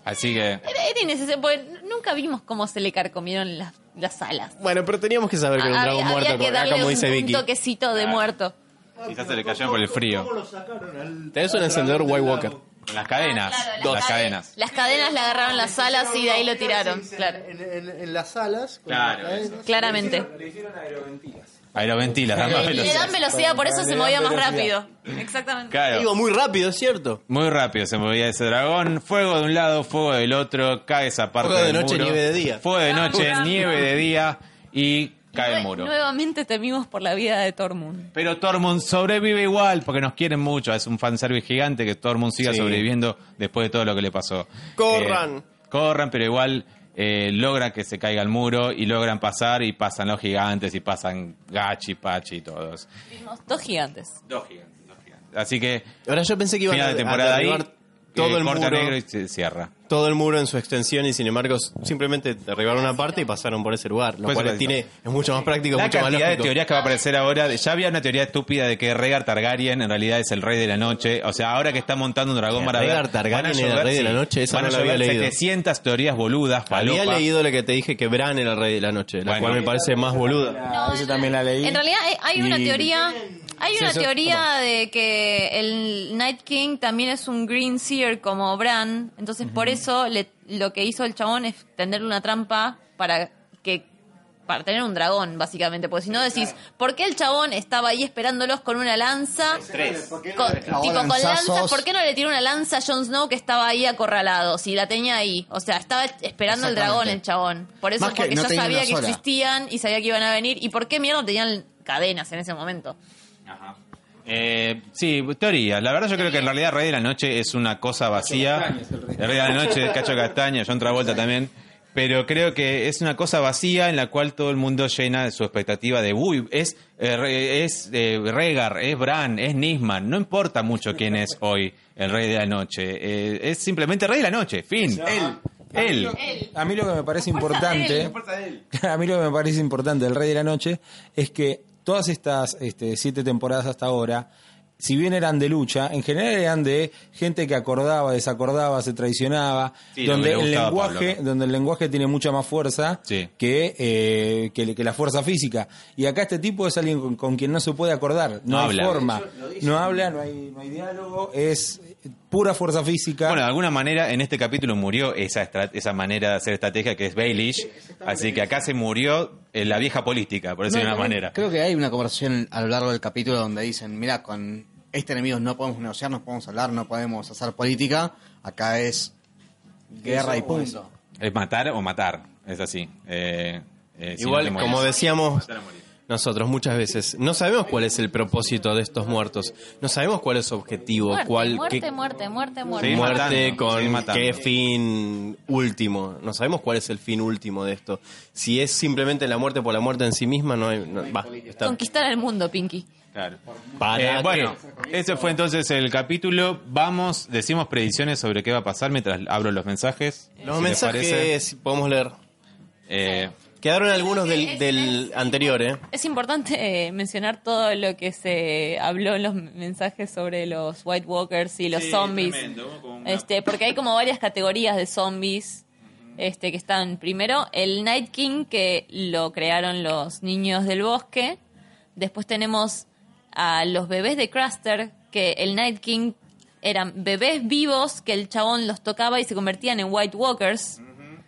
Así que... Era, era innecesario, porque nunca vimos cómo se le carcomieron las, las alas. Bueno, pero teníamos que saber que era un Había- dragón había muerto, que como- darle como un, dice un Vicky. toquecito de muerto. Quizás se le cayó por el frío. ¿Cómo lo sacaron al- Tenés un encendedor White Walker. En las cadenas. Ah, claro, Las cade- cadenas. Las cadenas le agarraron las alas y de ahí lo tiraron. Claro. En, en- en las alas. con Claro, las cadenas. Claramente. Aeroventilas, dando Le, le velocidad. dan velocidad, por eso se movía más rápido. Exactamente. Claro. Digo, muy rápido, es cierto. Muy rápido se movía ese dragón. Fuego de un lado, fuego del otro. Cae esa parte Fuego de del noche, muro. nieve de día. Fuego de noche, nieve de día. Y cae el Nue- muro. Nuevamente temimos por la vida de Tormund. Pero Tormund sobrevive igual porque nos quieren mucho. Es un fanservice gigante que Tormund siga Sí. sobreviviendo después de todo lo que le pasó. Corran. Eh, corran, pero igual eh, logran que se caiga el muro y logran pasar y pasan los gigantes y pasan Gachi, Pachi y todos. Vimos dos gigantes. Dos gigantes, dos gigantes. Así que Ahora yo pensé que iban final a, de a temporada ahí, derribar todo eh, el corta muro. negro y se cierra. Todo el muro en su extensión y sin embargo simplemente derribaron una parte y pasaron por ese lugar, lo Pues cual eso. tiene es mucho más práctico, La mucho más cantidad de lógico. teorías que va a aparecer ahora, ya había una teoría estúpida de que Rhaegar Targaryen en realidad es el rey de la noche, o sea, ahora que está montando un dragón Que para Rhaegar ver, Targaryen van a era el llover, rey de la sí, noche, esa van a no la había llover leído. setecientas teorías boludas, Había falopa. leído lo que te dije que Bran era el rey de la noche, la Bueno. cual me parece más boluda. Ah, eso también la leí. En realidad hay, hay una Y- teoría, hay Sí, una eso- teoría de que el Night King también es un Green Seer como Bran, entonces por eso le- lo que hizo el chabón es tenderle una trampa para que para tener un dragón, básicamente, porque si no decís, ¿por qué el chabón estaba ahí esperándolos con una lanza? Con, tipo, con lanzazos. lanza, ¿por qué no le tiró una lanza a Jon Snow que estaba ahí acorralado? Si la tenía ahí. O sea, estaba esperando el dragón el chabón. Por eso, Más que porque no ya tenía sabía una que sola. existían y sabía que iban a venir. ¿Y por qué mierda tenían cadenas en ese momento? Eh, sí, teorías. La verdad yo creo que en realidad Rey de la Noche es una cosa vacía. El Rey de la Noche, Cacho Castaña, John Travolta también. Pero creo que es una cosa vacía en la cual todo el mundo llena su expectativa de, uy, es, eh, re- es eh, Rhaegar, es Bran, es Nisman. No importa mucho quién es hoy el Rey de la Noche. Eh, es simplemente Rey de la Noche, fin. Él. Él. A mí lo que me parece importante, a mí lo que me parece importante del Rey de la Noche es que todas estas este, siete temporadas hasta ahora, si bien eran de lucha, en general eran de gente que acordaba, desacordaba, se traicionaba, Sí, lo donde que le el gustaba a lenguaje, Pablo. donde el lenguaje tiene mucha más fuerza Sí. que, eh, que, que la fuerza física. Y acá este tipo es alguien con, con quien no se puede acordar, no, No hay habla. forma, no habla, no hay, no hay diálogo, es pura fuerza física. Bueno, de alguna manera en este capítulo murió esa estra- esa manera de hacer estrategia que es Baelish, así que acá se murió eh, la vieja política, por decirlo de una manera. Creo que hay una conversación a lo largo del capítulo donde dicen, mira, con este enemigo no podemos negociar, no podemos hablar, no podemos hacer política, acá es guerra y punto. Es matar o matar, es así. Eh, eh, si no Igual, te morís. como decíamos nosotros muchas veces, no sabemos cuál es el propósito de estos muertos, no sabemos cuál es su objetivo, Muerte, cuál muerte, qué muerte, muerte, muerte. Sí, muerte matando, seguir con matando. qué fin último, no sabemos cuál es el fin último de esto. Si es simplemente la muerte por la muerte en sí misma, no hay, no- va, está- Conquistar el mundo, Pinky. Claro. ¿Para Eh, qué? bueno, ese fue entonces el capítulo. Vamos, decimos predicciones sobre qué va a pasar mientras abro los mensajes. Los si les parece. mensajes podemos leer. Eh, Quedaron algunos del, del anterior, ¿eh? Es importante eh, mencionar todo lo que se habló en los mensajes sobre los White Walkers y los zombies. Este, porque hay como varias categorías de zombies. Este, que están primero el Night King, que lo crearon los niños del bosque. Después tenemos a los bebés de Craster, que el Night King eran bebés vivos que el chabón los tocaba y se convertían en White Walkers.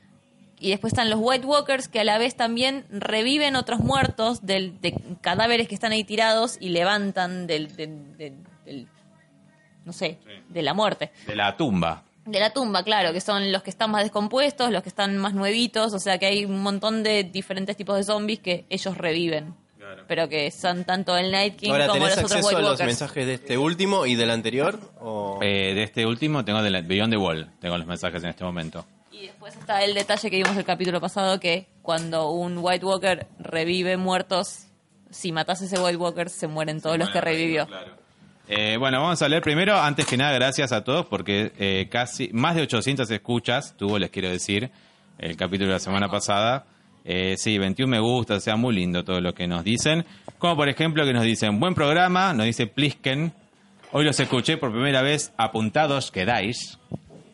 Y después están los White Walkers, que a la vez también reviven otros muertos del, de cadáveres que están ahí tirados y levantan del, del- del- del- no sé, de la muerte. de la tumba. De la tumba, claro, que son los que están más descompuestos, los que están más nuevitos, o sea que hay un montón de diferentes tipos de zombies que ellos reviven. Pero que son tanto el Night King Ahora, como ¿tenés los otros acceso White a los Walkers. mensajes de este último y del anterior? O... Eh, de este último tengo de la, Beyond the Wall, tengo los mensajes en este momento. Y después está el detalle que vimos el capítulo pasado, que cuando un White Walker revive muertos, si matas a ese White Walker, se mueren todos los que revivió. Eh, bueno, vamos a leer primero, antes que nada, gracias a todos, porque eh, casi más de ochocientas escuchas tuvo, les quiero decir, el capítulo de la semana pasada. Eh, sí, veintiún me gusta, o sea, muy lindo todo lo que nos dicen. Como por ejemplo que nos dicen, buen programa, nos dice Plisken, hoy los escuché por primera vez, apuntados quedáis.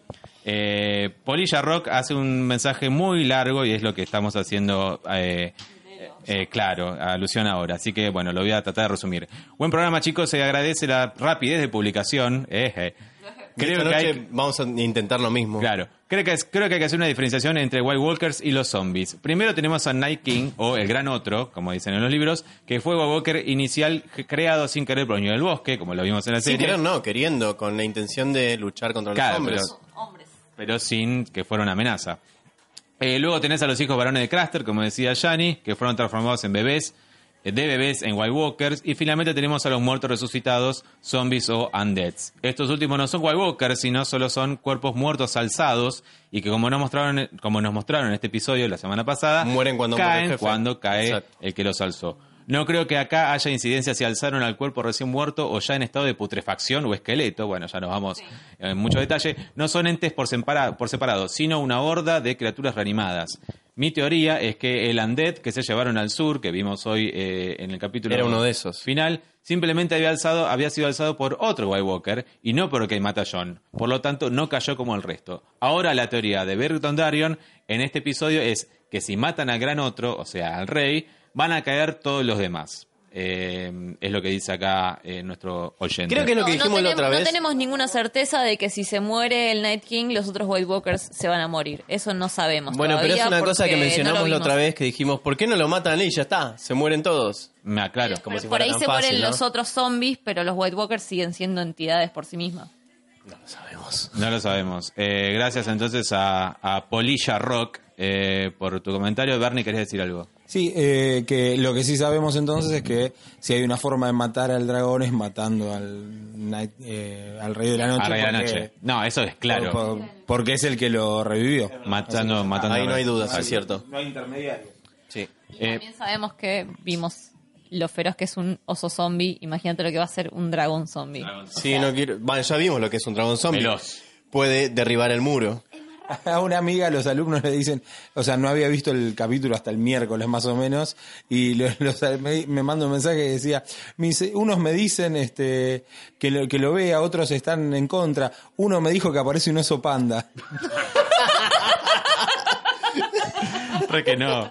Eh, Polilla Rock hace un mensaje muy largo y es lo que estamos haciendo, eh, eh, claro, alusión ahora. Así que, bueno, lo voy a tratar de resumir. Buen programa, chicos. Se agradece la rapidez de publicación. Eh, eh. Creo que hay... vamos a intentar lo mismo. Claro. Creo que, es, creo que hay que hacer una diferenciación entre White Walkers y los zombies. Primero tenemos a Night King, o el Gran Otro, como dicen en los libros, que fue White Walker inicial creado sin querer por el Niño del Bosque, como lo vimos en la serie. Sin querer no, queriendo, con la intención de luchar contra claro, los hombres. Hombres. Pero sin que fuera una amenaza. Eh, luego tenés a los hijos varones de Craster, como decía Yanni, que fueron transformados en bebés, de bebés en White Walkers. Y finalmente tenemos a los muertos resucitados, zombies o undeads. Estos últimos no son White Walkers, sino solo son cuerpos muertos alzados y que como nos mostraron, como nos mostraron en este episodio la semana pasada, mueren cuando caen muere el jefe. cuando cae Exacto. el que los alzó. No creo que acá haya incidencia si alzaron al cuerpo recién muerto o ya en estado de putrefacción o esqueleto. Bueno, ya nos vamos en mucho detalle. No son entes por, separa, por separado, sino una horda de criaturas reanimadas. Mi teoría es que el undead que se llevaron al sur, que vimos hoy eh, en el capítulo era uno de esos. final, simplemente había, alzado, había sido alzado por otro White Walker y no por el que mata a Jon. Por lo tanto, no cayó como el resto. Ahora la teoría de Beric Dondarrion en este episodio es que si matan al gran otro, o sea, al rey, van a caer todos los demás. Eh, es lo que dice acá eh, nuestro oyente. Creo que es lo que No, no dijimos la tenemos, otra vez. no tenemos ninguna certeza de que si se muere el Night King, los otros White Walkers se van a morir. Eso no sabemos. Bueno, pero es todavía una cosa que porque mencionamos no lo la otra vimos. vez que dijimos, ¿por qué no lo matan y ya está? Se mueren todos. Me aclaro. Como si Por fuera ahí tan se fácil, mueren ¿no? los otros zombies, pero los White Walkers siguen siendo entidades por sí mismas. No lo sabemos. No lo sabemos. Eh, gracias entonces a, a Polilla Rock eh, por tu comentario. Bernie, ¿querías decir algo? Sí, eh, que lo que sí sabemos entonces es que si hay una forma de matar al dragón es matando al night, eh, al rey de la noche. A Rey de la porque- Noche. No, eso es claro. por- porque es el que lo revivió. Matando, matando. Ahí no hay dudas, Exacto. es cierto. No hay intermediario. Sí. Eh, También sabemos que vimos lo feroz que es un oso zombie. Imagínate lo que va a ser un dragón zombie. Sí, no quiero... Bueno, ya vimos lo que es un dragón zombie. Veloz. Puede derribar el muro. A una amiga los alumnos le dicen, o sea, no había visto el capítulo hasta el miércoles más o menos, y los, los- me, me manda un mensaje que decía, me dice, unos me dicen este que lo, que lo vea, otros están en contra, uno me dijo que aparece un oso panda. Re que no.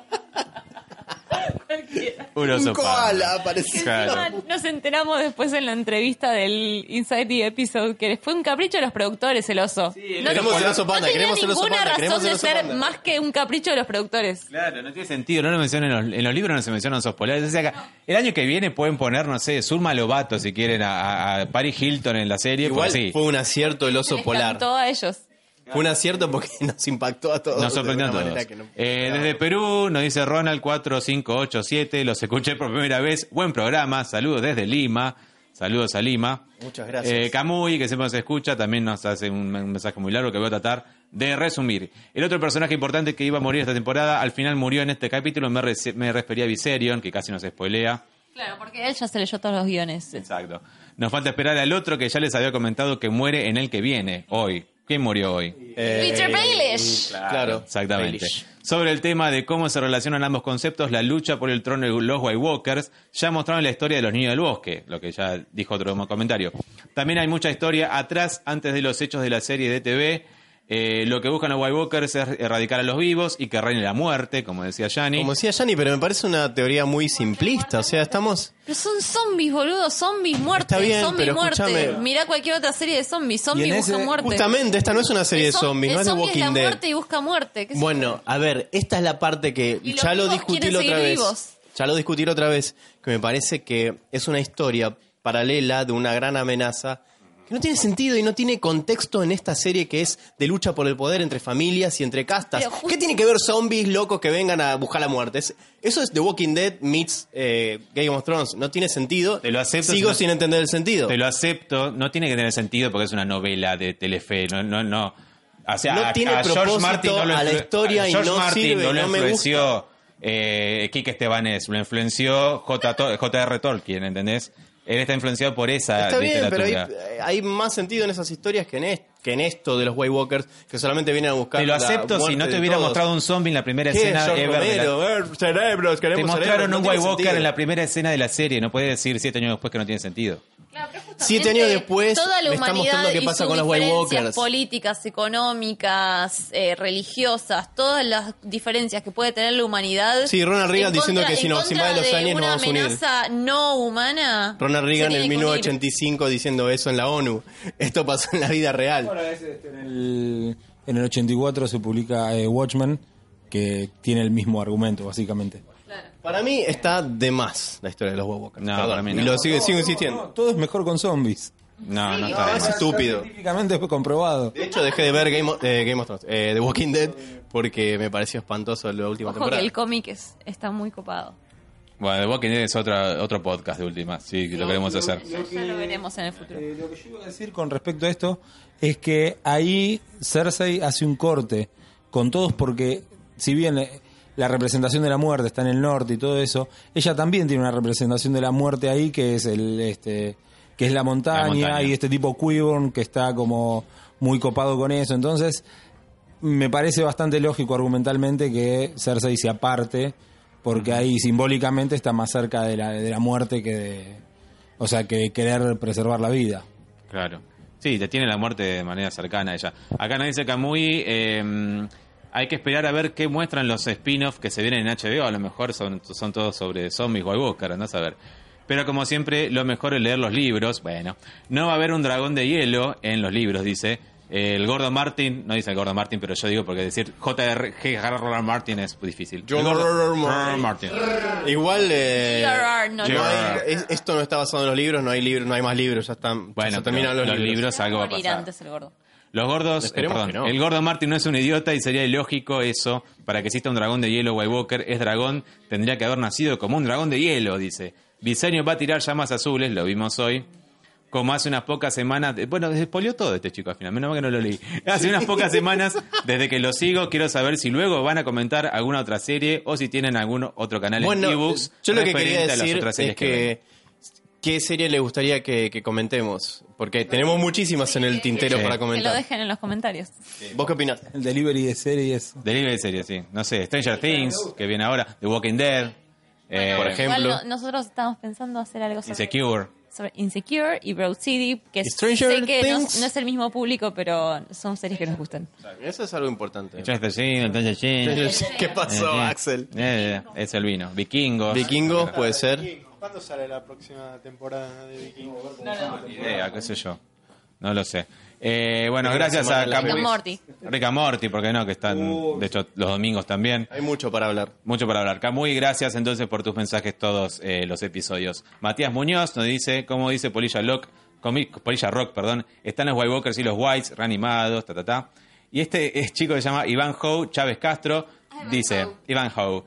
Un oso Un koala panda. apareció. Claro. Nos enteramos después en la entrevista del Inside the Episode que fue un capricho de los productores el oso. no, queremos el oso panda, no tenía queremos el oso ninguna panda, queremos razón el de oso ser panda. más que un capricho de los productores. Claro, no tiene sentido, no lo mencionan en los, en los libros, no se mencionan osos polares. O sea, acá, el año que viene pueden poner, no sé, Zulma Lobato si quieren a, a- a Paris Hilton en la serie. Igual porque sí, fue un acierto el oso Les polar. cantó a ellos. Fue un acierto porque nos impactó a todos. nos sorprendió a de una todos. manera que no- Eh, desde Perú nos dice Ronald cuatro cinco ocho siete, los escuché por primera vez, buen programa, saludos desde Lima, saludos a Lima. Muchas gracias. Eh, Camuy, que siempre nos escucha, también nos hace un, un mensaje muy largo que voy a tratar de resumir. El otro personaje importante que iba a morir esta temporada, al final murió en este capítulo, me, re- me refería a Viserion, que casi nos spoilea. Claro, porque él ya se leyó todos los guiones. Exacto. Nos falta esperar al otro que ya les había comentado que muere en el que viene, hoy. ¿Quién murió hoy? Eh, Peter Baelish. Claro. Exactamente. Baelish. Sobre el tema de cómo se relacionan ambos conceptos, la lucha por el trono de los White Walkers, ya mostraron la historia de los niños del bosque, lo que ya dijo otro comentario. También hay mucha historia atrás, antes de los hechos de la serie de T V. Eh, lo que buscan los White Walkers es erradicar a los vivos y que reine la muerte, como decía Yanni. Como decía Yanni, pero me parece una teoría muy simplista. O sea, estamos... Pero son zombies, boludo, zombies, muerte, Está bien, zombie, pero muerte. escúchame. Mirá cualquier otra serie de zombies, zombie Y en busca ese- muerte. Justamente, esta no es una serie de El zom- zombies, no el es de zombie Walking la Dead. muerte y busca muerte. ¿qué sé Bueno, a ver, esta es la parte que Y los ya lo vivos discutí quieren la otra seguir vez. vivos. Ya lo discutí la otra vez, que me parece que es una historia paralela de una gran amenaza que no tiene sentido y no tiene contexto en esta serie que es de lucha por el poder entre familias y entre castas. Pero justo- ¿Qué tiene que ver zombies locos que vengan a buscar la muerte? Es- eso es The Walking Dead meets eh, Game of Thrones. No tiene sentido. Te lo acepto, Sigo si no- sin entender el sentido. Te lo acepto, no tiene que tener sentido porque es una novela de Telefe, no, no, no. O sea, No a- tiene a George propósito Martin no lo a la influ- historia a y George no Martin sirve, no lo no me influenció eh, Quique Estebanés, lo influenció J. To- J R. Tolkien, ¿entendés? Él está influenciado por esa Está bien, pero literatura. hay, hay más sentido en esas historias que en, est- que en esto de los White Walkers que solamente vienen a buscar Te lo la acepto si muerte no te de hubiera todos. mostrado un zombie en la primera ¿Qué? escena George ever de la- Romero, eh, cerebros, Te queremos mostraron cerebros, no un tiene White Walker sentido. en la primera escena de la serie, no puedes decir siete años después que no tiene sentido. Siete años después toda la me está humanidad mostrando qué y pasa sus con los White diferencias Walkers. políticas, económicas, eh, religiosas, todas las diferencias que puede tener la humanidad. Sí, Ronald Reagan en diciendo contra- que si en no, sin contra más de los de años nos una vamos a unir. amenaza no humana. Ronald se Reagan en tiene mil que unir. novecientos ochenta y cinco diciendo eso en la ONU. Esto pasó en la vida real. Bueno, es, este, en, el, en el ochenta y cuatro se publica eh, Watchmen, que tiene el mismo argumento, básicamente. Para mí está de más la historia de los White Walkers. No, Perdón. para mí no. Y lo sigo, sigo insistiendo. Todo es mejor con zombies. No, no No, está es bien. estúpido. Científicamente fue comprobado. De hecho, dejé de ver Game of, eh, Game of Thrones, eh, The Walking Dead, porque me pareció espantoso la última Ojo que temporada. el cómic es, está muy copado. Bueno, The Walking Dead es otra, otro podcast de última, sí, que lo queremos hacer. Ya lo veremos en el futuro. Eh, lo que yo iba a decir con respecto a esto es que ahí Cersei hace un corte con todos porque si bien eh, la representación de la muerte está en el norte y todo eso, ella también tiene una representación de la muerte ahí que es el este que es la montaña, La montaña. y este tipo Qyburn que está como muy copado con eso. Entonces me parece bastante lógico argumentalmente que Cersei se aparte porque ahí simbólicamente está más cerca de la, de la muerte que de, o sea, que de querer preservar la vida. Claro. Sí, te tiene la muerte de manera cercana a ella. Acá nos dice Kamui, eh, hay que esperar a ver qué muestran los spin-offs que se vienen en H B O. A lo mejor son, son todos sobre zombies o algo, cara, andás a ver. Pero como siempre, lo mejor es leer los libros. Bueno, no va a haber un dragón de hielo en los libros, dice. Eh, el Gordo Martin, no dice el Gordo Martin, pero yo digo porque decir J R G Martin es muy difícil. El George Gordo- R. Martin. Martin. Igual eh, G R R, no, no no. hay- es- esto no está basado en los libros, no hay libros, no hay más libros, ya están, ya Bueno, se terminan pero los, los libros. libros algo va a Morir pasar. antes el gordo. Los gordos, eh, Esperemos perdón, que no. el gordo Martin no es un idiota y sería ilógico eso. Para que exista un dragón de hielo, White Walker es dragón, tendría que haber nacido como un dragón de hielo, dice. Viserys va a tirar llamas azules, lo vimos hoy. Como hace unas pocas semanas, de- bueno, despolió todo este chico al final, menos mal que no lo leí. Hace unas pocas semanas, desde que lo sigo, quiero saber si luego van a comentar alguna otra serie o si tienen algún otro canal Bueno, en ebooks. yo lo que quería referente a las decir otras es series que, ven. ¿qué serie le gustaría que, que comentemos? Porque tenemos muchísimas en el tintero Sí. para Que lo comentar. dejen en los comentarios. ¿Vos qué opinás? El delivery de series. Delivery de series, sí. No sé, Stranger Things, que viene ahora, The Walking Dead, eh, Por ejemplo. Igual no- nosotros estamos pensando hacer algo sobre, Insecure. sobre Insecure y Broad City, que ¿Y Stranger sé que no, Things? no es el mismo público, pero son series que nos gustan. Eso es algo importante. Stranger Things, Stranger Things. ¿Qué pasó, Eh, Axel? eh, es el vino. Vikingos. Vikingos, puede ser. ¿Cuándo sale la próxima temporada de Vikingos? Ni idea, qué sé yo. No lo sé. Eh, bueno, gracias semana a de la Rick and Camuy. Morty. Rick and Morty, porque no, que están, de hecho, los domingos también. Hay mucho para hablar. Mucho para hablar. Camuy, gracias entonces por tus mensajes todos eh, los episodios. Matías Muñoz nos dice, como dice Polilla Rock, comi- Polilla Rock, perdón, están los White Walkers y los Whites reanimados, ta, ta, ta. Y este es chico que se llama Iván Howe Chávez Castro, dice, Iván Howe.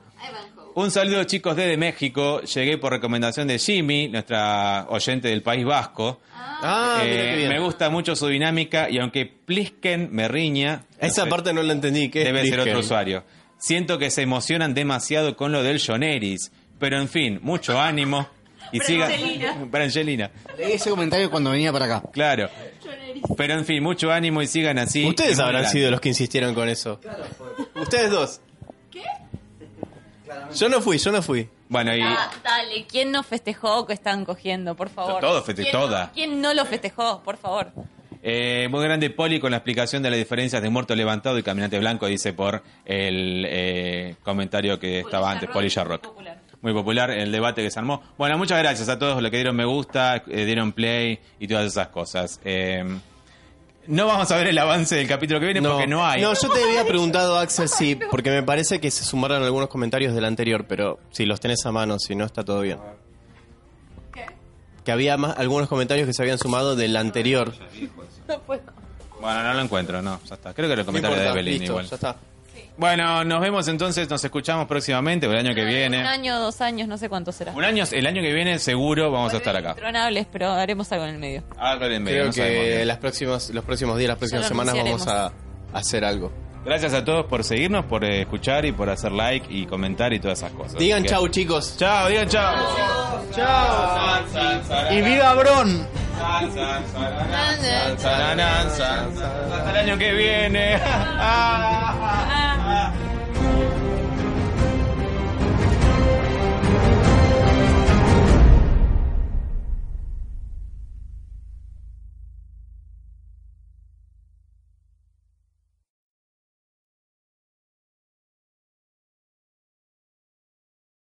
Un saludo chicos desde México, llegué por recomendación de Jimmy, nuestra oyente del País Vasco. Ah, mira Eh, qué bien. me gusta mucho su dinámica y aunque Plisken me riña, Esa parte no la entendí. ¿Qué es debe ser Plisken? otro usuario. Siento que se emocionan demasiado con lo del Joneris, pero en fin, mucho ánimo y sigan. Brangelina. Leí ese comentario cuando venía para acá. Claro. Pero en fin, mucho ánimo y sigan así. Ustedes Y muy habrán grande. sido los que insistieron con eso. Ustedes dos. ¿Qué? Yo no fui, yo no fui. Bueno, y Ah, dale, ¿quién no festejó que están cogiendo, por favor? Todo feste- ¿Quién toda. no- ¿Quién no lo festejó, por favor? eh, muy grande Poli con la explicación de las diferencias de muerto levantado y caminante blanco, dice por el eh, comentario que estaba antes, Poli Rock. Popular. Muy popular el debate que se armó. Bueno, muchas gracias a todos los que dieron me gusta, eh, dieron play y todas esas cosas. Eh, no vamos a ver el avance del capítulo que viene porque no hay. No, yo te había preguntado, Axel, sí, porque me parece que se sumaron algunos comentarios del anterior, pero si los tenés a mano, si no, está todo bien. ¿Qué? Que había más, algunos comentarios que se habían sumado del anterior. No puedo. Bueno, no lo encuentro, no, ya está. Creo que era el No comentario importa, de Evelyn listo, igual. ya está. Bueno, nos vemos entonces, nos escuchamos próximamente, o el año que viene. Un año, dos años, no sé cuánto será. Un año, el año que viene seguro vamos a estar acá. Intronables, pero haremos algo en el medio. Algo en medio, Creo no sabemos que bien. las próximas, los próximos días, las próximas lo semanas vamos a, anunciaremos. a hacer algo. Gracias a todos por seguirnos, por eh, escuchar y por hacer like y comentar y todas esas cosas. Digan Así que- chau, chicos. Chao, digan chao. Y viva Bron. Hasta el año que viene.